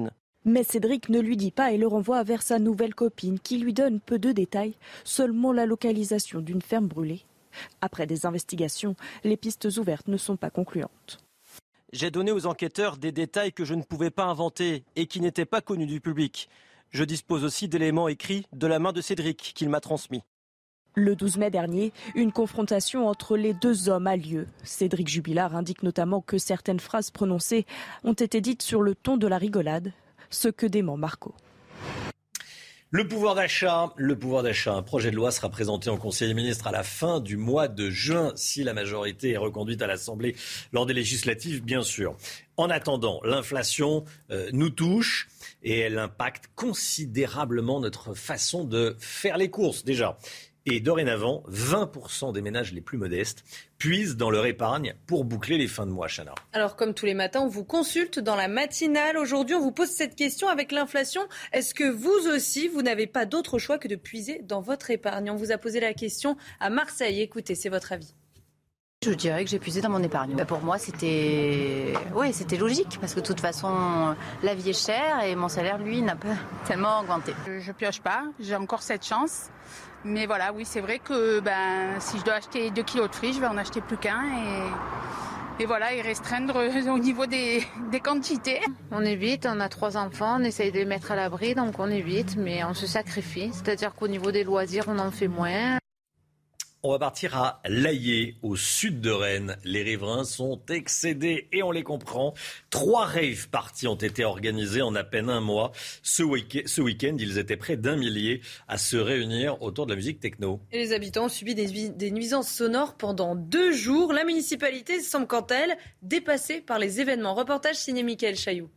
Speaker 23: Mais Cédric ne lui dit pas et le renvoie vers sa nouvelle copine qui lui donne peu de détails, seulement la localisation d'une ferme brûlée. Après des investigations, les pistes ouvertes ne sont pas concluantes.
Speaker 9: J'ai donné aux enquêteurs des détails que je ne pouvais pas inventer et qui n'étaient pas connus du public. Je dispose aussi d'éléments écrits de la main de Cédric qu'il m'a transmis.
Speaker 23: Le douze mai dernier, une confrontation entre les deux hommes a lieu. Cédric Jubilard indique notamment que certaines phrases prononcées ont été dites sur le ton de la rigolade, ce que dément Marco.
Speaker 4: Le pouvoir d'achat, le pouvoir d'achat, un projet de loi sera présenté en Conseil des ministres à la fin du mois de juin, si la majorité est reconduite à l'Assemblée lors des législatives, bien sûr. En attendant, l'inflation euh, nous touche et elle impacte considérablement notre façon de faire les courses, déjà. Et dorénavant, vingt pour cent des ménages les plus modestes puisent dans leur épargne pour boucler les fins de mois, Chana.
Speaker 7: Alors, comme tous les matins, on vous consulte dans la matinale. Aujourd'hui, on vous pose cette question avec l'inflation. Est-ce que vous aussi, vous n'avez pas d'autre choix que de puiser dans votre épargne ? On vous a posé la question à Marseille. Écoutez, c'est votre avis.
Speaker 2: Je dirais que j'ai puisé dans mon épargne. Bah pour moi, c'était, oui, c'était logique parce que de toute façon, la vie est chère et mon salaire, lui, n'a pas tellement augmenté.
Speaker 10: Je, je pioche pas, j'ai encore cette chance. Mais voilà, oui, c'est vrai que ben, si je dois acheter deux kilos de fruits, je vais en acheter plus qu'un et, et voilà, et restreindre au niveau des, des quantités.
Speaker 11: On évite, on a trois enfants, on essaye de les mettre à l'abri, donc on évite, mais on se sacrifie. C'est-à-dire qu'au niveau des loisirs, on en fait moins.
Speaker 4: On va partir à L'Haillé, au sud de Rennes. Les riverains sont excédés et on les comprend. Trois rave parties ont été organisées en à peine un mois. Ce week- ce week-end, ils étaient près d'un millier à se réunir autour de la musique techno.
Speaker 7: Et les habitants ont subi des, des nuisances sonores pendant deux jours. La municipalité semble quant à elle dépassée par les événements. Reportage signé Mickaël Chailloux.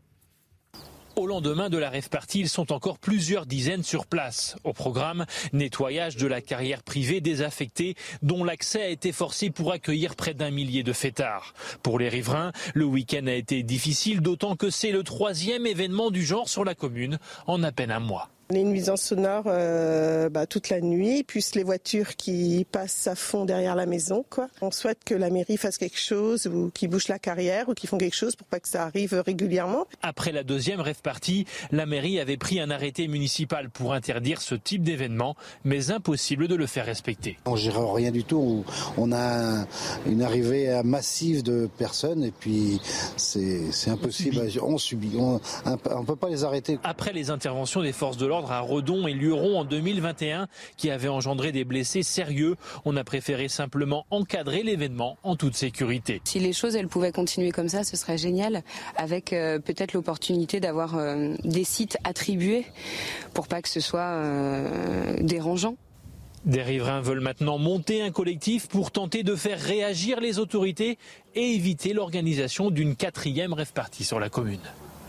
Speaker 24: Au lendemain de la rave party, ils sont encore plusieurs dizaines sur place. Au programme, nettoyage de la carrière privée désaffectée dont l'accès a été forcé pour accueillir près d'un millier de fêtards. Pour les riverains, le week-end a été difficile, d'autant que c'est le troisième événement du genre sur la commune en à peine un mois.
Speaker 25: Les nuisances sonores euh, bah, toute la nuit, plus les voitures qui passent à fond derrière la maison, quoi. On souhaite que la mairie fasse quelque chose ou qu'ils bouchent la carrière ou qu'ils font quelque chose pour pas que ça arrive régulièrement.
Speaker 24: Après la deuxième rave party, la mairie avait pris un arrêté municipal pour interdire ce type d'événement, mais impossible de le faire respecter.
Speaker 26: On ne gère rien du tout. On a une arrivée massive de personnes et puis c'est, c'est impossible. On subit. On ne peut pas les arrêter.
Speaker 24: Après les interventions des forces de l'ordre à Redon et Luron en deux mille vingt et un qui avait engendré des blessés sérieux, on a préféré simplement encadrer l'événement en toute sécurité.
Speaker 27: Si les choses elles pouvaient continuer comme ça, ce serait génial, avec euh, peut-être l'opportunité d'avoir euh, des sites attribués pour pas que ce soit euh, dérangeant.
Speaker 24: Des riverains veulent maintenant monter un collectif pour tenter de faire réagir les autorités et éviter l'organisation d'une quatrième rave party sur la commune.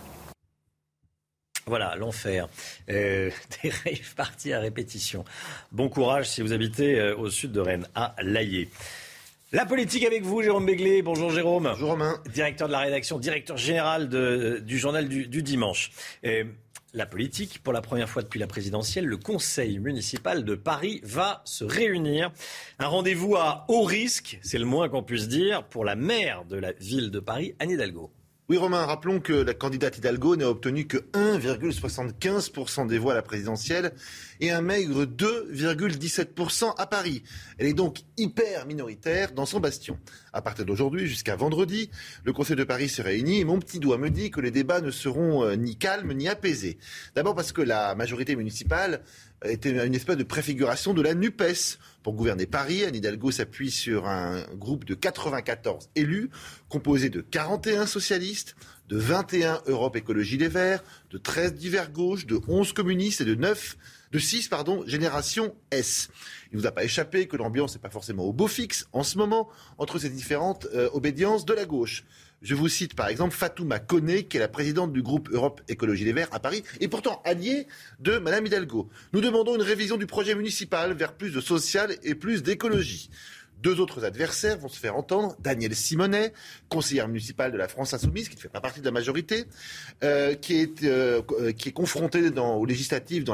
Speaker 4: Voilà, l'enfer. Euh, des rave parties à répétition. Bon courage si vous habitez euh, au sud de Rennes, à L'Haillé. La politique avec vous, Jérôme Béglé. Bonjour Jérôme.
Speaker 28: Bonjour Romain.
Speaker 4: Directeur de la rédaction, directeur général de, du journal du, du dimanche. Euh, la politique, pour la première fois depuis la présidentielle, le conseil municipal de Paris va se réunir. Un rendez-vous à haut risque, c'est le moins qu'on puisse dire, pour la maire de la ville de Paris, Anne Hidalgo.
Speaker 28: Oui Romain, rappelons que la candidate Hidalgo n'a obtenu que un virgule soixante-quinze pour cent des voix à la présidentielle et un maigre deux virgule dix-sept pour cent à Paris. Elle est donc hyper minoritaire dans son bastion. À partir d'aujourd'hui jusqu'à vendredi, le Conseil de Paris se réunit et mon petit doigt me dit que les débats ne seront euh, ni calmes ni apaisés. D'abord parce que la majorité municipale était une espèce de préfiguration de la NUPES. Pour gouverner Paris, Anne Hidalgo s'appuie sur un groupe de quatre-vingt-quatorze élus, composé de quarante et un socialistes, de vingt et un Europe Écologie Les Verts, de treize divers gauches, de onze communistes et de neuf, de six pardon, Génération S. Il ne vous a pas échappé que l'ambiance n'est pas forcément au beau fixe en ce moment entre ces différentes euh, obédiences de la gauche. Je vous cite par exemple Fatouma Koné, qui est la présidente du groupe Europe Écologie Les Verts à Paris, et pourtant alliée de Madame Hidalgo. Nous demandons une révision du projet municipal vers plus de social et plus d'écologie. Deux autres adversaires vont se faire entendre. Danielle Simonet, conseillère municipale de la France Insoumise, qui ne fait pas partie de la majorité, euh, qui est, euh, qui est confrontée dans, aux législatives dans la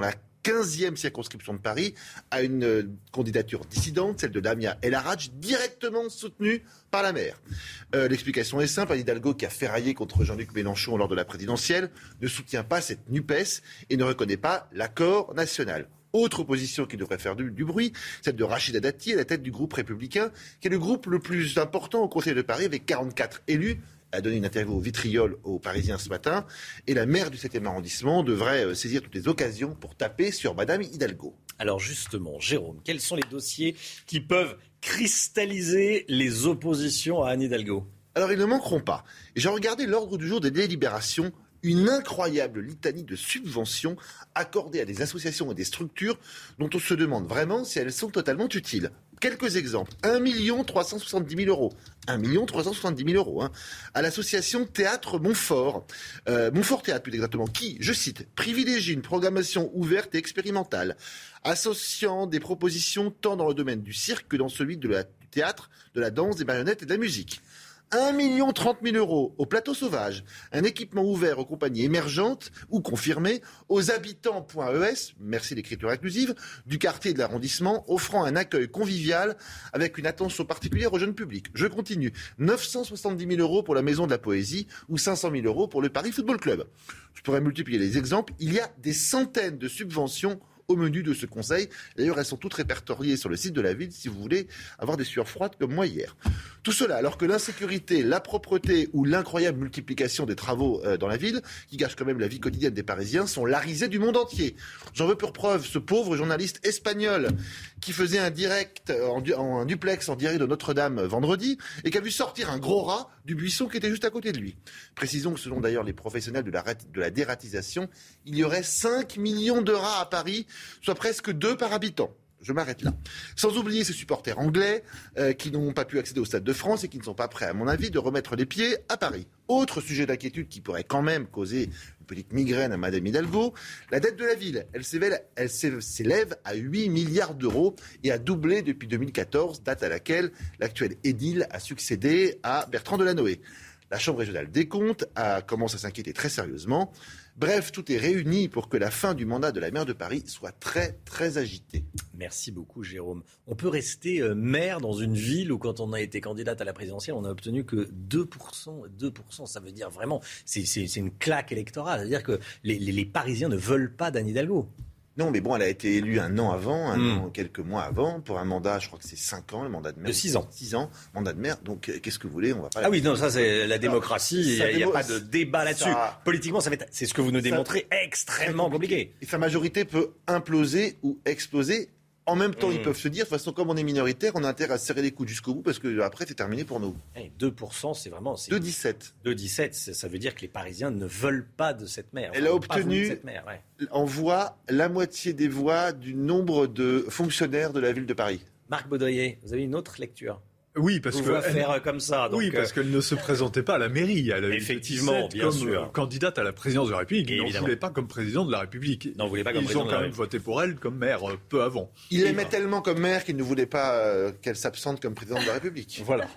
Speaker 28: quinzième circonscription de Paris, à une euh, candidature dissidente, celle de Lamia El Haraj, directement soutenue par la maire. Euh, l'explication est simple, Anne Hidalgo, qui a ferraillé contre Jean-Luc Mélenchon lors de la présidentielle, ne soutient pas cette NUPES et ne reconnaît pas l'accord national. Autre opposition qui devrait faire du, du bruit, celle de Rachida Dati à la tête du groupe républicain, qui est le groupe le plus important au Conseil de Paris, avec quarante-quatre élus. Elle a donné une interview au Vitriol aux Parisiens ce matin. Et la maire du septième arrondissement devrait saisir toutes les occasions pour taper sur Madame Hidalgo.
Speaker 4: Alors justement, Jérôme, quels sont les dossiers qui peuvent cristalliser les oppositions à Anne Hidalgo ?
Speaker 28: Alors ils ne manqueront pas. Et j'ai regardé l'ordre du jour des délibérations. Une incroyable litanie de subventions accordées à des associations et des structures dont on se demande vraiment si elles sont totalement utiles. Quelques exemples. un million trois cent soixante-dix mille euros. un million trois cent soixante-dix mille euros. Hein, à l'association Théâtre Montfort. Euh, Montfort Théâtre, plus exactement, qui, je cite, privilégie une programmation ouverte et expérimentale, associant des propositions tant dans le domaine du cirque que dans celui de la, du théâtre, de la danse, des marionnettes et de la musique. un million trente mille euros au Plateau Sauvage, un équipement ouvert aux compagnies émergentes ou confirmées, aux habitants.es, merci l'écriture inclusive, du quartier de l'arrondissement, offrant un accueil convivial avec une attention particulière au jeune public. Je continue. neuf cent soixante-dix mille euros pour la Maison de la Poésie ou cinq cent mille euros pour le Paris Football Club. Je pourrais multiplier les exemples. Il y a des centaines de subventions au menu de ce conseil. D'ailleurs, elles sont toutes répertoriées sur le site de la ville si vous voulez avoir des sueurs froides comme moi hier. Tout cela alors que l'insécurité, la propreté ou l'incroyable multiplication des travaux euh, dans la ville, qui gâchent quand même la vie quotidienne des Parisiens, sont la risée du monde entier. J'en veux pour preuve ce pauvre journaliste espagnol qui faisait un direct, en, du, en un duplex en direct de Notre-Dame vendredi et qui a vu sortir un gros rat du buisson qui était juste à côté de lui. Précisons que selon d'ailleurs les professionnels de la, de la dératisation, il y aurait cinq millions de rats à Paris, soit presque deux par habitant. Je m'arrête là. Sans oublier ces supporters anglais euh, qui n'ont pas pu accéder au Stade de France et qui ne sont pas prêts, à mon avis, de remettre les pieds à Paris. Autre sujet d'inquiétude qui pourrait quand même causer une petite migraine à Madame Hidalgo, la dette de la ville. Elle s'élève, elle s'élève à huit milliards d'euros et a doublé depuis deux mille quatorze, date à laquelle l'actuel édile a succédé à Bertrand Delanoë. La Chambre régionale des comptes a, commence à s'inquiéter très sérieusement. Bref, tout est réuni pour que la fin du mandat de la maire de Paris soit très, très agitée.
Speaker 4: Merci beaucoup, Jérôme. On peut rester euh, maire dans une ville où, quand on a été candidate à la présidentielle, on n'a obtenu que deux pour cent. deux pour cent, ça veut dire vraiment, c'est, c'est, c'est une claque électorale. C'est-à-dire que les, les, les Parisiens ne veulent pas d'Anne Hidalgo.
Speaker 28: Non, mais bon, elle a été élue un an avant, un
Speaker 4: mmh.
Speaker 28: an, quelques mois avant, pour un mandat, je crois que c'est cinq ans, le mandat de maire.
Speaker 4: De six ans.
Speaker 28: six ans, mandat de maire. Donc, qu'est-ce que vous voulez, on va pas...
Speaker 4: Ah oui, non, ça, c'est la démocratie, il n'y a,
Speaker 28: démo...
Speaker 4: a pas de débat là-dessus. Ça... Politiquement, ça va être, c'est ce que vous nous démontrez, ça... extrêmement compliqué.
Speaker 28: Et sa majorité peut imploser ou exploser. En même temps, mmh. ils peuvent se dire, de toute façon, comme on est minoritaire, on a intérêt à serrer les coudes jusqu'au bout, parce que après, c'est terminé pour nous.
Speaker 4: Hey, deux pour cent, c'est vraiment... C'est...
Speaker 28: deux virgule dix-sept.
Speaker 4: deux virgule dix-sept, ça veut dire que les Parisiens ne veulent pas de cette maire.
Speaker 28: Elle a obtenu, cette maire, ouais. en voix, la moitié des voix du nombre de fonctionnaires de la ville de Paris.
Speaker 4: Marc Baudrier, vous avez une autre lecture ?
Speaker 1: Oui, parce
Speaker 4: vous
Speaker 1: que
Speaker 4: va faire elle... comme ça. Donc...
Speaker 1: Oui, parce qu'elle ne se présentait pas à la mairie. Elle avait
Speaker 4: effectivement, bien
Speaker 1: comme
Speaker 4: sûr.
Speaker 1: Candidate à la présidence de la République. Ils n'en voulaient pas comme président de la République.
Speaker 4: Non, voulait pas comme
Speaker 1: Ils
Speaker 4: président
Speaker 1: ont
Speaker 4: de
Speaker 1: quand
Speaker 4: la
Speaker 1: même voté pour elle comme maire euh, peu avant.
Speaker 28: Il l'aimait tellement comme maire qu'il ne voulait pas euh, qu'elle s'absente comme présidente de la République.
Speaker 1: Voilà.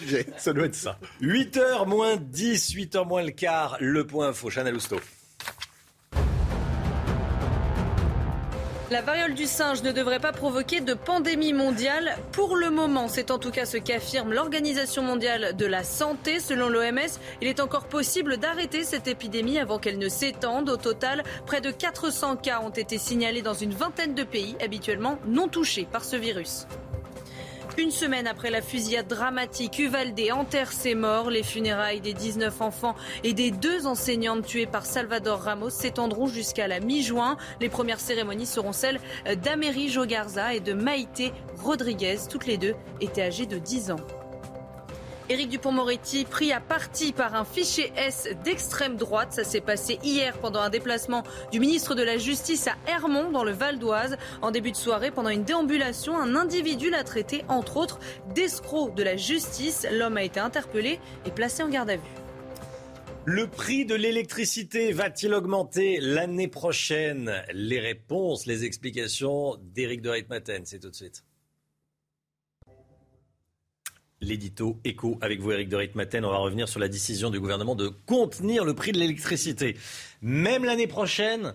Speaker 1: Ça doit être ça.
Speaker 4: huit heures moins dix, huit heures moins le quart, le point info. Chanel Housteau.
Speaker 7: La variole du singe ne devrait pas provoquer de pandémie mondiale pour le moment. C'est en tout cas ce qu'affirme l'Organisation mondiale de la santé. Selon l'O M S, il est encore possible d'arrêter cette épidémie avant qu'elle ne s'étende. Au total, près de quatre cents cas ont été signalés dans une vingtaine de pays, habituellement non touchés par ce virus. Une semaine après la fusillade dramatique, Uvalde enterre ses morts. Les funérailles des dix-neuf enfants et des deux enseignantes tuées par Salvador Ramos s'étendront jusqu'à la mi-juin. Les premières cérémonies seront celles d'Améry Jogarza et de Maïté Rodriguez. Toutes les deux étaient âgées de dix ans. Éric Dupond-Moretti pris à partie par un fichier S d'extrême droite. Ça s'est passé hier pendant un déplacement du ministre de la Justice à Hermont dans le Val d'Oise. En début de soirée, pendant une déambulation, un individu l'a traité, entre autres, d'escroc de la justice. L'homme a été interpellé et placé en garde à vue.
Speaker 4: Le prix de l'électricité va-t-il augmenter l'année prochaine ? Les réponses, les explications d'Éric de Ritmaten, c'est tout de suite. L'édito Écho avec vous, Éric de Ritmaten. On va revenir sur la décision du gouvernement de contenir le prix de l'électricité. Même l'année prochaine,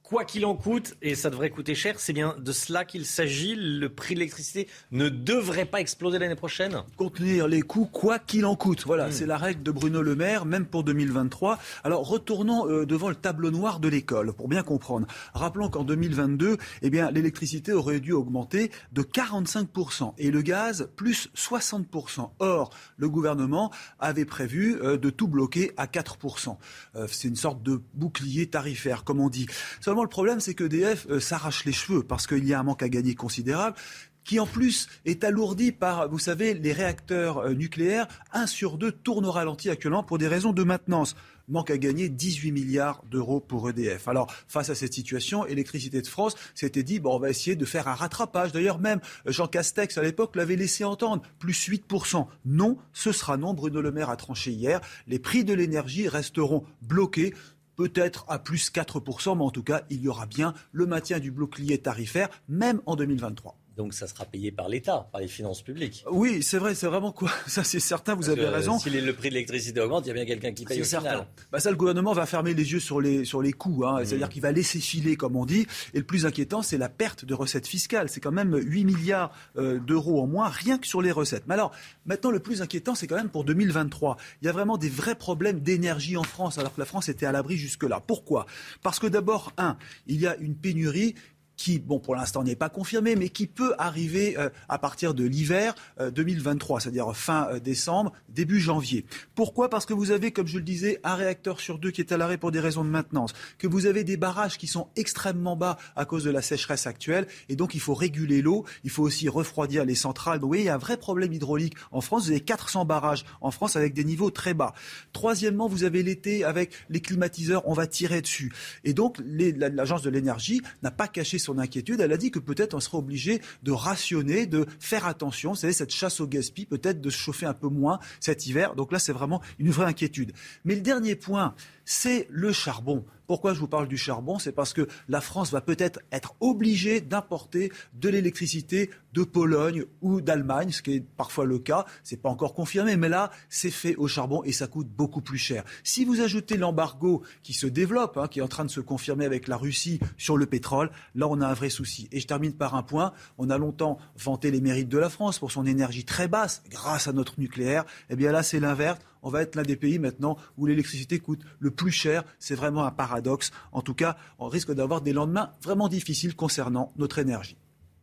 Speaker 4: Quoi qu'il en coûte, et ça devrait coûter cher, c'est bien de cela qu'il s'agit. Le prix de l'électricité ne devrait pas exploser l'année prochaine.
Speaker 3: Contenir les coûts, quoi qu'il en coûte. Voilà, mmh. c'est la règle de Bruno Le Maire, même pour deux mille vingt-trois. Alors, retournons euh, devant le tableau noir de l'école, pour bien comprendre. Rappelons qu'en deux mille vingt-deux, eh bien, l'électricité aurait dû augmenter de quarante-cinq pour cent et le gaz, plus soixante pour cent. Or, le gouvernement avait prévu euh, de tout bloquer à quatre pour cent. Euh, c'est une sorte de bouclier tarifaire, comme on dit. Seulement, le problème, c'est que E D F euh, s'arrache les cheveux parce qu'il y a un manque à gagner considérable qui en plus est alourdi par, vous savez, les réacteurs euh, nucléaires. Un sur deux tourne au ralenti actuellement pour des raisons de maintenance. Manque à gagner dix-huit milliards d'euros pour E D F. Alors, face à cette situation, Électricité de France s'était dit, bon, on va essayer de faire un rattrapage. D'ailleurs, même Jean Castex, à l'époque, l'avait laissé entendre, plus huit pour cent. Non, ce sera non. Bruno Le Maire a tranché hier. Les prix de l'énergie resteront bloqués. Peut-être à plus quatre pour cent, mais en tout cas, il y aura bien le maintien du bouclier tarifaire, même en deux mille vingt-trois.
Speaker 4: Donc ça sera payé par l'État, par les finances publiques.
Speaker 3: Oui, c'est vrai, c'est vraiment quoi. Ça, c'est certain, vous
Speaker 4: Parce
Speaker 3: avez
Speaker 4: que,
Speaker 3: raison.
Speaker 4: Si le prix de l'électricité augmente, il y a bien quelqu'un qui paye
Speaker 3: c'est
Speaker 4: au
Speaker 3: certain.
Speaker 4: final.
Speaker 3: Bah ça, le gouvernement va fermer les yeux sur les, sur les coûts. Hein. Mmh. C'est-à-dire qu'il va laisser filer, comme on dit. Et le plus inquiétant, c'est la perte de recettes fiscales. C'est quand même huit milliards euh, d'euros en moins, rien que sur les recettes. Mais alors, maintenant, le plus inquiétant, c'est quand même pour deux mille vingt-trois. Il y a vraiment des vrais problèmes d'énergie en France, alors que la France était à l'abri jusque-là. Pourquoi ? Parce que d'abord, un, il y a une pénurie qui, bon, pour l'instant n'est pas confirmé, mais qui peut arriver euh, à partir de l'hiver euh, deux mille vingt-trois, c'est-à-dire fin euh, décembre, début janvier. Pourquoi ? Parce que vous avez, comme je le disais, un réacteur sur deux qui est à l'arrêt pour des raisons de maintenance, que vous avez des barrages qui sont extrêmement bas à cause de la sécheresse actuelle, et donc il faut réguler l'eau, il faut aussi refroidir les centrales. Donc vous voyez, il y a un vrai problème hydraulique en France. Vous avez quatre cents barrages en France avec des niveaux très bas. Troisièmement, vous avez l'été avec les climatiseurs, on va tirer dessus. Et donc, les, l'Agence de l'énergie n'a pas caché son inquiétude, elle a dit que peut-être on serait obligé de rationner, de faire attention, vous savez, cette chasse au gaspillage, peut-être de se chauffer un peu moins cet hiver. Donc là, c'est vraiment une vraie inquiétude. Mais le dernier point, c'est le charbon. Pourquoi je vous parle du charbon ? C'est parce que la France va peut-être être obligée d'importer de l'électricité de Pologne ou d'Allemagne, ce qui est parfois le cas. C'est pas encore confirmé, mais là, c'est fait au charbon et ça coûte beaucoup plus cher. Si vous ajoutez l'embargo qui se développe, hein, qui est en train de se confirmer avec la Russie sur le pétrole, là, on a un vrai souci. Et je termine par un point. On a longtemps vanté les mérites de la France pour son énergie très basse, grâce à notre nucléaire. Eh bien là, c'est l'inverse. On va être l'un des pays maintenant où l'électricité coûte le plus cher. C'est vraiment un paradoxe. En tout cas, on risque d'avoir des lendemains vraiment difficiles concernant notre énergie.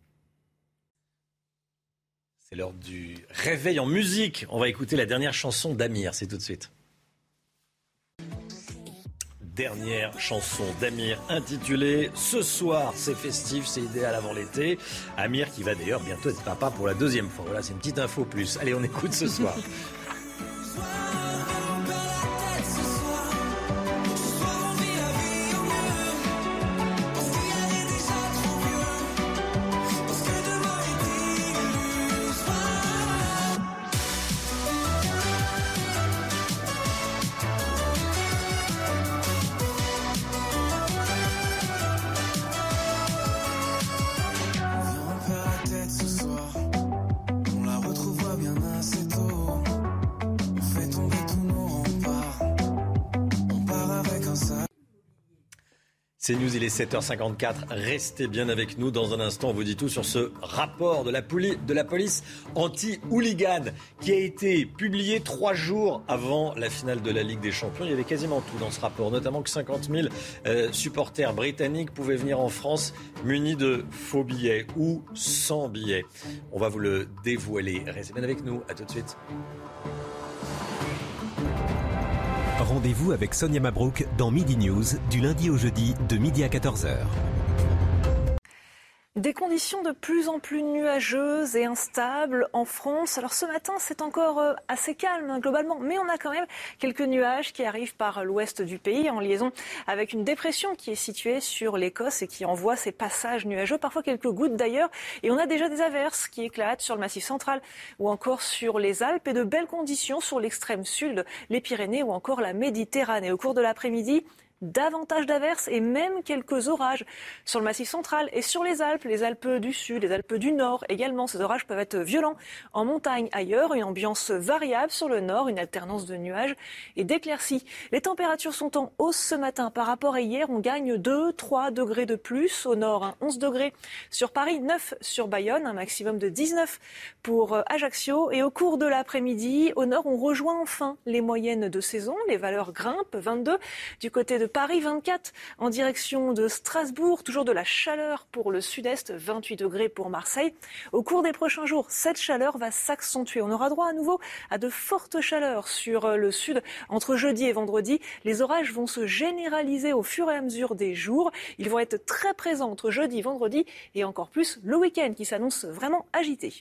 Speaker 4: C'est l'heure du réveil en musique. On va écouter la dernière chanson d'Amir. C'est tout de suite. Dernière chanson d'Amir intitulée « Ce soir, c'est festif, c'est idéal avant l'été ». Amir qui va d'ailleurs bientôt être papa pour la deuxième fois. Voilà, c'est une petite info plus. Allez, on écoute ce soir. C'est News, il est sept heures cinquante-quatre. Restez bien avec nous. Dans un instant, on vous dit tout sur ce rapport de la, poli- de la police anti-hooligan qui a été publié trois jours avant la finale de la Ligue des Champions. Il y avait quasiment tout dans ce rapport, notamment que cinquante mille euh, supporters britanniques pouvaient venir en France munis de faux billets ou sans billets. On va vous le dévoiler. Restez bien avec nous. À tout de suite.
Speaker 5: Rendez-vous avec Sonia Mabrouk dans Midi News, du lundi au jeudi, de midi à quatorze heures.
Speaker 6: Des conditions de plus en plus nuageuses et instables en France. Alors ce matin, c'est encore assez calme globalement, mais on a quand même quelques nuages qui arrivent par l'ouest du pays en liaison avec une dépression qui est située sur l'Écosse et qui envoie ces passages nuageux, parfois quelques gouttes d'ailleurs. Et on a déjà des averses qui éclatent sur le Massif central ou encore sur les Alpes et de belles conditions sur l'extrême sud, les Pyrénées ou encore la Méditerranée. Au cours de l'après-midi, davantage d'averses et même quelques orages sur le Massif central et sur les Alpes, les Alpes du Sud, les Alpes du Nord également. Ces orages peuvent être violents en montagne ailleurs, une ambiance variable sur le nord, une alternance de nuages et d'éclaircies. Les températures sont en hausse ce matin par rapport à hier. On gagne deux, trois degrés de plus. Au nord, hein, onze degrés sur Paris, neuf sur Bayonne, un maximum de dix-neuf pour Ajaccio. Et au cours de l'après-midi, au nord, on rejoint enfin les moyennes de saison. Les valeurs grimpent, vingt-deux du côté de Paris, vingt-quatre en direction de Strasbourg. Toujours de la chaleur pour le sud-est, vingt-huit degrés pour Marseille. Au cours des prochains jours, cette chaleur va s'accentuer. On aura droit à nouveau à de fortes chaleurs sur le sud entre jeudi et vendredi. Les orages vont se généraliser au fur et à mesure des jours. Ils vont être très présents entre jeudi, vendredi et encore plus le week-end qui s'annonce vraiment agité.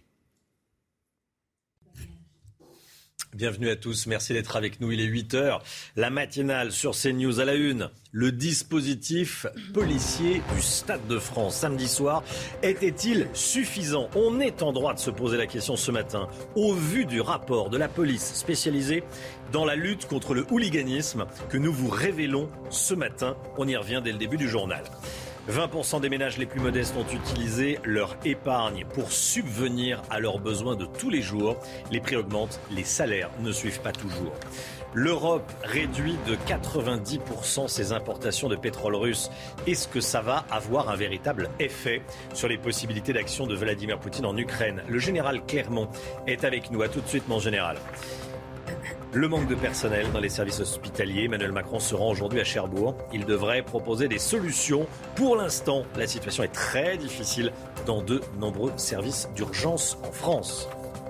Speaker 4: Bienvenue à tous, merci d'être avec nous, il est huit heures. La matinale sur CNews à la une. Le dispositif policier du Stade de France samedi soir était-il suffisant ? On est en droit de se poser la question ce matin, au vu du rapport de la police spécialisée dans la lutte contre le hooliganisme que nous vous révélons ce matin. On y revient dès le début du journal. vingt pour cent des ménages les plus modestes ont utilisé leur épargne pour subvenir à leurs besoins de tous les jours. Les prix augmentent, les salaires ne suivent pas toujours. L'Europe réduit de quatre-vingt-dix pour cent ses importations de pétrole russe. Est-ce que ça va avoir un véritable effet sur les possibilités d'action de Vladimir Poutine en Ukraine ? Le général Clermont est avec nous. À tout de suite, mon général. Le manque de personnel dans les services hospitaliers. Emmanuel Macron se rend aujourd'hui à Cherbourg. Il devrait proposer des solutions. Pour l'instant, la situation est très difficile dans de nombreux services d'urgence en France.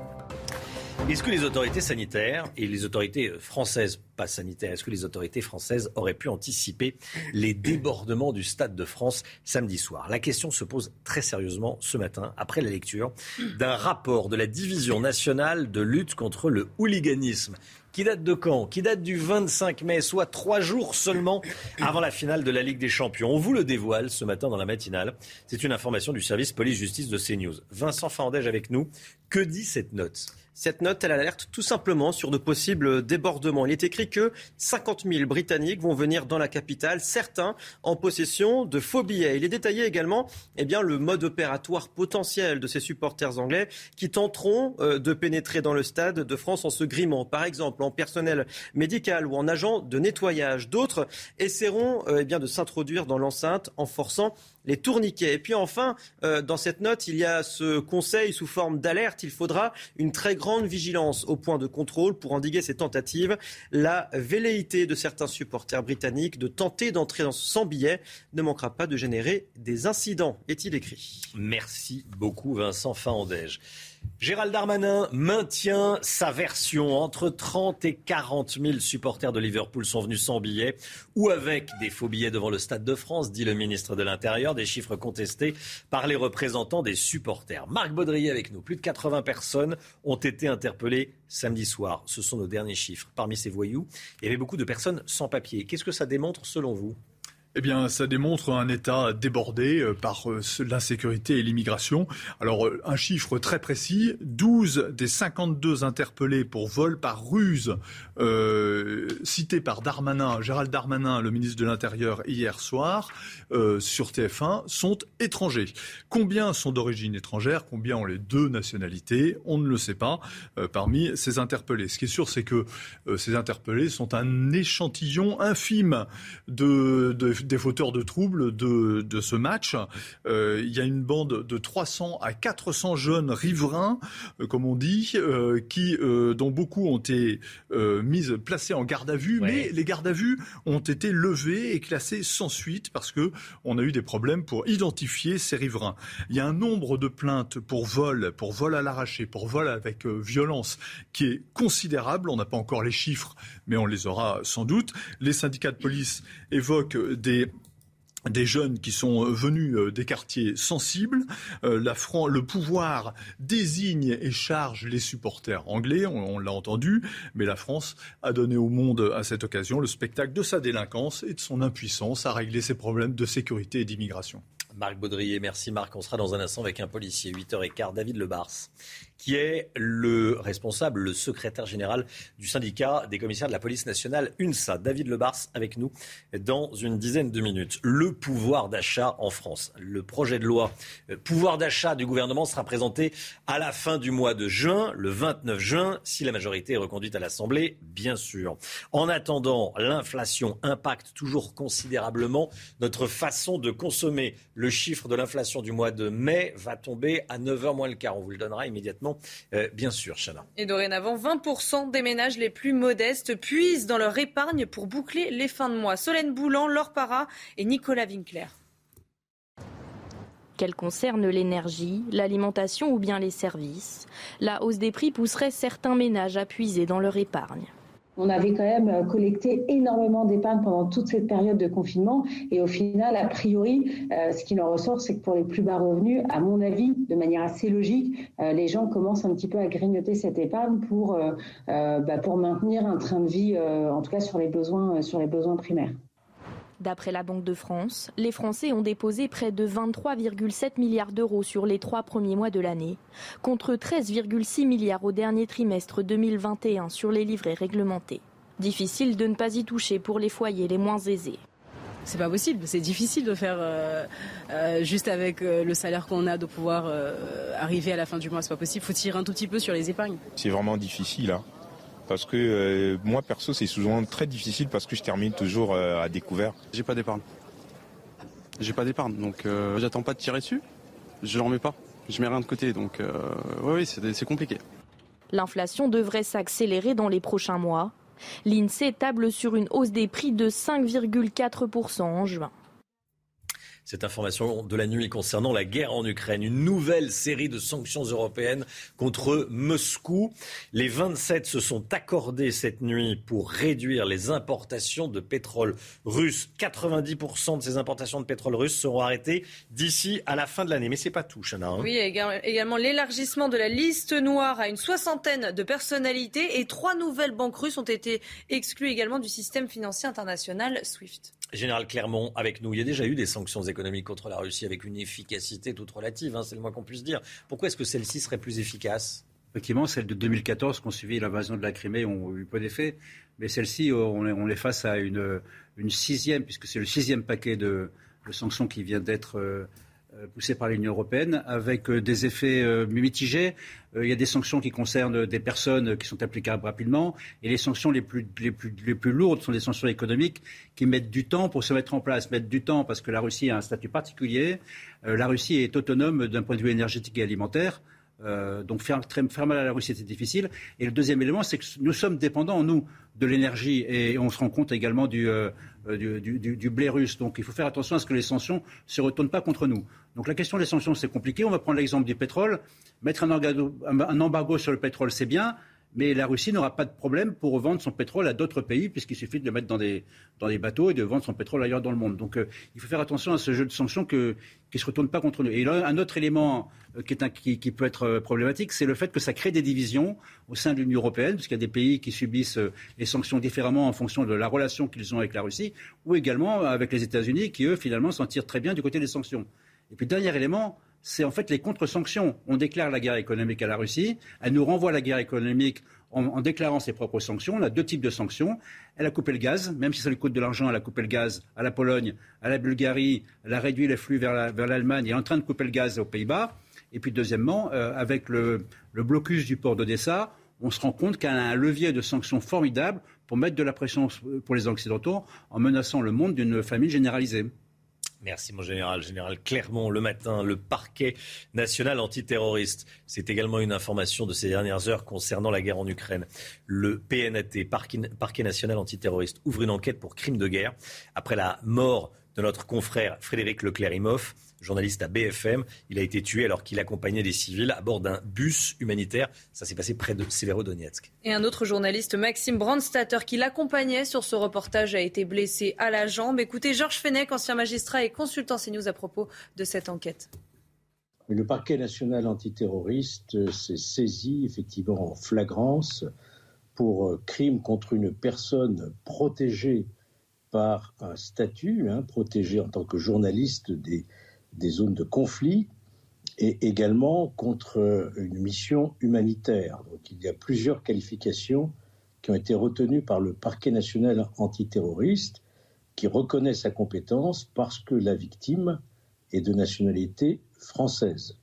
Speaker 4: Est-ce que les autorités sanitaires et les autorités françaises, pas sanitaires, est-ce que les autorités françaises auraient pu anticiper les débordements du Stade de France samedi soir ? La question se pose très sérieusement ce matin, après la lecture d'un rapport de la Division nationale de lutte contre le hooliganisme. Qui date de quand ? Qui date du vingt-cinq mai, soit trois jours seulement avant la finale de la Ligue des Champions. On vous le dévoile ce matin dans la matinale. C'est une information du service police-justice de CNews. Vincent Fandège avec nous. Que dit cette note ?
Speaker 9: Cette note, elle alerte tout simplement sur de possibles débordements. Il est écrit que cinquante mille Britanniques vont venir dans la capitale, certains en possession de faux billets. Il est détaillé également eh bien, le mode opératoire potentiel de ces supporters anglais qui tenteront euh, de pénétrer dans le Stade de France en se grimant, par exemple en personnel médical ou en agent de nettoyage. D'autres essaieront euh, eh bien, de s'introduire dans l'enceinte en forçant les tourniquets. Et puis enfin, euh, dans cette note, il y a ce conseil sous forme d'alerte. Il faudra une très grande vigilance au point de contrôle pour endiguer ces tentatives. La velléité de certains supporters britanniques de tenter d'entrer dans sans billet ne manquera pas de générer des incidents, est-il écrit.
Speaker 4: Merci beaucoup Vincent Fandège. Gérald Darmanin maintient sa version. Entre trente et quarante mille supporters de Liverpool sont venus sans billets ou avec des faux billets devant le Stade de France, dit le ministre de l'Intérieur. Des chiffres contestés par les représentants des supporters. Marc Baudrier avec nous. Plus de quatre-vingts personnes ont été interpellées samedi soir. Ce sont nos derniers chiffres. Parmi ces voyous, il y avait beaucoup de personnes sans papier. Qu'est-ce que ça démontre selon vous ?
Speaker 1: Eh bien, ça démontre un État débordé par l'insécurité et l'immigration. Alors, un chiffre très précis, douze des cinquante-deux interpellés pour vol par ruse, euh, cités par Darmanin, Gérald Darmanin, le ministre de l'Intérieur, hier soir, euh, sur T F un, sont étrangers. Combien sont d'origine étrangère ? Combien ont les deux nationalités ? On ne le sait pas euh, parmi ces interpellés. Ce qui est sûr, c'est que euh, ces interpellés sont un échantillon infime de... de des fauteurs de troubles de, de ce match. Euh, il y a une bande de trois cents à quatre cents jeunes riverains, euh, comme on dit, euh, qui, euh, dont beaucoup ont été euh, mises, placés en garde à vue, ouais. Mais les gardes à vue ont été levés et classés sans suite parce que on a eu des problèmes pour identifier ces riverains. Il y a un nombre de plaintes pour vol, pour vol à l'arraché, pour vol avec euh, violence, qui est considérable. On n'a pas encore les chiffres, mais on les aura sans doute. Les syndicats de police évoquent des des jeunes qui sont venus des quartiers sensibles. Euh, la Fran- le pouvoir désigne et charge les supporters anglais, on, on l'a entendu, mais la France a donné au monde à cette occasion le spectacle de sa délinquance et de son impuissance à régler ses problèmes de sécurité et d'immigration.
Speaker 4: Marc Baudrier, merci Marc. On sera dans un instant avec un policier, huit heures quinze, David Lebars, qui est le responsable, le secrétaire général du syndicat des commissaires de la police nationale UNSA. David Lebars avec nous dans une dizaine de minutes. Le pouvoir d'achat en France. Le projet de loi euh, pouvoir d'achat du gouvernement sera présenté à la fin du mois de juin, le vingt-neuf juin, si la majorité est reconduite à l'Assemblée, bien sûr. En attendant, l'inflation impacte toujours considérablement notre façon de consommer. Le chiffre de l'inflation du mois de mai va tomber à neuf heures moins le quart. On vous le donnera immédiatement, euh, bien sûr, Chana.
Speaker 7: Et dorénavant, vingt pour cent des ménages les plus modestes puisent dans leur épargne pour boucler les fins de mois. Solène Boulan, Laure Parra et Nicolas Winkler.
Speaker 20: Qu'elle concerne l'énergie, l'alimentation ou bien les services, la hausse des prix pousserait certains ménages à puiser dans leur épargne.
Speaker 8: On avait quand même collecté énormément d'épargne pendant toute cette période de confinement et au final, a priori, euh, ce qui en ressort, c'est que pour les plus bas revenus, à mon avis, de manière assez logique, euh, les gens commencent un petit peu à grignoter cette épargne pour, euh, euh, bah, pour maintenir un train de vie, euh, en tout cas sur les besoins, euh, sur les besoins primaires.
Speaker 20: D'après la Banque de France, les Français ont déposé près de vingt-trois virgule sept milliards d'euros sur les trois premiers mois de l'année, contre treize virgule six milliards au dernier trimestre deux mille vingt et un sur les livrets réglementés. Difficile de ne pas y toucher pour les foyers les moins aisés.
Speaker 12: C'est pas possible, c'est difficile de faire euh, euh, juste avec euh, le salaire qu'on a de pouvoir euh, arriver à la fin du mois, c'est pas possible, il faut tirer un tout petit peu sur les épargnes.
Speaker 13: C'est vraiment difficile, hein. Parce que euh, moi, perso, c'est souvent très difficile parce que je termine toujours euh, à découvert.
Speaker 14: J'ai pas d'épargne. J'ai pas d'épargne, donc euh, j'attends pas de tirer dessus. Je n'en mets pas. Je mets rien de côté, donc euh, oui, oui, c'est, c'est compliqué.
Speaker 20: L'inflation devrait s'accélérer dans les prochains mois. L'INSEE table sur une hausse des prix de cinq virgule quatre pour cent en juin.
Speaker 4: Cette information de la nuit concernant la guerre en Ukraine. Une nouvelle série de sanctions européennes contre Moscou. Les vingt-sept se sont accordés cette nuit pour réduire les importations de pétrole russe. quatre-vingt-dix pour cent de ces importations de pétrole russe seront arrêtées d'ici à la fin de l'année. Mais c'est pas tout, Chana. Hein.
Speaker 7: Oui, également l'élargissement de la liste noire à une soixantaine de personnalités et trois nouvelles banques russes ont été exclues également du système financier international SWIFT.
Speaker 4: Général Clermont, avec nous, il y a déjà eu des sanctions économiques contre la Russie avec une efficacité toute relative, hein, c'est le moins qu'on puisse dire. Pourquoi est-ce que celle-ci serait plus efficace ?
Speaker 15: Effectivement, celles de deux mille quatorze qui ont suivi l'invasion de la Crimée ont eu peu d'effet, mais celle-ci, on est, on est face à une, une sixième, puisque c'est le sixième paquet de, de sanctions qui vient d'être euh, poussé par l'Union européenne, avec euh, des effets euh, mitigés. Euh, il y a des sanctions qui concernent des personnes qui sont applicables rapidement, et les sanctions les plus, les plus, les plus lourdes sont des sanctions économiques qui mettent du temps pour se mettre en place, mettent du temps parce que la Russie a un statut particulier. Euh, la Russie est autonome d'un point de vue énergétique et alimentaire. Euh, donc faire, très, faire mal à la Russie, c'est difficile. Et le deuxième élément, c'est que nous sommes dépendants, nous, de l'énergie. Et on se rend compte également du, euh, du, du, du blé russe. Donc il faut faire attention à ce que les sanctions ne se retournent pas contre nous. Donc la question des sanctions, c'est compliqué. On va prendre l'exemple du pétrole. Mettre un embargo, un embargo sur le pétrole, c'est bien. Mais la Russie n'aura pas de problème pour vendre son pétrole à d'autres pays, puisqu'il suffit de le mettre dans des, dans des bateaux et de vendre son pétrole ailleurs dans le monde. Donc euh, il faut faire attention à ce jeu de sanctions que, qui ne se retourne pas contre nous. Et là, un autre élément euh, qui, est un, qui, qui peut être euh, problématique, c'est le fait que ça crée des divisions au sein de l'Union européenne, puisqu'il y a des pays qui subissent euh, les sanctions différemment en fonction de la relation qu'ils ont avec la Russie, ou également avec les États-Unis, qui eux, finalement, s'en tirent très bien du côté des sanctions. Et puis, dernier élément, c'est en fait les contre-sanctions. On déclare la guerre économique à la Russie, elle nous renvoie la guerre économique en, en déclarant ses propres sanctions. On a deux types de sanctions. Elle a coupé le gaz, même si ça lui coûte de l'argent, elle a coupé le gaz à la Pologne, à la Bulgarie, elle a réduit les flux vers, la, vers l'Allemagne, elle est en train de couper le gaz aux Pays-Bas. Et puis deuxièmement, euh, avec le, le blocus du port d'Odessa, on se rend compte qu'elle a un levier de sanctions formidable pour mettre de la pression pour les Occidentaux en menaçant le monde d'une famine généralisée.
Speaker 4: Merci mon général. Général Clermont, le matin, le parquet national antiterroriste. C'est également une information de ces dernières heures concernant la guerre en Ukraine. Le P N A T, parquet national antiterroriste, ouvre une enquête pour crime de guerre après la mort de notre confrère Frédéric Leclerc-Imhoff, journaliste à B F M. Il a été tué alors qu'il accompagnait des civils à bord d'un bus humanitaire. Ça s'est passé près de Severodonetsk.
Speaker 7: Et un autre journaliste, Maxime Brandstatter, qui l'accompagnait sur ce reportage, a été blessé à la jambe. Écoutez Georges Fenech, ancien magistrat et consultant CNews à propos de cette enquête.
Speaker 16: Le parquet national antiterroriste s'est saisi effectivement en flagrance pour crime contre une personne protégée par un statut, hein, protégée en tant que journaliste des des zones de conflit et également contre une mission humanitaire. Donc il y a plusieurs qualifications qui ont été retenues par le parquet national antiterroriste qui reconnaît sa compétence parce que la victime est de nationalité française.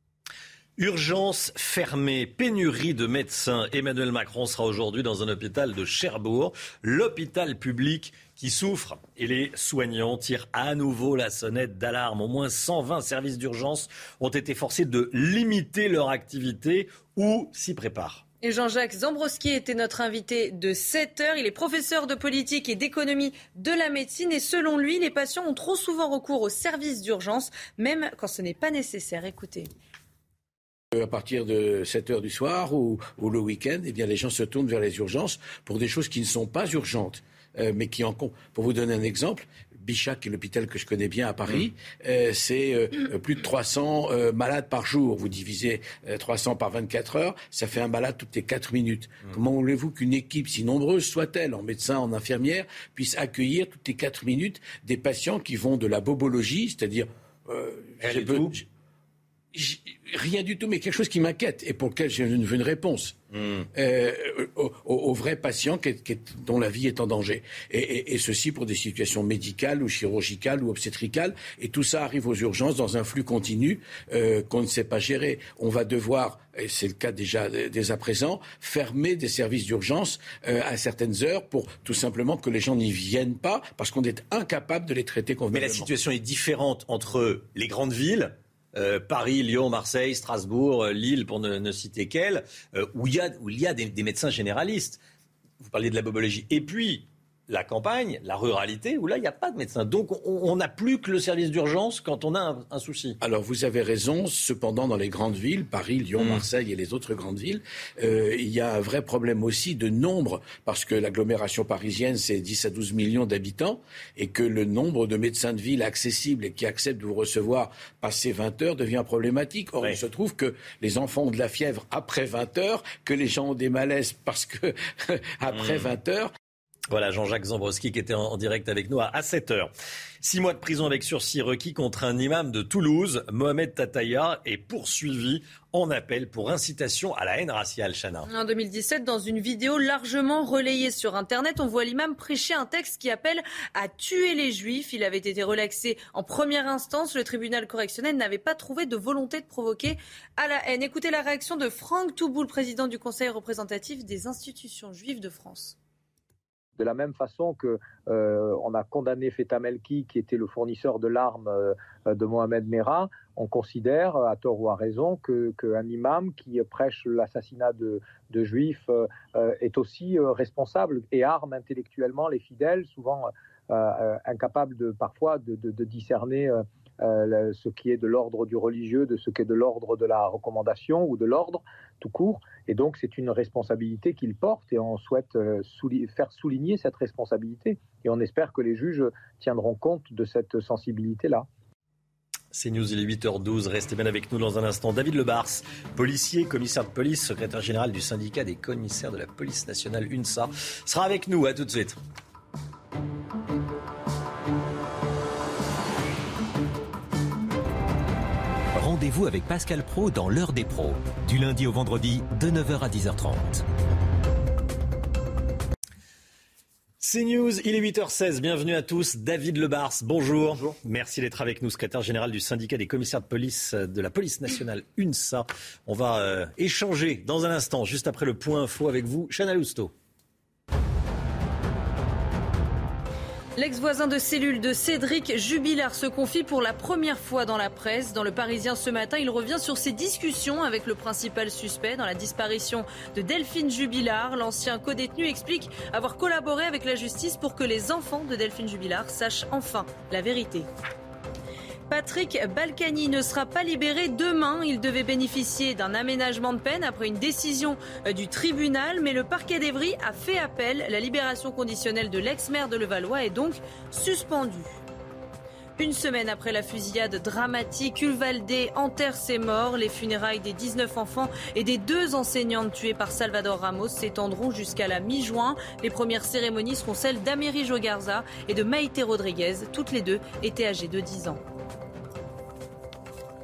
Speaker 4: Urgence fermée, pénurie de médecins. Emmanuel Macron sera aujourd'hui dans un hôpital de Cherbourg, l'hôpital public qui souffre. Et les soignants tirent à nouveau la sonnette d'alarme. Au moins cent vingt services d'urgence ont été forcés de limiter leur activité ou s'y préparent.
Speaker 7: Et Jean-Jacques Zambrowski était notre invité de sept heures. Il est professeur de politique et d'économie de la médecine. Et selon lui, les patients ont trop souvent recours aux services d'urgence, même quand ce n'est pas nécessaire. Écoutez.
Speaker 2: À partir de sept heures du soir ou, ou le week-end, eh bien, les gens se tournent vers les urgences pour des choses qui ne sont pas urgentes, euh, mais qui en comptent. Pour vous donner un exemple, Bichat, qui est l'hôpital que je connais bien à Paris, mmh. euh, c'est euh, plus de trois cents euh, malades par jour. Vous divisez euh, trois cents par vingt-quatre heures, ça fait un malade toutes les quatre minutes. Mmh. Comment voulez-vous qu'une équipe, si nombreuse soit-elle, en médecins, en infirmières, puisse accueillir toutes les quatre minutes des patients qui vont de la bobologie, c'est-à-dire... Euh, j'ai peu, j'ai, j'ai, rien du tout, mais quelque chose qui m'inquiète et pour lequel je veux une réponse. Mmh. Euh, aux, aux vrais patients qui, qui, dont la vie est en danger. Et, et, et ceci pour des situations médicales ou chirurgicales ou obstétricales. Et tout ça arrive aux urgences dans un flux continu euh, qu'on ne sait pas gérer. On va devoir, et c'est le cas déjà dès à présent, fermer des services d'urgence euh, à certaines heures pour tout simplement que les gens n'y viennent pas parce qu'on est incapable de les traiter convenablement.
Speaker 4: Mais la situation est différente entre les grandes villes, Euh, Paris, Lyon, Marseille, Strasbourg, euh, Lille, pour ne, ne citer qu'elles, euh, où il y a, où il y a des, des médecins généralistes. Vous parliez de la bobologie. Et puis, la campagne, la ruralité, où là, il n'y a pas de médecin. Donc, on n'a plus que le service d'urgence quand on a un, un souci.
Speaker 2: Alors, vous avez raison. Cependant, dans les grandes villes, Paris, Lyon, mmh. Marseille et les autres grandes villes, euh, il y a un vrai problème aussi de nombre, parce que l'agglomération parisienne, c'est dix à douze millions d'habitants, et que le nombre de médecins de ville accessibles et qui acceptent de vous recevoir passé vingt heures devient problématique. Or, ouais. il se trouve que les enfants ont de la fièvre après vingt heures, que les gens ont des malaises parce que après mmh. vingt heures...
Speaker 4: Voilà, Jean-Jacques Zambrowski qui était en, en direct avec nous à, à sept heures. Six mois de prison avec sursis requis contre un imam de Toulouse. Mohamed Tataya est poursuivi en appel pour incitation à la haine raciale. Chana.
Speaker 7: En deux mille dix-sept, dans une vidéo largement relayée sur Internet, on voit l'imam prêcher un texte qui appelle à tuer les juifs. Il avait été relaxé en première instance. Le tribunal correctionnel n'avait pas trouvé de volonté de provoquer à la haine. Écoutez la réaction de Franck Touboul, président du Conseil représentatif des institutions juives de France.
Speaker 10: De la même façon qu'on euh, a condamné Feta Melki, qui était le fournisseur de l'arme euh, de Mohamed Merah, on considère, à tort ou à raison, que, qu'un imam qui prêche l'assassinat de, de juifs euh, est aussi euh, responsable et arme intellectuellement les fidèles, souvent euh, euh, incapables de, parfois de, de, de discerner euh, euh, ce qui est de l'ordre du religieux, de ce qui est de l'ordre de la recommandation ou de l'ordre tout court. Et donc, c'est une responsabilité qu'il porte et on souhaite euh, souli- faire souligner cette responsabilité. Et on espère que les juges tiendront compte de cette sensibilité-là.
Speaker 4: C'est News, il est huit heures douze. Restez bien avec nous dans un instant. David Lebars, policier, commissaire de police, secrétaire général du syndicat des commissaires de la police nationale UNSA, sera avec nous. À tout de suite.
Speaker 5: Rendez-vous avec Pascal Praud dans l'heure des pros, du lundi au vendredi de neuf heures à dix heures trente.
Speaker 4: C'est News, il est huit heures seize, bienvenue à tous. David Lebars, bonjour. Bonjour. Merci d'être avec nous, secrétaire général du syndicat des commissaires de police de la police nationale UNSA. On va euh, échanger dans un instant, juste après le point info avec vous, Chana Lousteau.
Speaker 7: L'ex-voisin de cellule de Cédric Jubilard se confie pour la première fois dans la presse. Dans Le Parisien ce matin, il revient sur ses discussions avec le principal suspect dans la disparition de Delphine Jubilard. L'ancien codétenu explique avoir collaboré avec la justice pour que les enfants de Delphine Jubilard sachent enfin la vérité. Patrick Balkany ne sera pas libéré demain. Il devait bénéficier d'un aménagement de peine après une décision du tribunal, mais le parquet d'Evry a fait appel. La libération conditionnelle de l'ex-maire de Levallois est donc suspendue. Une semaine après la fusillade dramatique, Uvalde enterre ses morts. Les funérailles des dix-neuf enfants et des deux enseignantes tuées par Salvador Ramos s'étendront jusqu'à la mi-juin. Les premières cérémonies seront celles d'Amérijo Garza et de Maïté Rodriguez. Toutes les deux étaient âgées de dix ans.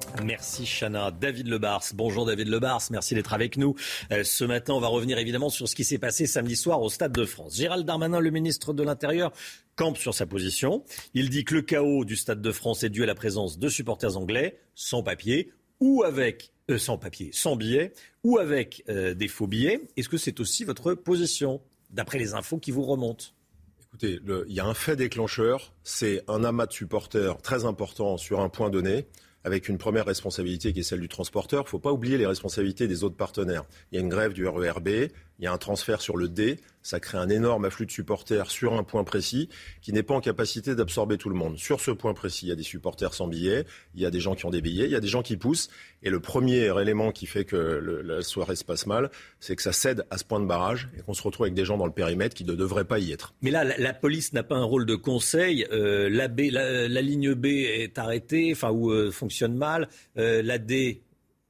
Speaker 4: Merci Chana. David Lebars. Bonjour David Lebars, merci d'être avec nous. Euh, ce matin, on va revenir évidemment sur ce qui s'est passé samedi soir au Stade de France. Gérald Darmanin, le ministre de l'Intérieur, campe sur sa position. Il dit que le chaos du Stade de France est dû à la présence de supporters anglais sans papier ou avec, euh, sans papier, sans billets ou avec euh, des faux billets. Est-ce que c'est aussi votre position, d'après les infos qui vous remontent ?
Speaker 11: Écoutez, le, il y a un fait déclencheur, c'est un amas de supporters très important sur un point donné, avec une première responsabilité qui est celle du transporteur. Il ne faut pas oublier les responsabilités des autres partenaires. Il y a une grève du R E R B, il y a un transfert sur le D, ça crée un énorme afflux de supporters sur un point précis qui n'est pas en capacité d'absorber tout le monde. Sur ce point précis, il y a des supporters sans billets, il y a des gens qui ont des billets, il y a des gens qui poussent. Et le premier élément qui fait que le, la soirée se passe mal, c'est que ça cède à ce point de barrage et qu'on se retrouve avec des gens dans le périmètre qui ne devraient pas y être.
Speaker 4: Mais là, la, la police n'a pas un rôle de conseil. Euh, la, B, la, la ligne B est arrêtée, enfin, ou euh, fonctionne mal. Euh, la D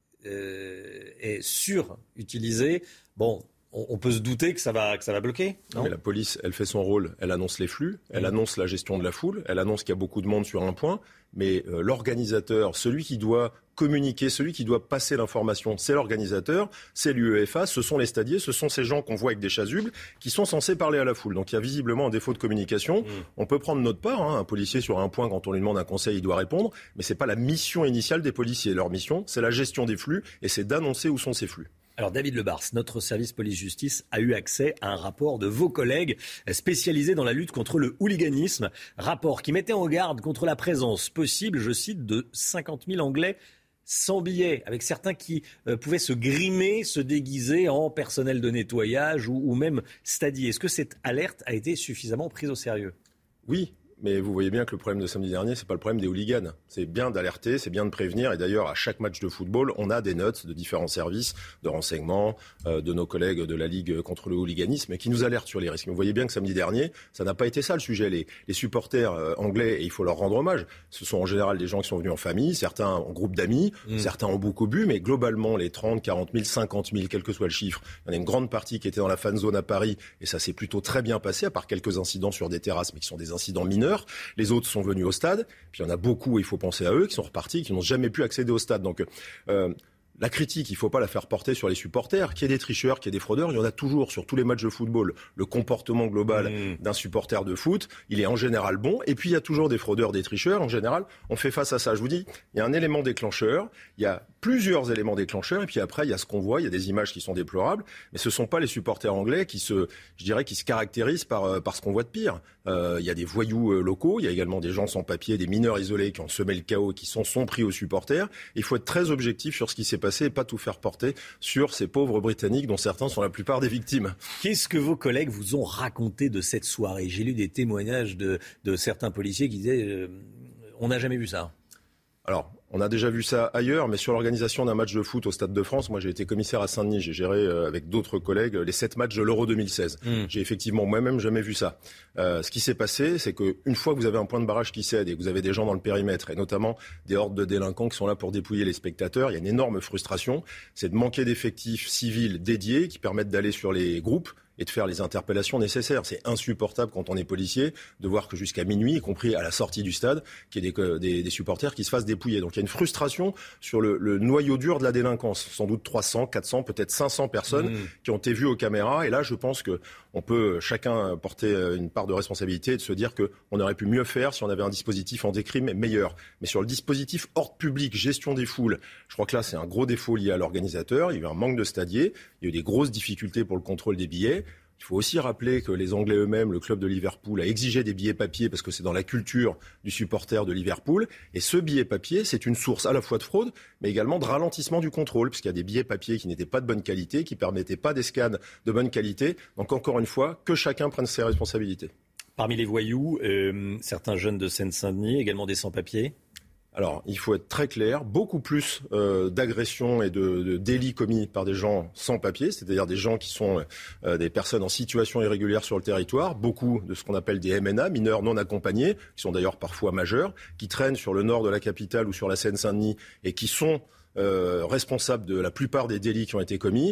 Speaker 4: euh, est surutilisée. Bon, on peut se douter que ça va, que ça va bloquer, non ?
Speaker 11: Non, mais la police, elle fait son rôle, elle annonce les flux, elle mmh. annonce la gestion de la foule, elle annonce qu'il y a beaucoup de monde sur un point, mais euh, l'organisateur, celui qui doit communiquer, celui qui doit passer l'information, c'est l'organisateur, c'est l'U E F A, ce sont les stadiers, ce sont ces gens qu'on voit avec des chasubles qui sont censés parler à la foule. Donc il y a visiblement un défaut de communication. Mmh. On peut prendre notre part, hein, un policier sur un point, quand on lui demande un conseil, il doit répondre, mais c'est pas la mission initiale des policiers. Leur mission, c'est la gestion des flux et c'est d'annoncer où sont ces flux.
Speaker 4: Alors David Lebars, notre service police-justice a eu accès à un rapport de vos collègues spécialisés dans la lutte contre le hooliganisme. Rapport qui mettait en garde contre la présence possible, je cite, de cinquante mille Anglais sans billets, avec certains qui euh, pouvaient se grimer, se déguiser en personnel de nettoyage ou, ou même stadier. Est-ce que cette alerte a été suffisamment prise au sérieux ?
Speaker 11: Oui. Mais vous voyez bien que le problème de samedi dernier, c'est pas le problème des hooligans. C'est bien d'alerter, c'est bien de prévenir. Et d'ailleurs, à chaque match de football, on a des notes de différents services de renseignement, euh, de nos collègues de la Ligue contre le hooliganisme, qui nous alertent sur les risques. Mais vous voyez bien que samedi dernier, ça n'a pas été ça le sujet. Les, les supporters euh, anglais, et il faut leur rendre hommage, ce sont en général des gens qui sont venus en famille, certains en groupe d'amis, mmh. certains ont beaucoup bu, mais globalement, les trente, quarante mille, cinquante mille, quel que soit le chiffre, il y en a une grande partie qui était dans la fan zone à Paris, et ça s'est plutôt très bien passé, à part quelques incidents sur des terrasses, mais qui sont des incidents mineurs. Les autres sont venus au stade, puis il y en a beaucoup, il faut penser à eux, qui sont repartis, qui n'ont jamais pu accéder au stade. Donc euh, la critique, il ne faut pas la faire porter sur les supporters. Qu'il y ait des tricheurs, qu'il y ait des fraudeurs, il y en a toujours sur tous les matchs de football. Le comportement global mmh. d'un supporter de foot, il est en général bon. Et puis il y a toujours des fraudeurs, des tricheurs. En général, on fait face à ça. Je vous dis, il y a un élément déclencheur, il y a plusieurs éléments déclencheurs, et puis après, il y a ce qu'on voit, il y a des images qui sont déplorables, mais ce ne sont pas les supporters anglais qui se, je dirais, qui se caractérisent par, par ce qu'on voit de pire. Euh, il y a des voyous euh, locaux, il y a également des gens sans papier, des mineurs isolés qui ont semé le chaos, qui s'en sont pris aux supporters. Il faut être très objectif sur ce qui s'est passé et pas tout faire porter sur ces pauvres Britanniques dont certains sont la plupart des victimes.
Speaker 4: Qu'est-ce que vos collègues vous ont raconté de cette soirée ? J'ai lu des témoignages de, de certains policiers qui disaient euh, « on n'a jamais vu ça ».
Speaker 11: Alors, on a déjà vu ça ailleurs, mais sur l'organisation d'un match de foot au Stade de France, moi j'ai été commissaire à Saint-Denis, j'ai géré euh, avec d'autres collègues les sept matchs de l'Euro deux mille seize. Mmh. J'ai effectivement moi-même jamais vu ça. Euh, ce qui s'est passé, c'est qu'une fois que vous avez un point de barrage qui cède et que vous avez des gens dans le périmètre, et notamment des hordes de délinquants qui sont là pour dépouiller les spectateurs, il y a une énorme frustration, c'est de manquer d'effectifs civils dédiés qui permettent d'aller sur les groupes et de faire les interpellations nécessaires. C'est insupportable quand on est policier de voir que jusqu'à minuit, y compris à la sortie du stade, qu'il y ait des, des, des supporters qui se fassent dépouiller. Donc il y a une frustration sur le, le noyau dur de la délinquance. Sans doute trois cents, quatre cents, peut-être cinq cents personnes mmh. qui ont été vues aux caméras. Et là, je pense qu'on peut chacun porter une part de responsabilité et de se dire qu'on aurait pu mieux faire si on avait un dispositif anti-crime meilleur. Mais sur le dispositif ordre public, gestion des foules, je crois que là, c'est un gros défaut lié à l'organisateur. Il y a eu un manque de stadiers. Il y a eu des grosses difficultés pour le contrôle des billets. Il faut aussi rappeler que les Anglais eux-mêmes, le club de Liverpool, a exigé des billets papier parce que c'est dans la culture du supporter de Liverpool. Et ce billet papier, c'est une source à la fois de fraude, mais également de ralentissement du contrôle, puisqu'il y a des billets papier qui n'étaient pas de bonne qualité, qui ne permettaient pas des scans de bonne qualité. Donc encore une fois, que chacun prenne ses responsabilités.
Speaker 4: Parmi les voyous, euh, certains jeunes de Seine-Saint-Denis, également des sans-papiers.
Speaker 11: Alors, il faut être très clair, beaucoup plus euh, d'agressions et de, de délits commis par des gens sans papier, c'est-à-dire des gens qui sont euh, des personnes en situation irrégulière sur le territoire, beaucoup de ce qu'on appelle des M N A, mineurs non accompagnés, qui sont d'ailleurs parfois majeurs, qui traînent sur le nord de la capitale ou sur la Seine-Saint-Denis et qui sont euh, responsables de la plupart des délits qui ont été commis.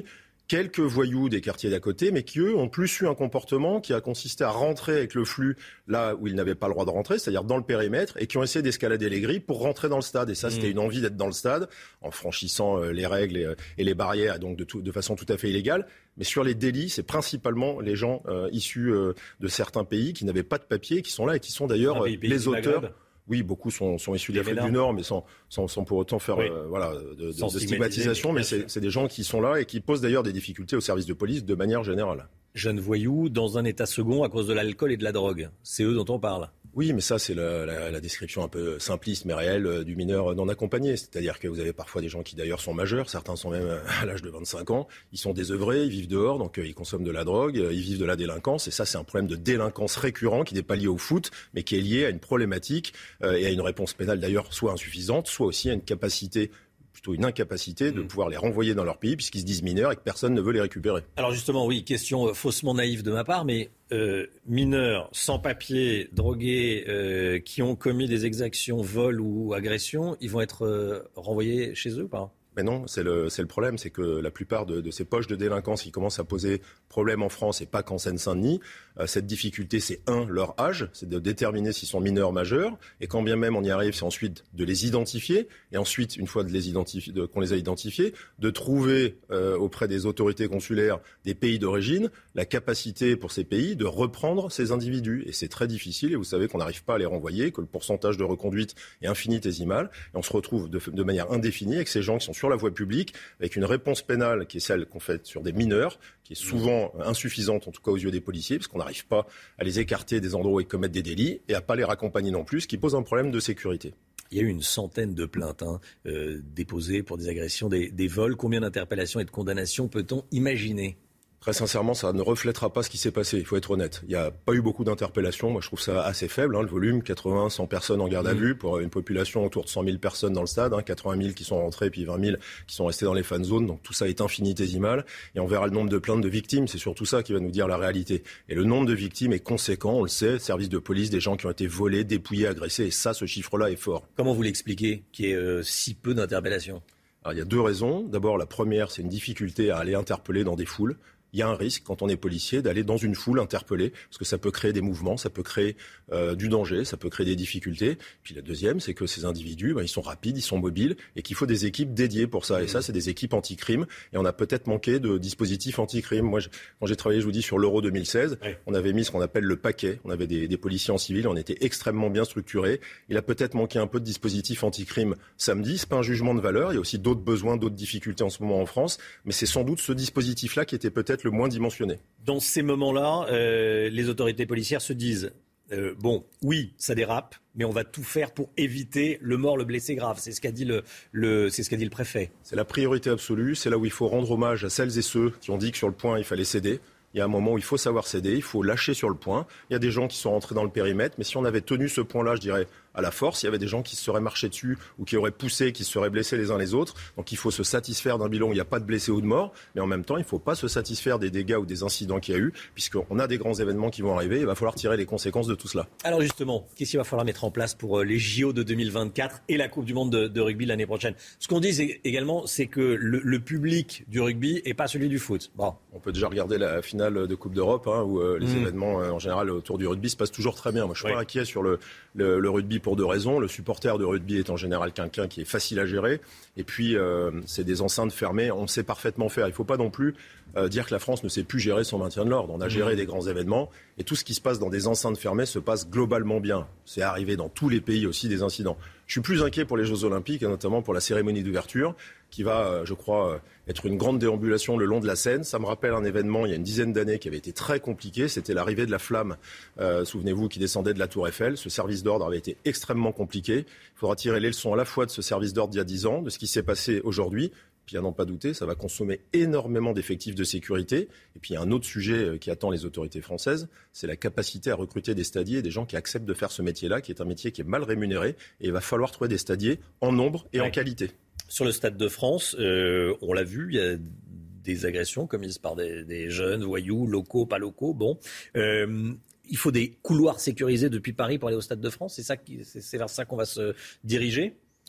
Speaker 11: quelques voyous des quartiers d'à côté, mais qui, eux, ont plus eu un comportement qui a consisté à rentrer avec le flux là où ils n'avaient pas le droit de rentrer, c'est-à-dire dans le périmètre, et qui ont essayé d'escalader les grilles pour rentrer dans le stade. Et ça, c'était mmh. une envie d'être dans le stade, en franchissant euh, les règles et, euh, et les barrières, donc de, tout, de façon tout à fait illégale. Mais sur les délits, c'est principalement les gens euh, issus euh, de certains pays qui n'avaient pas de papier, qui sont là et qui sont d'ailleurs ah, pays, pays les auteurs... Maghreb. Oui, beaucoup sont, sont issus d'Afrique du Nord, mais sans, sans, sans pour autant faire oui. euh, voilà, de, de, de stigmatisation. Mais c'est, c'est des gens qui sont là et qui posent d'ailleurs des difficultés au service de police de manière générale.
Speaker 4: Jeunes voyous dans un état second à cause de l'alcool et de la drogue. C'est eux dont on parle.
Speaker 11: Oui, mais ça, c'est la, la, la description un peu simpliste mais réelle euh, du mineur non accompagné. C'est-à-dire que vous avez parfois des gens qui d'ailleurs sont majeurs, certains sont même à l'âge de vingt-cinq ans, ils sont désœuvrés, ils vivent dehors, donc euh, ils consomment de la drogue, euh, ils vivent de la délinquance, et ça, c'est un problème de délinquance récurrent qui n'est pas lié au foot, mais qui est lié à une problématique euh, et à une réponse pénale d'ailleurs soit insuffisante, soit aussi à une capacité plutôt une incapacité de pouvoir les renvoyer dans leur pays puisqu'ils se disent mineurs et que personne ne veut les récupérer.
Speaker 4: Alors justement, oui, question euh, faussement naïve de ma part, mais euh, mineurs, sans papier, drogués, euh, qui ont commis des exactions, vols ou agressions, ils vont être euh, renvoyés chez eux ou pas ?
Speaker 11: Mais non, c'est le, c'est le problème, c'est que la plupart de, de ces poches de délinquance qui commencent à poser problème en France et pas qu'en Seine-Saint-Denis, euh, cette difficulté, c'est un, leur âge, c'est de déterminer s'ils sont mineurs, majeurs, et quand bien même on y arrive, c'est ensuite de les identifier, et ensuite, une fois de les identifier, de, qu'on les a identifiés, de trouver euh, auprès des autorités consulaires des pays d'origine la capacité pour ces pays de reprendre ces individus. Et c'est très difficile, et vous savez qu'on n'arrive pas à les renvoyer, que le pourcentage de reconduite est infinitésimal, et on se retrouve de, de manière indéfinie avec ces gens qui sont sur la voie publique, avec une réponse pénale qui est celle qu'on fait sur des mineurs, qui est souvent insuffisante, en tout cas aux yeux des policiers, parce qu'on n'arrive pas à les écarter des endroits où ils commettent des délits, et à pas les raccompagner non plus, ce qui pose un problème de sécurité.
Speaker 4: Il y a eu une centaine de plaintes hein, euh, déposées pour des agressions, des, des vols. Combien d'interpellations et de condamnations peut-on imaginer ?
Speaker 11: Très sincèrement, ça ne reflètera pas ce qui s'est passé, il faut être honnête. Il n'y a pas eu beaucoup d'interpellations, moi je trouve ça assez faible, hein, le volume, quatre-vingts, cent personnes en garde à vue pour une population autour de cent mille personnes dans le stade, hein, quatre-vingt mille qui sont rentrées, puis vingt mille qui sont restés dans les fan zones, donc tout ça est infinitésimal, et on verra le nombre de plaintes de victimes, c'est surtout ça qui va nous dire la réalité. Et le nombre de victimes est conséquent, on le sait, service de police, des gens qui ont été volés, dépouillés, agressés, et ça, ce chiffre-là est fort.
Speaker 4: Comment vous l'expliquez, qu'il y ait euh, si peu d'interpellations ?
Speaker 11: Alors, il y a deux raisons. D'abord, la première, c'est une difficulté à aller interpeller dans des foules. Il y a un risque, quand on est policier, d'aller dans une foule interpeller, parce que ça peut créer des mouvements, ça peut créer euh, du danger, ça peut créer des difficultés. Puis la deuxième, c'est que ces individus, ben, ils sont rapides, ils sont mobiles, et qu'il faut des équipes dédiées pour ça. Et ça, c'est des équipes anti-crime. Et on a peut-être manqué de dispositifs anti-crime. Moi, je, quand j'ai travaillé, je vous dis, sur l'Euro deux mille seize, ouais. on avait mis ce qu'on appelle le paquet. On avait des, des policiers en civil, on était extrêmement bien structurés. Il a peut-être manqué un peu de dispositifs anti-crime samedi. C'est pas un jugement de valeur. Il y a aussi d'autres besoins, d'autres difficultés en ce moment en France. Mais c'est sans doute ce dispositif-là qui était peut-être le moins dimensionné.
Speaker 4: Dans ces moments-là, euh, les autorités policières se disent euh, bon, oui, ça dérape, mais on va tout faire pour éviter le mort, le blessé grave. C'est ce qu'a dit le, le, c'est ce qu'a dit le préfet.
Speaker 11: C'est la priorité absolue. C'est là où il faut rendre hommage à celles et ceux qui ont dit que sur le point, il fallait céder. Il y a un moment où il faut savoir céder, il faut lâcher sur le point. Il y a des gens qui sont rentrés dans le périmètre, mais si on avait tenu ce point-là, je dirais, à la force, il y avait des gens qui se seraient marchés dessus ou qui auraient poussé, qui se seraient blessés les uns les autres. Donc il faut se satisfaire d'un bilan où il n'y a pas de blessés ou de morts, mais en même temps, il ne faut pas se satisfaire des dégâts ou des incidents qu'il y a eu, puisqu'on a des grands événements qui vont arriver, il va falloir tirer les conséquences de tout cela.
Speaker 4: Alors justement, qu'est-ce qu'il va falloir mettre en place pour les J O de deux mille vingt-quatre et la Coupe du Monde de, de rugby l'année prochaine ? Ce qu'on dit également, c'est que le, le public du rugby n'est pas celui du foot. Bon.
Speaker 11: On peut déjà regarder la finale de Coupe d'Europe, hein, où euh, les mmh. événements euh, en général autour du rugby se passent toujours très bien. Moi, je suis oui. pas inquiet sur le, le, le rugby pour deux raisons. Le supporter de rugby est en général quelqu'un qui est facile à gérer. Et puis, euh, c'est des enceintes fermées. On sait parfaitement faire. Il ne faut pas non plus euh, dire que la France ne sait plus gérer son maintien de l'ordre. On a géré mmh. des grands événements. Et tout ce qui se passe dans des enceintes fermées se passe globalement bien. C'est arrivé dans tous les pays aussi des incidents. Je suis plus inquiet pour les Jeux Olympiques, et notamment pour la cérémonie d'ouverture, qui va, je crois, être une grande déambulation le long de la Seine. Ça me rappelle un événement il y a une dizaine d'années qui avait été très compliqué. C'était l'arrivée de la flamme, euh, souvenez-vous, qui descendait de la Tour Eiffel. Ce service d'ordre avait été extrêmement compliqué. Il faudra tirer les leçons à la fois de ce service d'ordre d'il y a dix ans, de ce qui s'est passé aujourd'hui. Puis à n'en pas douter, ça va consommer énormément d'effectifs de sécurité. Et puis il y a un autre sujet qui attend les autorités françaises, c'est la capacité à recruter des stadiers, des gens qui acceptent de faire ce métier-là, qui est un métier qui est mal rémunéré. Et il va falloir trouver des stadiers en nombre et ouais. en qualité.
Speaker 4: Sur le Stade de France, euh, on l'a vu, il y a des agressions commises par des, des jeunes voyous, locaux, pas locaux. Bon, euh, il faut des couloirs sécurisés depuis Paris pour aller au Stade de France. C'est ça, qui, c'est, c'est vers ça qu'on va se diriger.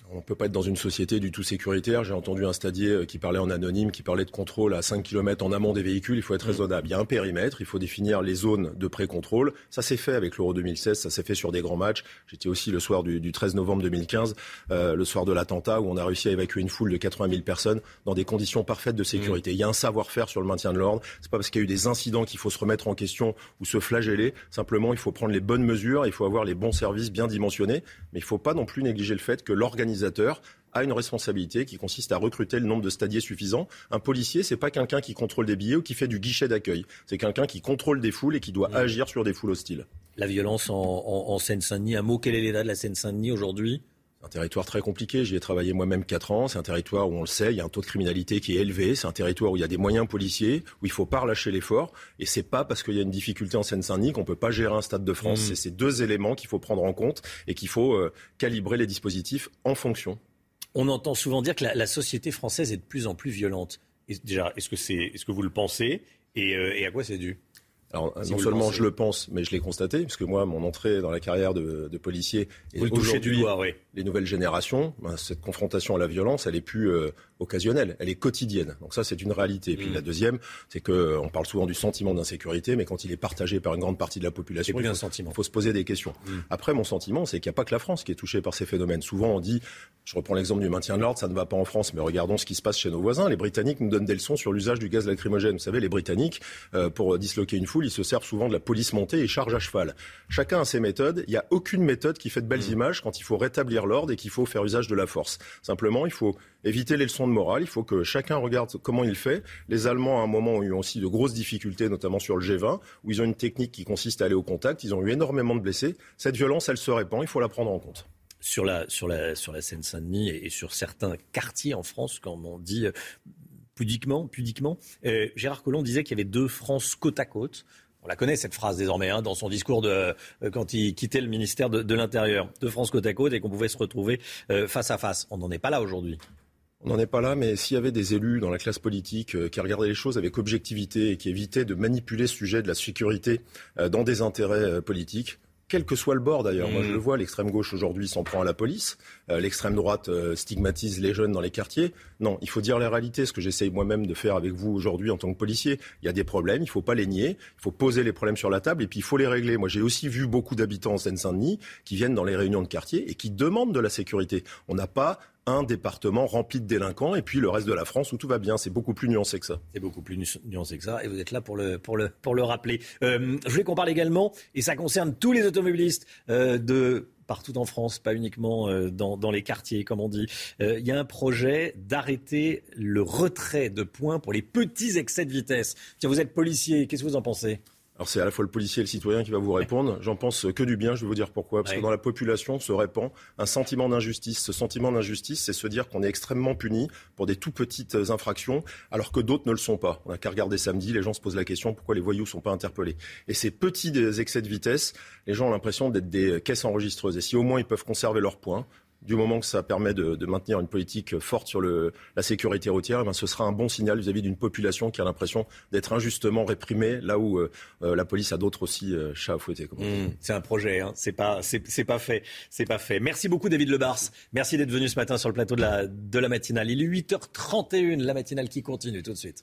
Speaker 11: On ne peut pas être dans une société du tout sécuritaire. J'ai entendu un stadier qui parlait en anonyme, qui parlait de contrôle à cinq kilomètres en amont des véhicules. Il faut être raisonnable. Il y a un périmètre, il faut définir les zones de pré-contrôle. Ça s'est fait avec l'Euro deux mille seize, ça s'est fait sur des grands matchs. J'étais aussi le soir du, du treize novembre deux mille quinze, euh, le soir de l'attentat, où on a réussi à évacuer une foule de quatre-vingt mille personnes dans des conditions parfaites de sécurité. Mmh. Il y a un savoir-faire sur le maintien de l'ordre. C'est pas parce qu'il y a eu des incidents qu'il faut se remettre en question ou se flageller. Simplement, il faut prendre les bonnes mesures, il faut avoir les bons services bien dimensionnés. Mais il ne faut pas non plus négliger le fait que l'organisateur a une responsabilité qui consiste à recruter le nombre de stadiers suffisant. Un policier, c'est pas quelqu'un qui contrôle des billets ou qui fait du guichet d'accueil. C'est quelqu'un qui contrôle des foules et qui doit mmh. agir sur des foules hostiles.
Speaker 4: La violence en, en, en Seine-Saint-Denis, un mot, quel est l'état de la Seine-Saint-Denis aujourd'hui ?
Speaker 11: C'est un territoire très compliqué, j'y ai travaillé moi-même quatre ans, c'est un territoire où on le sait, il y a un taux de criminalité qui est élevé, c'est un territoire où il y a des moyens policiers, où il ne faut pas relâcher l'effort, et c'est pas parce qu'il y a une difficulté en Seine-Saint-Denis qu'on ne peut pas gérer un Stade de France. Mmh. C'est ces deux éléments qu'il faut prendre en compte et qu'il faut euh, calibrer les dispositifs en fonction.
Speaker 4: On entend souvent dire que la, la société française est de plus en plus violente. Et déjà, est-ce que, c'est, est-ce que vous le pensez et, euh, et à quoi c'est dû ?
Speaker 11: Alors, si non seulement je le pense, mais je l'ai constaté, parce que moi, mon entrée dans la carrière de, de policier, et aujourd'hui, doigt, oui. les nouvelles générations, ben, cette confrontation à la violence, elle est plus euh, occasionnelle, elle est quotidienne. Donc ça, c'est une réalité. Et puis mmh. la deuxième, c'est que on parle souvent du sentiment d'insécurité, mais quand il est partagé par une grande partie de la population, il faut, il faut se poser des questions. Mmh. Après, mon sentiment, c'est qu'il n'y a pas que la France qui est touchée par ces phénomènes. Souvent, on dit, je reprends l'exemple du maintien de l'ordre, ça ne va pas en France, mais regardons ce qui se passe chez nos voisins. Les Britanniques nous donnent des leçons sur l'usage du gaz lacrymogène. Vous savez, les Britanniques, euh, pour disloquer une foule, ils se servent souvent de la police montée et charge à cheval. Chacun a ses méthodes. Il n'y a aucune méthode qui fait de belles mmh. images quand il faut rétablir l'ordre et qu'il faut faire usage de la force. Simplement, il faut éviter les leçons de morale. Il faut que chacun regarde comment il fait. Les Allemands, à un moment, ont eu aussi de grosses difficultés, notamment sur le G vingt, où ils ont une technique qui consiste à aller au contact. Ils ont eu énormément de blessés. Cette violence, elle se répand. Il faut la prendre en compte.
Speaker 4: Sur la, sur la, sur la Seine-Saint-Denis et sur certains quartiers en France, comme on dit pudiquement, pudiquement euh, Gérard Collomb disait qu'il y avait deux France côte à côte. On la connaît, cette phrase, désormais, hein, dans son discours de, euh, quand il quittait le ministère de, de l'Intérieur, de France côte à côte, et qu'on pouvait se retrouver euh, face à face. On n'en est pas là aujourd'hui.
Speaker 11: On n'en est pas là, mais s'il y avait des élus dans la classe politique euh, qui regardaient les choses avec objectivité et qui évitaient de manipuler ce sujet de la sécurité euh, dans des intérêts euh, politiques, quel que soit le bord d'ailleurs. Mmh. Moi je le vois, l'extrême gauche aujourd'hui s'en prend à la police, euh, l'extrême droite euh, stigmatise les jeunes dans les quartiers. Non, il faut dire la réalité, ce que j'essaye moi-même de faire avec vous aujourd'hui en tant que policier. Il y a des problèmes, il ne faut pas les nier, il faut poser les problèmes sur la table et puis il faut les régler. Moi j'ai aussi vu beaucoup d'habitants en Seine-Saint-Denis qui viennent dans les réunions de quartier et qui demandent de la sécurité. On n'a pas un département rempli de délinquants et puis le reste de la France où tout va bien. C'est beaucoup plus nuancé que ça.
Speaker 4: C'est beaucoup plus nu- nuancé que ça et vous êtes là pour le, pour le, pour le rappeler. Euh, je voulais qu'on parle également, et ça concerne tous les automobilistes euh, de partout en France, pas uniquement euh, dans, dans les quartiers, comme on dit. Euh, il y a un projet d'arrêter le retrait de points pour les petits excès de vitesse. Tiens, vous êtes policier, qu'est-ce que vous en pensez ?
Speaker 11: Alors c'est à la fois le policier et le citoyen qui va vous répondre. J'en pense que du bien, je vais vous dire pourquoi. Parce ouais. que dans la population se répand un sentiment d'injustice. Ce sentiment d'injustice, c'est se dire qu'on est extrêmement puni pour des tout petites infractions, alors que d'autres ne le sont pas. On n'a qu'à regarder samedi, les gens se posent la question pourquoi les voyous ne sont pas interpellés. Et ces petits excès de vitesse, les gens ont l'impression d'être des caisses enregistreuses. Et si au moins ils peuvent conserver leurs points, du moment que ça permet de, de maintenir une politique forte sur le, la sécurité routière, eh bien, ce sera un bon signal vis-à-vis d'une population qui a l'impression d'être injustement réprimée, là où euh, la police a d'autres aussi euh, chats à fouetter.
Speaker 4: Mmh, c'est un projet, hein. c'est pas, c'est, c'est pas fait, c'est pas fait. Merci beaucoup David Lebars. Merci d'être venu ce matin sur le plateau de la, de la matinale. Il est huit heures trente et une, la matinale qui continue tout de suite.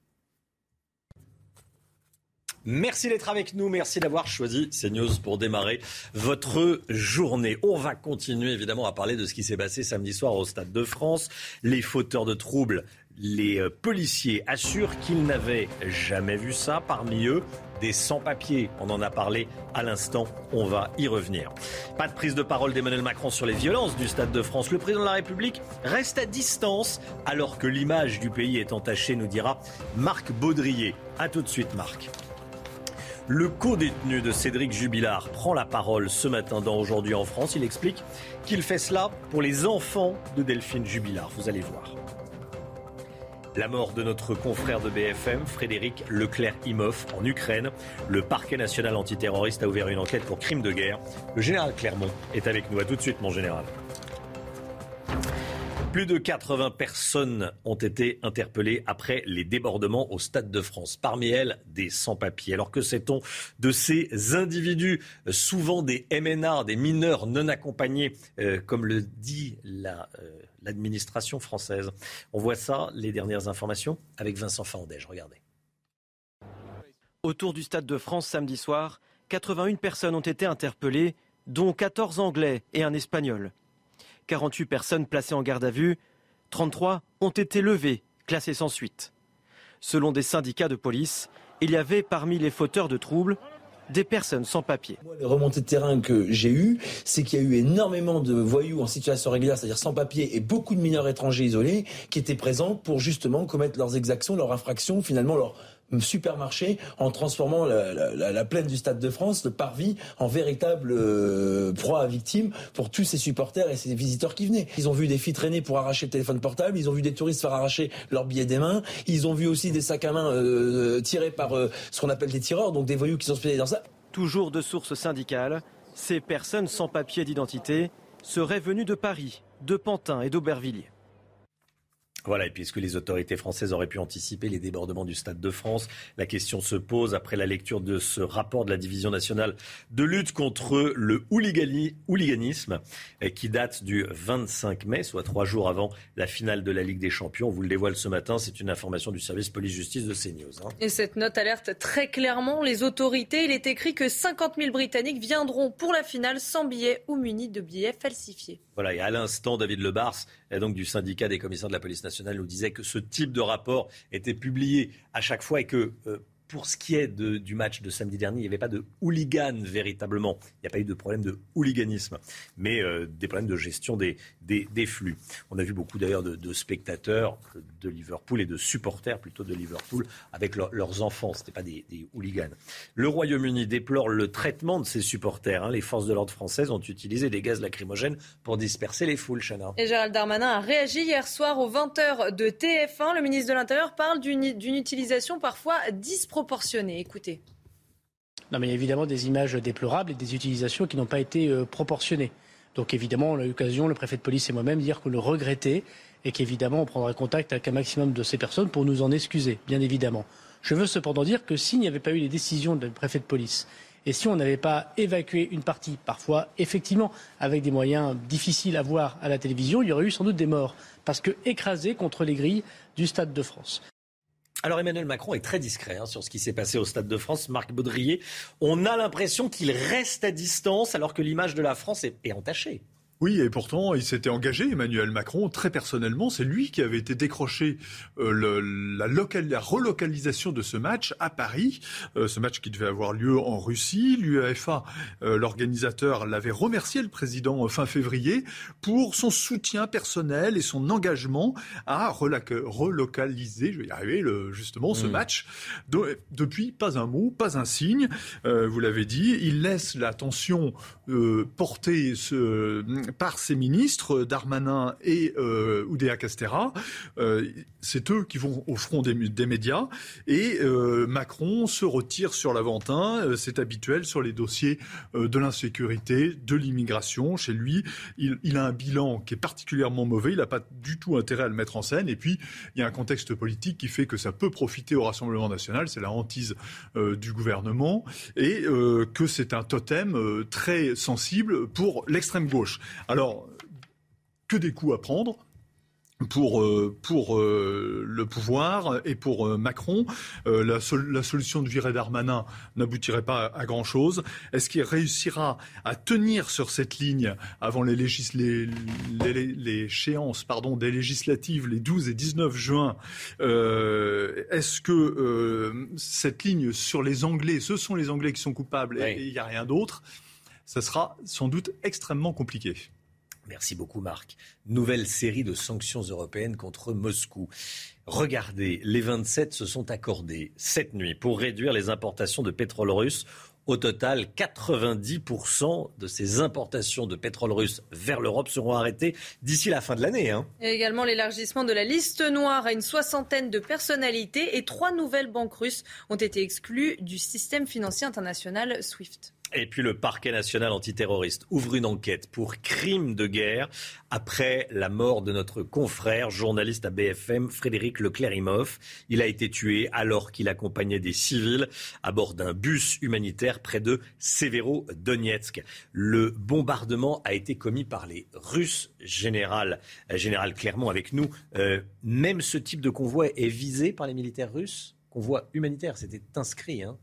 Speaker 4: Merci d'être avec nous, merci d'avoir choisi CNews pour démarrer votre journée. On va continuer évidemment à parler de ce qui s'est passé samedi soir au Stade de France. Les fauteurs de troubles, les policiers assurent qu'ils n'avaient jamais vu ça. Parmi eux, des sans-papiers. On en a parlé à l'instant, on va y revenir. Pas de prise de parole d'Emmanuel Macron sur les violences du Stade de France. Le président de la République reste à distance alors que l'image du pays est entachée, nous dira Marc Baudrier. A tout de suite Marc. Le co-détenu de Cédric Jubilard prend la parole ce matin dans Aujourd'hui en France. Il explique qu'il fait cela pour les enfants de Delphine Jubilard. Vous allez voir. La mort de notre confrère de B F M, Frédéric Leclerc-Imhoff, en Ukraine. Le parquet national antiterroriste a ouvert une enquête pour crime de guerre. Le général Clermont est avec nous. À tout de suite, mon général. Plus de quatre-vingts personnes ont été interpellées après les débordements au Stade de France. Parmi elles, des sans-papiers. Alors que sait-on de ces individus, souvent des M N A, des mineurs non accompagnés, euh, comme le dit la, euh, l'administration française? On voit ça, les dernières informations, avec Vincent Fandège. Regardez.
Speaker 9: Autour du Stade de France samedi soir, quatre-vingt-une personnes ont été interpellées, dont quatorze Anglais et un Espagnol. quarante-huit personnes placées en garde à vue, trente-trois ont été levées, classées sans suite. Selon des syndicats de police, il y avait parmi les fauteurs de troubles des personnes sans papier.
Speaker 17: Moi, les remontées de terrain que j'ai eues, c'est qu'il y a eu énormément de voyous en situation régulière, c'est-à-dire sans papier, et beaucoup de mineurs étrangers isolés qui étaient présents pour justement commettre leurs exactions, leurs infractions, finalement leur supermarché, en transformant la, la, la plaine du Stade de France, le parvis, en véritable euh, proie à victime pour tous ces supporters et ces visiteurs qui venaient. Ils ont vu des filles traîner pour arracher le téléphone portable, ils ont vu des touristes faire arracher leurs billets des mains, ils ont vu aussi des sacs à main euh, tirés par euh, ce qu'on appelle des tireurs, donc des voyous qui sont spécialisés dans ça.
Speaker 9: Toujours de sources syndicales, ces personnes sans papier d'identité seraient venues de Paris, de Pantin et d'Aubervilliers.
Speaker 4: Voilà, et puis est-ce que les autorités françaises auraient pu anticiper les débordements du Stade de France? La question se pose après la lecture de ce rapport de la Division nationale de lutte contre le hooliganisme qui date du vingt-cinq mai, soit trois jours avant la finale de la Ligue des Champions. On vous le dévoile ce matin, c'est une information du service police-justice de CNews. Hein.
Speaker 7: Et cette note alerte très clairement les autorités. Il est écrit que cinquante mille Britanniques viendront pour la finale sans billets ou munis de billets falsifiés.
Speaker 4: Voilà, et à l'instant, David Lebars, donc du syndicat des commissaires de la police nationale, nous disait que ce type de rapport était publié à chaque fois et que euh, pour ce qui est de, du match de samedi dernier, il n'y avait pas de hooligan véritablement. Il n'y a pas eu de problème de hooliganisme, mais euh, des problèmes de gestion des, des, des flux. On a vu beaucoup d'ailleurs de, de spectateurs de Liverpool et de supporters plutôt de Liverpool avec leur, leurs enfants. Ce n'étaient pas des, des hooligans. Le Royaume-Uni déplore le traitement de ses supporters. Hein. Les forces de l'ordre françaises ont utilisé des gaz lacrymogènes pour disperser les foules, Chana.
Speaker 7: Et Gérald Darmanin a réagi hier soir aux vingt heures de T F un. Le ministre de l'Intérieur parle d'une, d'une utilisation parfois disproportionnée. Proportionné. Écoutez.
Speaker 18: Non, mais il y a évidemment des images déplorables et des utilisations qui n'ont pas été euh, proportionnées. Donc évidemment, on a eu l'occasion, le préfet de police et moi-même, dire qu'on le regrettait et qu'évidemment, on prendra contact avec un maximum de ces personnes pour nous en excuser, bien évidemment. Je veux cependant dire que s'il n'y avait pas eu les décisions du préfet de police et si on n'avait pas évacué une partie, parfois effectivement avec des moyens difficiles à voir à la télévision, il y aurait eu sans doute des morts parce que écrasés contre les grilles du Stade de France.
Speaker 4: Alors Emmanuel Macron est très discret hein, sur ce qui s'est passé au Stade de France. Marc Baudrier, on a l'impression qu'il reste à distance alors que l'image de la France est, est entachée.
Speaker 1: Oui, et pourtant, il s'était engagé, Emmanuel Macron, très personnellement. C'est lui qui avait été décroché euh, le, la, local, la relocalisation de ce match à Paris. Euh, ce match qui devait avoir lieu en Russie. L'UEFA, euh, l'organisateur, l'avait remercié, le président, euh, fin février, pour son soutien personnel et son engagement à relac- relocaliser, je vais y arriver, le, justement, ce mmh. match. De, depuis, pas un mot, pas un signe. Euh, vous l'avez dit, il laisse l'attention euh, porter ce... par ses ministres, Darmanin et euh, Oudéa Castéra. Euh, c'est eux qui vont au front des, des médias. Et euh, Macron se retire sur l'Aventin. Euh, c'est habituel sur les dossiers euh, de l'insécurité, de l'immigration. Chez lui, il, il a un bilan qui est particulièrement mauvais. Il n'a pas du tout intérêt à le mettre en scène. Et puis, il y a un contexte politique qui fait que ça peut profiter au Rassemblement national. C'est la hantise euh, du gouvernement. Et euh, que c'est un totem euh, très sensible pour l'extrême gauche. Alors, que des coups à prendre pour, euh, pour euh, le pouvoir et pour euh, Macron. Euh, la, sol- la solution de virer Darmanin n'aboutirait pas à, à grand-chose. Est-ce qu'il réussira à tenir sur cette ligne avant les, légis- les, les, les échéances pardon, des législatives les douze et dix-neuf juin? euh, Est-ce que euh, cette ligne sur les Anglais, ce sont les Anglais qui sont coupables oui. et il n'y a rien d'autre? Ça sera sans doute extrêmement compliqué.
Speaker 4: Merci beaucoup Marc. Nouvelle série de sanctions européennes contre Moscou. Regardez, les vingt-sept se sont accordés cette nuit pour réduire les importations de pétrole russe. Au total, quatre-vingt-dix pour cent de ces importations de pétrole russe vers l'Europe seront arrêtées d'ici la fin de l'année. Hein.
Speaker 7: Et également l'élargissement de la liste noire à une soixantaine de personnalités et trois nouvelles banques russes ont été exclues du système financier international SWIFT.
Speaker 4: Et puis le parquet national antiterroriste ouvre une enquête pour crime de guerre après la mort de notre confrère, journaliste à B F M, Frédéric Leclerimoff. Il a été tué alors qu'il accompagnait des civils à bord d'un bus humanitaire près de Severodonetsk. Le bombardement a été commis par les Russes. Général, Général Clermont avec nous. Euh, même ce type de convoi est visé par les militaires russes. Convoi humanitaire, c'était inscrit, hein.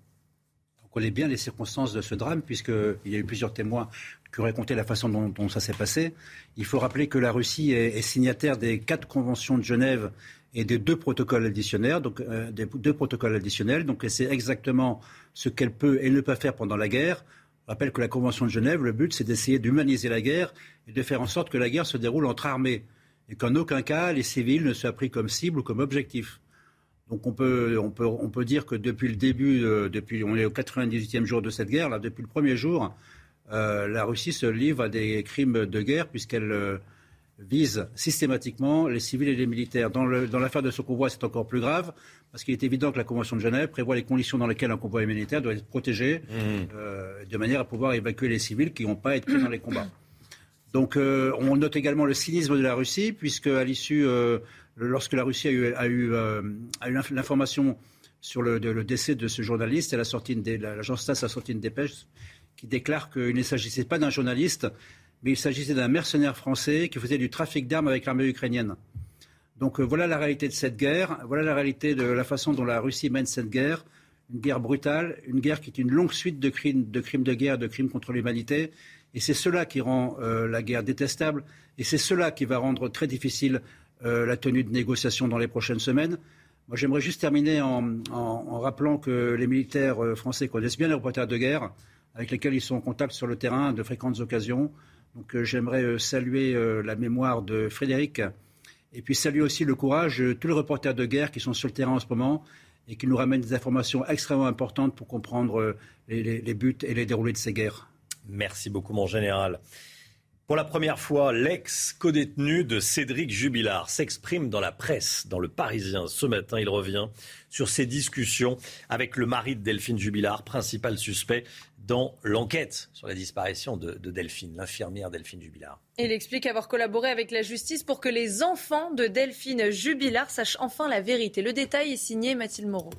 Speaker 15: On connaît bien les circonstances de ce drame, puisqu'il y a eu plusieurs témoins qui ont raconté la façon dont, dont ça s'est passé. Il faut rappeler que la Russie est, est signataire des quatre conventions de Genève et des deux protocoles additionnels, donc euh, des deux protocoles additionnels. Donc, c'est exactement ce qu'elle peut et ne peut pas faire pendant la guerre. Je rappelle que la convention de Genève, le but, c'est d'essayer d'humaniser la guerre et de faire en sorte que la guerre se déroule entre armées et qu'en aucun cas les civils ne soient pris comme cible ou comme objectif. Donc on peut, on peut, on peut dire que depuis le début, euh, depuis, on est au quatre-vingt-dix-huitième jour de cette guerre, là, depuis le premier jour, euh, la Russie se livre à des crimes de guerre puisqu'elle euh, vise systématiquement les civils et les militaires. Dans, le, dans l'affaire de ce convoi, c'est encore plus grave parce qu'il est évident que la Convention de Genève prévoit les conditions dans lesquelles un convoi militaire doit être protégé mmh. euh, de manière à pouvoir évacuer les civils qui n'ont pas été pris dans les combats. Donc euh, on note également le cynisme de la Russie puisque à l'issue... Euh, Lorsque la Russie a eu, a eu, euh, a eu l'information sur le, de, le décès de ce journaliste, elle a sorti une dé, l'agence TASS a sorti une dépêche qui déclare qu'il ne s'agissait pas d'un journaliste, mais il s'agissait d'un mercenaire français qui faisait du trafic d'armes avec l'armée ukrainienne. Donc euh, voilà la réalité de cette guerre, voilà la réalité de la façon dont la Russie mène cette guerre, une guerre brutale, une guerre qui est une longue suite de crimes de, crimes de guerre, de crimes contre l'humanité, et c'est cela qui rend euh, la guerre détestable, et c'est cela qui va rendre très difficile Euh, la tenue de négociations dans les prochaines semaines. Moi, j'aimerais juste terminer en, en, en rappelant que les militaires euh, français connaissent bien les reporters de guerre, avec lesquels ils sont en contact sur le terrain à de fréquentes occasions. Donc, euh, j'aimerais euh, saluer euh, la mémoire de Frédéric et puis saluer aussi le courage de tous les reporters de guerre qui sont sur le terrain en ce moment et qui nous ramènent des informations extrêmement importantes pour comprendre euh, les, les, les buts et les déroulés de ces guerres.
Speaker 4: Merci beaucoup, mon général. Pour la première fois, l'ex-codétenu de Cédric Jubilard s'exprime dans la presse, dans Le Parisien. Ce matin, il revient sur ses discussions avec le mari de Delphine Jubilard, principal suspect dans l'enquête sur la disparition de, de Delphine, l'infirmière Delphine Jubilard.
Speaker 7: Il explique avoir collaboré avec la justice pour que les enfants de Delphine Jubilard sachent enfin la vérité. Le détail est signé Mathilde Moreau.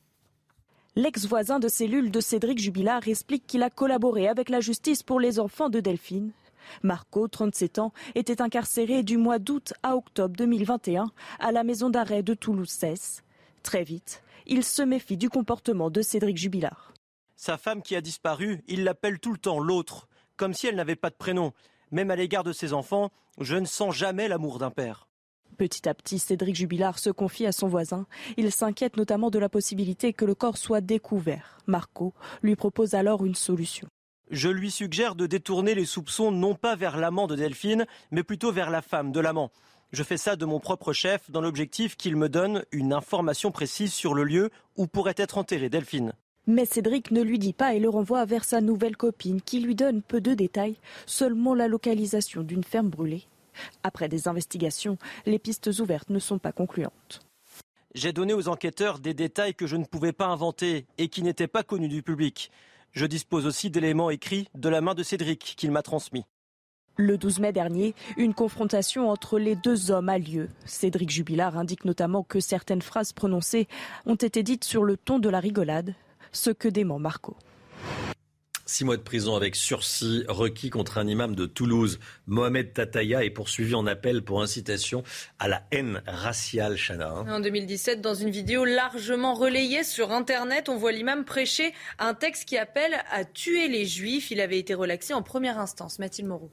Speaker 20: L'ex-voisin de cellule de Cédric Jubilard explique qu'il a collaboré avec la justice pour les enfants de Delphine. Marco, trente-sept ans, était incarcéré du mois d'août à octobre deux mille vingt et un à la maison d'arrêt de Toulouse-Cesse. Très vite, il se méfie du comportement de Cédric Jubilard.
Speaker 9: Sa femme qui a disparu, il l'appelle tout le temps l'autre, comme si elle n'avait pas de prénom. Même à l'égard de ses enfants, je ne sens jamais l'amour d'un père.
Speaker 20: Petit à petit, Cédric Jubilard se confie à son voisin. Il s'inquiète notamment de la possibilité que le corps soit découvert. Marco lui propose alors une solution.
Speaker 9: Je lui suggère de détourner les soupçons non pas vers l'amant de Delphine, mais plutôt vers la femme de l'amant. Je fais ça de mon propre chef dans l'objectif qu'il me donne une information précise sur le lieu où pourrait être enterrée Delphine.
Speaker 20: Mais Cédric ne lui dit pas et le renvoie vers sa nouvelle copine qui lui donne peu de détails, seulement la localisation d'une ferme brûlée. Après des investigations, les pistes ouvertes ne sont pas concluantes.
Speaker 9: J'ai donné aux enquêteurs des détails que je ne pouvais pas inventer et qui n'étaient pas connus du public. Je dispose aussi d'éléments écrits de la main de Cédric qu'il m'a transmis.
Speaker 20: Le douze mai dernier, une confrontation entre les deux hommes a lieu. Cédric Jubilard indique notamment que certaines phrases prononcées ont été dites sur le ton de la rigolade, ce que dément Marco.
Speaker 4: Six mois de prison avec sursis requis contre un imam de Toulouse. Mohamed Tataya est poursuivi en appel pour incitation à la haine raciale, Chana.
Speaker 7: En deux mille dix-sept, dans une vidéo largement relayée sur Internet, on voit l'imam prêcher un texte qui appelle à tuer les juifs. Il avait été relaxé en première instance. Mathilde Moreau.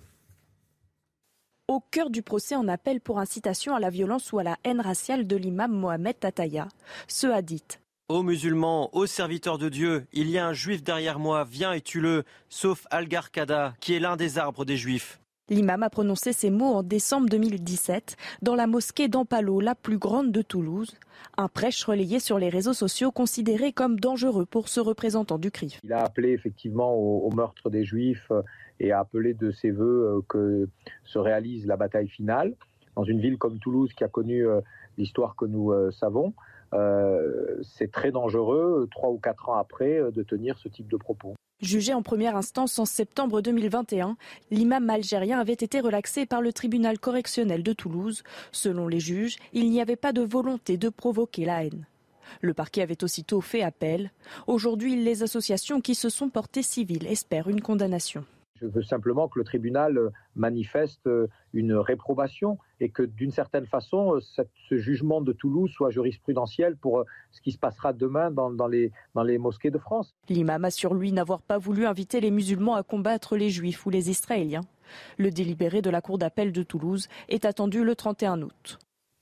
Speaker 20: Au cœur du procès en appel pour incitation à la violence ou à la haine raciale de l'imam Mohamed Tataya, ce hadith.
Speaker 9: Ô musulmans, ô serviteurs de Dieu, il y a un juif derrière moi, viens et tue-le, sauf Al-Garkada, qui est l'un des arbres des juifs.
Speaker 20: L'imam a prononcé ces mots en décembre deux mille dix-sept dans la mosquée d'Ampalo, la plus grande de Toulouse. Un prêche relayé sur les réseaux sociaux considéré comme dangereux pour ce représentant du C R I F.
Speaker 10: Il a appelé effectivement au, au meurtre des Juifs et a appelé de ses voeux que se réalise la bataille finale dans une ville comme Toulouse qui a connu l'histoire que nous savons. Euh, c'est très dangereux, trois ou quatre ans après, de tenir ce type de propos.
Speaker 20: Jugé en première instance en septembre deux mille vingt et un, l'imam algérien avait été relaxé par le tribunal correctionnel de Toulouse. Selon les juges, il n'y avait pas de volonté de provoquer la haine. Le parquet avait aussitôt fait appel. Aujourd'hui, les associations qui se sont portées civiles espèrent une condamnation.
Speaker 10: Je veux simplement que le tribunal manifeste une réprobation et que d'une certaine façon, ce jugement de Toulouse soit jurisprudentiel pour ce qui se passera demain dans, dans, les, dans les mosquées de France.
Speaker 20: L'imam assure lui n'avoir pas voulu inviter les musulmans à combattre les juifs ou les israéliens. Le délibéré de la cour d'appel de Toulouse est attendu le trente et un août.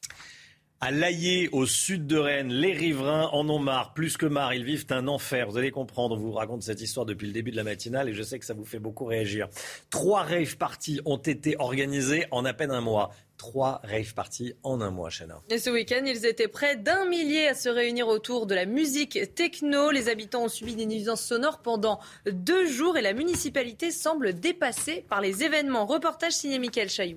Speaker 4: À l'Aillé, au sud de Rennes, les riverains en ont marre, plus que marre, ils vivent un enfer. Vous allez comprendre, on vous raconte cette histoire depuis le début de la matinale et je sais que ça vous fait beaucoup réagir. Trois rave parties ont été organisées en à peine un mois. Trois rave parties en un mois, Chana.
Speaker 7: Et ce week-end, ils étaient près d'un millier à se réunir autour de la musique techno. Les habitants ont subi des nuisances sonores pendant deux jours et la municipalité semble dépassée par les événements. Reportage signé Mickaël Chailloux.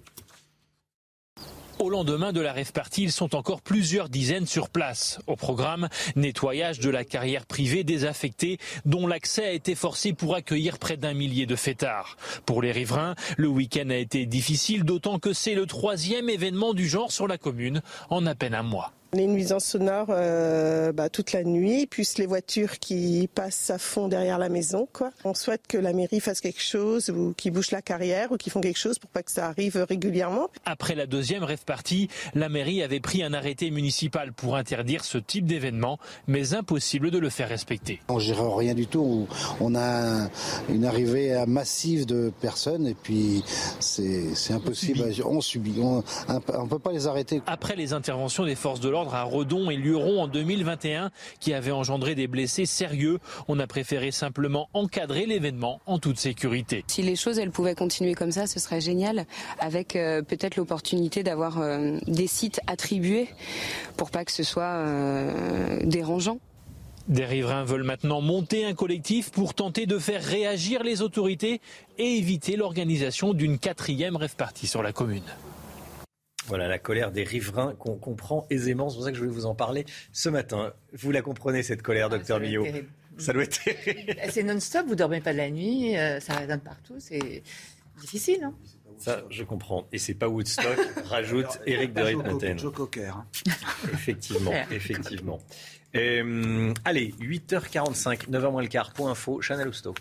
Speaker 19: Au lendemain de la rave party, ils sont encore plusieurs dizaines sur place. Au programme, nettoyage de la carrière privée désaffectée dont l'accès a été forcé pour accueillir près d'un millier de fêtards. Pour les riverains, le week-end a été difficile, d'autant que c'est le troisième événement du genre sur la commune en à peine un mois.
Speaker 21: Les nuisances sonores euh, bah, toute la nuit, plus les voitures qui passent à fond derrière la maison, quoi. On souhaite que la mairie fasse quelque chose ou qu'ils bouchent la carrière ou qu'ils font quelque chose pour pas que ça arrive régulièrement.
Speaker 19: Après la deuxième rave party, la mairie avait pris un arrêté municipal pour interdire ce type d'événement, mais impossible de le faire respecter.
Speaker 22: On ne gère rien du tout. On a une arrivée massive de personnes et puis c'est, c'est impossible. On subit. On ne peut pas les arrêter.
Speaker 19: Après les interventions des forces de l'ordre à Redon et Luron en deux mille vingt et un qui avait engendré des blessés sérieux. On a préféré simplement encadrer l'événement en toute sécurité.
Speaker 23: Si les choses elles pouvaient continuer comme ça, ce serait génial, avec euh, peut-être l'opportunité d'avoir euh, des sites attribués pour pas que ce soit euh, dérangeant.
Speaker 19: Des riverains veulent maintenant monter un collectif pour tenter de faire réagir les autorités et éviter l'organisation d'une quatrième rave party sur la commune.
Speaker 4: Voilà la colère des riverains qu'on comprend aisément. C'est pour ça que je voulais vous en parler ce matin. Vous la comprenez, cette colère, ah, docteur Millot? Ça doit être terrible.
Speaker 24: C'est non-stop, vous ne dormez pas de la nuit, euh, ça résonne partout, c'est difficile. Hein.
Speaker 4: Ça, je comprends. Et c'est pas Woodstock, rajoute Éric de Ritmaten.
Speaker 3: Joe Cocker. Hein.
Speaker 4: Effectivement, effectivement. Euh, allez, huit heures quarante-cinq, neuf heures moins le quart, point info, Chanel Housteau.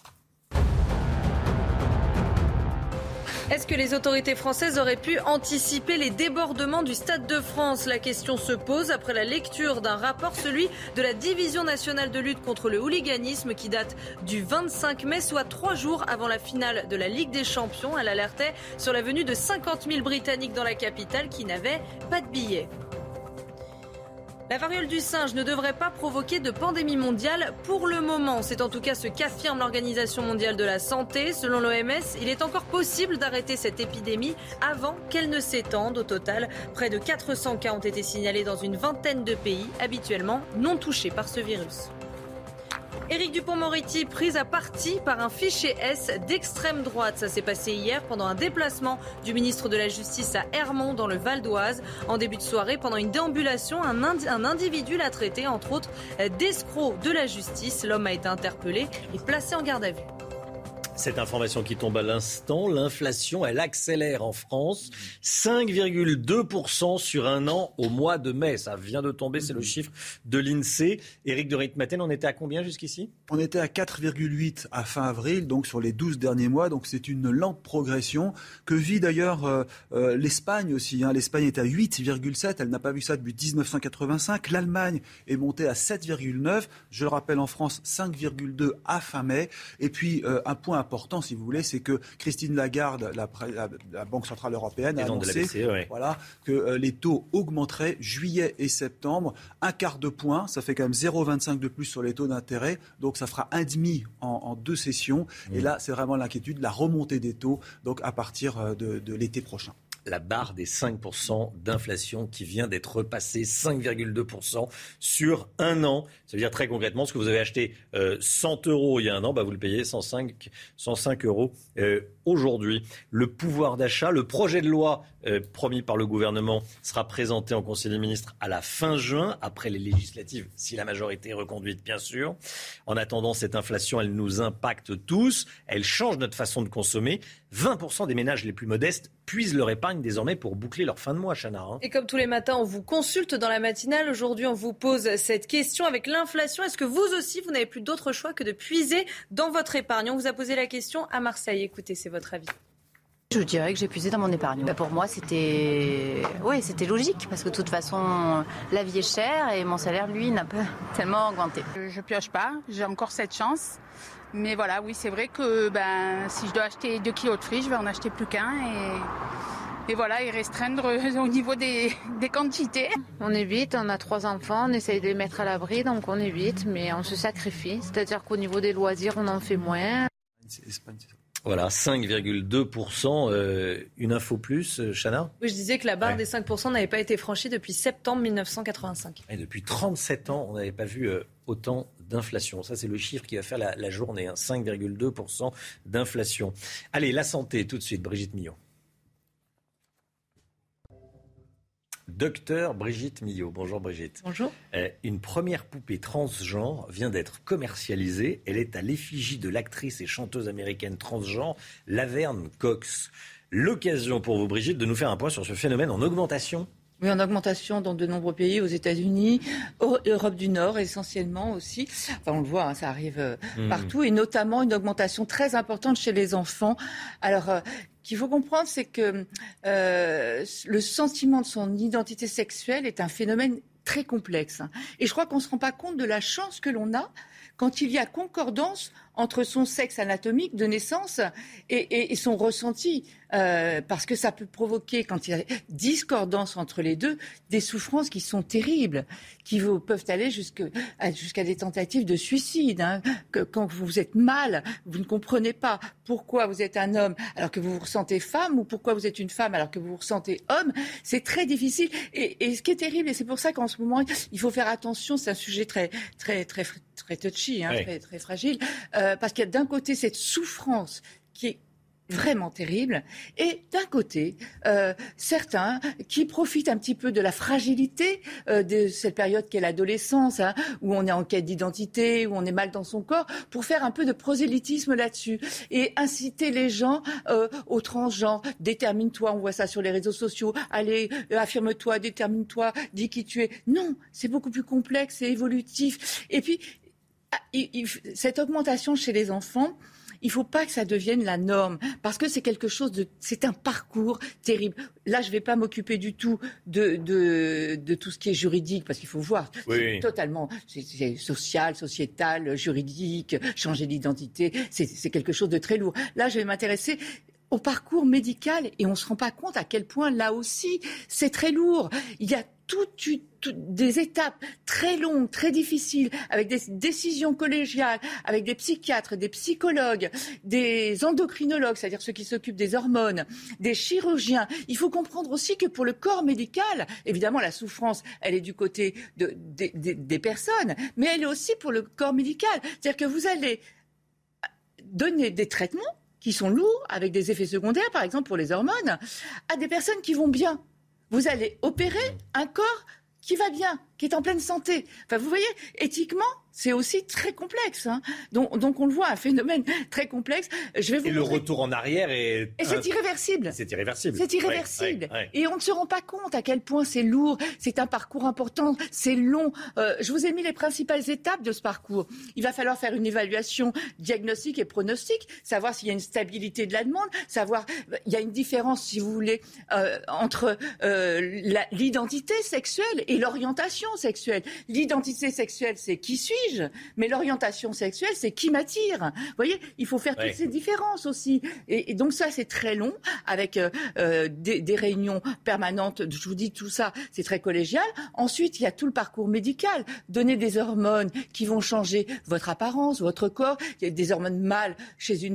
Speaker 7: Est-ce que les autorités françaises auraient pu anticiper les débordements du Stade de France? La question se pose après la lecture d'un rapport, celui de la Division nationale de lutte contre le hooliganisme qui date du vingt-cinq mai, soit trois jours avant la finale de la Ligue des Champions. Elle alertait sur la venue de cinquante mille Britanniques dans la capitale qui n'avaient pas de billets. La variole du singe ne devrait pas provoquer de pandémie mondiale pour le moment. C'est en tout cas ce qu'affirme l'Organisation mondiale de la santé. Selon l'O M S, il est encore possible d'arrêter cette épidémie avant qu'elle ne s'étende. Au total, près de quatre cents cas ont été signalés dans une vingtaine de pays, habituellement non touchés par ce virus. Éric Dupond-Moretti pris à partie par un fichier S d'extrême droite. Ça s'est passé hier pendant un déplacement du ministre de la Justice à Hermont dans le Val d'Oise. En début de soirée, pendant une déambulation, un, indi- un individu l'a traité entre autres d'escroc de la justice. L'homme a été interpellé et placé en garde à vue.
Speaker 4: Cette information qui tombe à l'instant, l'inflation, elle accélère en France. cinq virgule deux pour cent sur un an au mois de mai. Ça vient de tomber, c'est le chiffre de l'INSEE. Éric de Ritmaten, on était à combien jusqu'ici?
Speaker 3: On était à quatre virgule huit à fin avril, donc sur les douze derniers mois. Donc c'est une lente progression que vit d'ailleurs euh, euh, l'Espagne aussi. Hein. L'Espagne est à huit virgule sept, elle n'a pas vu ça depuis dix-neuf cent quatre-vingt-cinq. L'Allemagne est montée à sept virgule neuf. Je le rappelle, en France, cinq virgule deux à fin mai. Et puis euh, un point important, si vous voulez, c'est que Christine Lagarde, la, la, la Banque Centrale Européenne, a annoncé B C E, ouais. voilà, que euh, les taux augmenteraient juillet et septembre. Un quart de point, ça fait quand même zéro virgule vingt-cinq de plus sur les taux d'intérêt. Donc ça fera un demi en, en deux sessions. Mmh. Et là, c'est vraiment l'inquiétude, la remontée des taux, donc à partir de, de l'été prochain.
Speaker 4: la barre des cinq pour cent d'inflation qui vient d'être repassée, cinq virgule deux pour cent sur un an. Ça veut dire très concrètement, ce que vous avez acheté euh, cent euros il y a un an, bah vous le payez cent cinq, cent cinq euros euh, aujourd'hui. Le pouvoir d'achat, le projet de loi euh, promis par le gouvernement sera présenté en Conseil des ministres à la fin juin, après les législatives, si la majorité est reconduite, bien sûr. En attendant, cette inflation, elle nous impacte tous, elle change notre façon de consommer. vingt pour cent des ménages les plus modestes puisent leur épargne désormais pour boucler leur fin de mois, Chana. Hein.
Speaker 7: Et comme tous les matins, on vous consulte dans la matinale. Aujourd'hui, on vous pose cette question avec l'inflation. Est-ce que vous aussi, vous n'avez plus d'autre choix que de puiser dans votre épargne ? On vous a posé la question à Marseille. Écoutez, c'est votre avis.
Speaker 6: Je dirais que j'ai puisé dans mon épargne. Bah pour moi, c'était, ouais, c'était logique parce que de toute façon, la vie est chère et mon salaire, lui, n'a pas tellement augmenté.
Speaker 8: Je pioche pas, j'ai encore cette chance. Mais voilà, oui, c'est vrai que ben, si je dois acheter deux kilos de fruits, je vais en acheter plus qu'un et, et voilà, et restreindre au niveau des, des quantités.
Speaker 24: On évite, on a trois enfants, on essaye de les mettre à l'abri, donc on évite, mais on se sacrifie. C'est-à-dire qu'au niveau des loisirs, on en fait moins.
Speaker 4: Voilà, cinq virgule deux pour cent, euh, une info plus, euh, Chana ?
Speaker 7: Oui, je disais que la barre
Speaker 4: ouais.
Speaker 7: des cinq pour cent n'avait pas été franchie depuis septembre mille neuf cent quatre-vingt-cinq.
Speaker 4: Et depuis trente-sept ans, on n'avait pas vu euh, autant d'inflation. Ça, c'est le chiffre qui va faire la, la journée, hein, cinq virgule deux pour cent d'inflation. Allez, la santé, tout de suite, Brigitte Millot. Docteur Brigitte Millot. Bonjour Brigitte.
Speaker 7: Bonjour.
Speaker 4: Euh, une première poupée transgenre vient d'être commercialisée. Elle est à l'effigie de l'actrice et chanteuse américaine transgenre Laverne Cox. L'occasion pour vous, Brigitte, de nous faire un point sur ce phénomène en augmentation.
Speaker 24: Oui, en augmentation dans de nombreux pays, aux États-Unis, en Europe du Nord essentiellement aussi. Enfin, on le voit, hein, ça arrive euh, mmh. partout, et notamment une augmentation très importante chez les enfants. Alors, euh, qu'il faut comprendre, c'est que euh, le sentiment de son identité sexuelle est un phénomène très complexe. Hein. Et je crois qu'on ne se rend pas compte de la chance que l'on a quand il y a concordance entre son sexe anatomique de naissance et, et, et son ressenti. Euh, parce que ça peut provoquer, quand il y a discordance entre les deux, des souffrances qui sont terribles, qui vous, peuvent aller jusque, jusqu'à des tentatives de suicide. Hein. Que, quand vous êtes mal, vous ne comprenez pas pourquoi vous êtes un homme alors que vous vous ressentez femme, ou pourquoi vous êtes une femme alors que vous vous ressentez homme. C'est très difficile. Et, et ce qui est terrible, et c'est pour ça qu'en ce moment, il faut faire attention, c'est un sujet très, très, très, très touchy, hein, oui. très, très fragile, euh, parce qu'il y a d'un côté cette souffrance qui est vraiment terrible, et d'un côté, euh, certains qui profitent un petit peu de la fragilité euh, de cette période qu'est l'adolescence, hein, où on est en quête d'identité, où on est mal dans son corps, pour faire un peu de prosélytisme là-dessus, et inciter les gens euh, au transgenre. Détermine-toi, on voit ça sur les réseaux sociaux, allez, euh, affirme-toi, détermine-toi, dis qui tu es. Non, c'est beaucoup plus complexe et évolutif. Et puis, il, il, cette augmentation chez les enfants, il ne faut pas que ça devienne la norme, parce que c'est quelque chose de, c'est un parcours terrible. Là, je ne vais pas m'occuper du tout de, de, de tout ce qui est juridique, parce qu'il faut voir, oui. c'est totalement, c'est, c'est social, sociétal, juridique, changer d'identité, c'est, c'est quelque chose de très lourd. Là, je vais m'intéresser au parcours médical, et on ne se rend pas compte à quel point, là aussi, c'est très lourd. Il y a toutes tout, des étapes très longues, très difficiles, avec des décisions collégiales, avec des psychiatres, des psychologues, des endocrinologues, c'est-à-dire ceux qui s'occupent des hormones, des chirurgiens. Il faut comprendre aussi que pour le corps médical, évidemment, la souffrance, elle est du côté de, de, de, des personnes, mais elle est aussi pour le corps médical. C'est-à-dire que vous allez donner des traitements qui sont lourds, avec des effets secondaires, par exemple pour les hormones, à des personnes qui vont bien. Vous allez opérer un corps qui va bien, qui est en pleine santé. Enfin, vous voyez, éthiquement, c'est aussi très complexe. Hein. Donc, donc, on le voit, un phénomène très complexe. Je vais vous
Speaker 4: Et le
Speaker 6: montrer...
Speaker 4: retour en arrière est...
Speaker 6: Et c'est irréversible.
Speaker 4: C'est irréversible.
Speaker 6: C'est irréversible.
Speaker 4: Ouais, ouais, ouais.
Speaker 6: Et on ne se rend pas compte à quel point c'est lourd, c'est un parcours important, c'est long. Euh, je vous ai mis les principales étapes de ce parcours. Il va falloir faire une évaluation diagnostique et pronostic, savoir s'il y a une stabilité de la demande, savoir... Il y a une différence, si vous voulez, euh, entre euh, la, l'identité sexuelle et l'orientation sexuelle. L'identité sexuelle, c'est qui suis-je ? Mais l'orientation sexuelle, c'est qui m'attire. Vous voyez, il faut faire ouais. toutes ces différences aussi. Et, et donc ça, c'est très long, avec euh, des, des réunions permanentes. Je vous dis tout ça, c'est très collégial. Ensuite, il y a tout le parcours médical. Donner des hormones qui vont changer votre apparence, votre corps. Il y a des hormones mâles chez une femme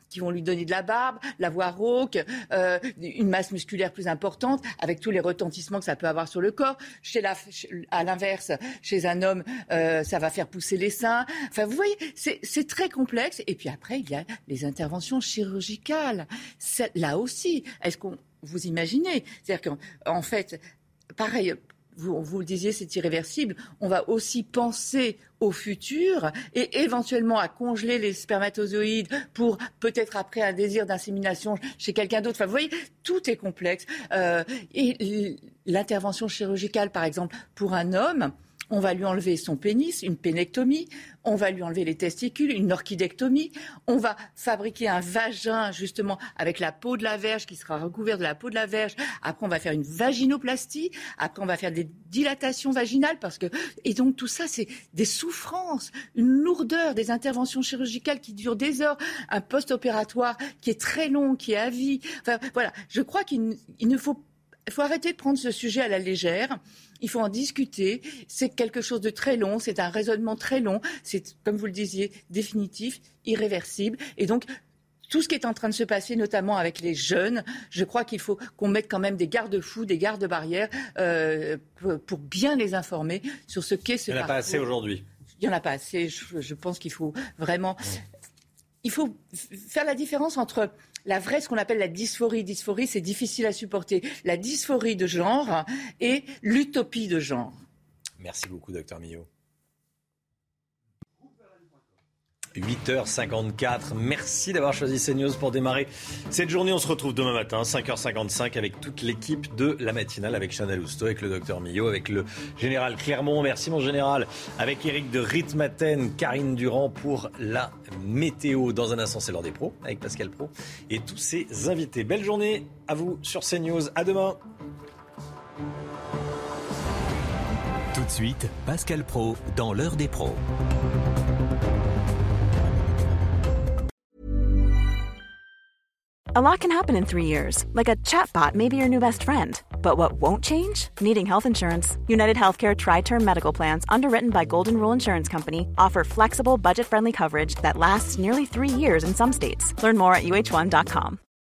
Speaker 6: qui vont lui donner de la barbe, la voix rauque, euh, une masse musculaire plus importante, avec tous les retentissements que ça peut avoir sur le corps. Chez la, à l'inverse, chez un homme, euh, ça va faire pousser les seins. Enfin, vous voyez, c'est, c'est très complexe. Et puis après, il y a les interventions chirurgicales. C'est, là aussi, est-ce qu'on vous imaginez ? C'est-à-dire qu'en en fait, pareil. Vous, vous le disiez, c'est irréversible. On va aussi penser au futur et éventuellement à congeler les spermatozoïdes pour peut-être après un désir d'insémination chez quelqu'un d'autre. Enfin, vous voyez, tout est complexe. Euh, et l'intervention chirurgicale, par exemple, pour un homme, on va lui enlever son pénis, une pénectomie, on va lui enlever les testicules, une orchidectomie, on va fabriquer un vagin justement avec la peau de la verge qui sera recouverte de la peau de la verge. Après, on va faire une vaginoplastie, après on va faire des dilatations vaginales parce que et donc tout ça c'est des souffrances, une lourdeur, des interventions chirurgicales qui durent des heures, un post-opératoire qui est très long, qui est à vie. Enfin voilà, je crois qu'il il ne faut Il faut arrêter de prendre ce sujet à la légère. Il faut en discuter. C'est quelque chose de très long. C'est un raisonnement très long. C'est, comme vous le disiez, définitif, irréversible. Et donc, tout ce qui est en train de se passer, notamment avec les jeunes, je crois qu'il faut qu'on mette quand même des garde-fous, des garde-barrières euh, pour bien les informer sur ce qu'est ce parcours.
Speaker 4: Il n'y en a pas assez aujourd'hui.
Speaker 6: Il n'y en a pas assez. Je, je pense qu'il faut vraiment... Il faut faire la différence entre... La vraie, ce qu'on appelle la dysphorie. Dysphorie, c'est difficile à supporter. La dysphorie de genre et l'utopie de genre.
Speaker 4: Merci beaucoup, docteur Millot. huit heures cinquante-quatre. Merci d'avoir choisi CNews pour démarrer cette journée. On se retrouve demain matin, cinq heures cinquante-cinq, avec toute l'équipe de la matinale, avec Chanel Housteau, avec le docteur Millot, avec le général Clermont. Merci mon général. Avec Eric de Ritmaten, Karine Durand pour la météo. Dans un instant, c'est l'heure des pros, avec Pascal Pro et tous ses invités. Belle journée à vous sur CNews. À demain.
Speaker 5: Tout de suite, Pascal Pro dans l'heure des pros.
Speaker 12: A lot can happen in three years, like a chatbot may be your new best friend. But what won't change? Needing health insurance. United Healthcare Tri-Term Medical Plans, underwritten by Golden Rule Insurance Company, offer flexible, budget-friendly coverage that lasts nearly three years in some states. Learn more at U H one dot com.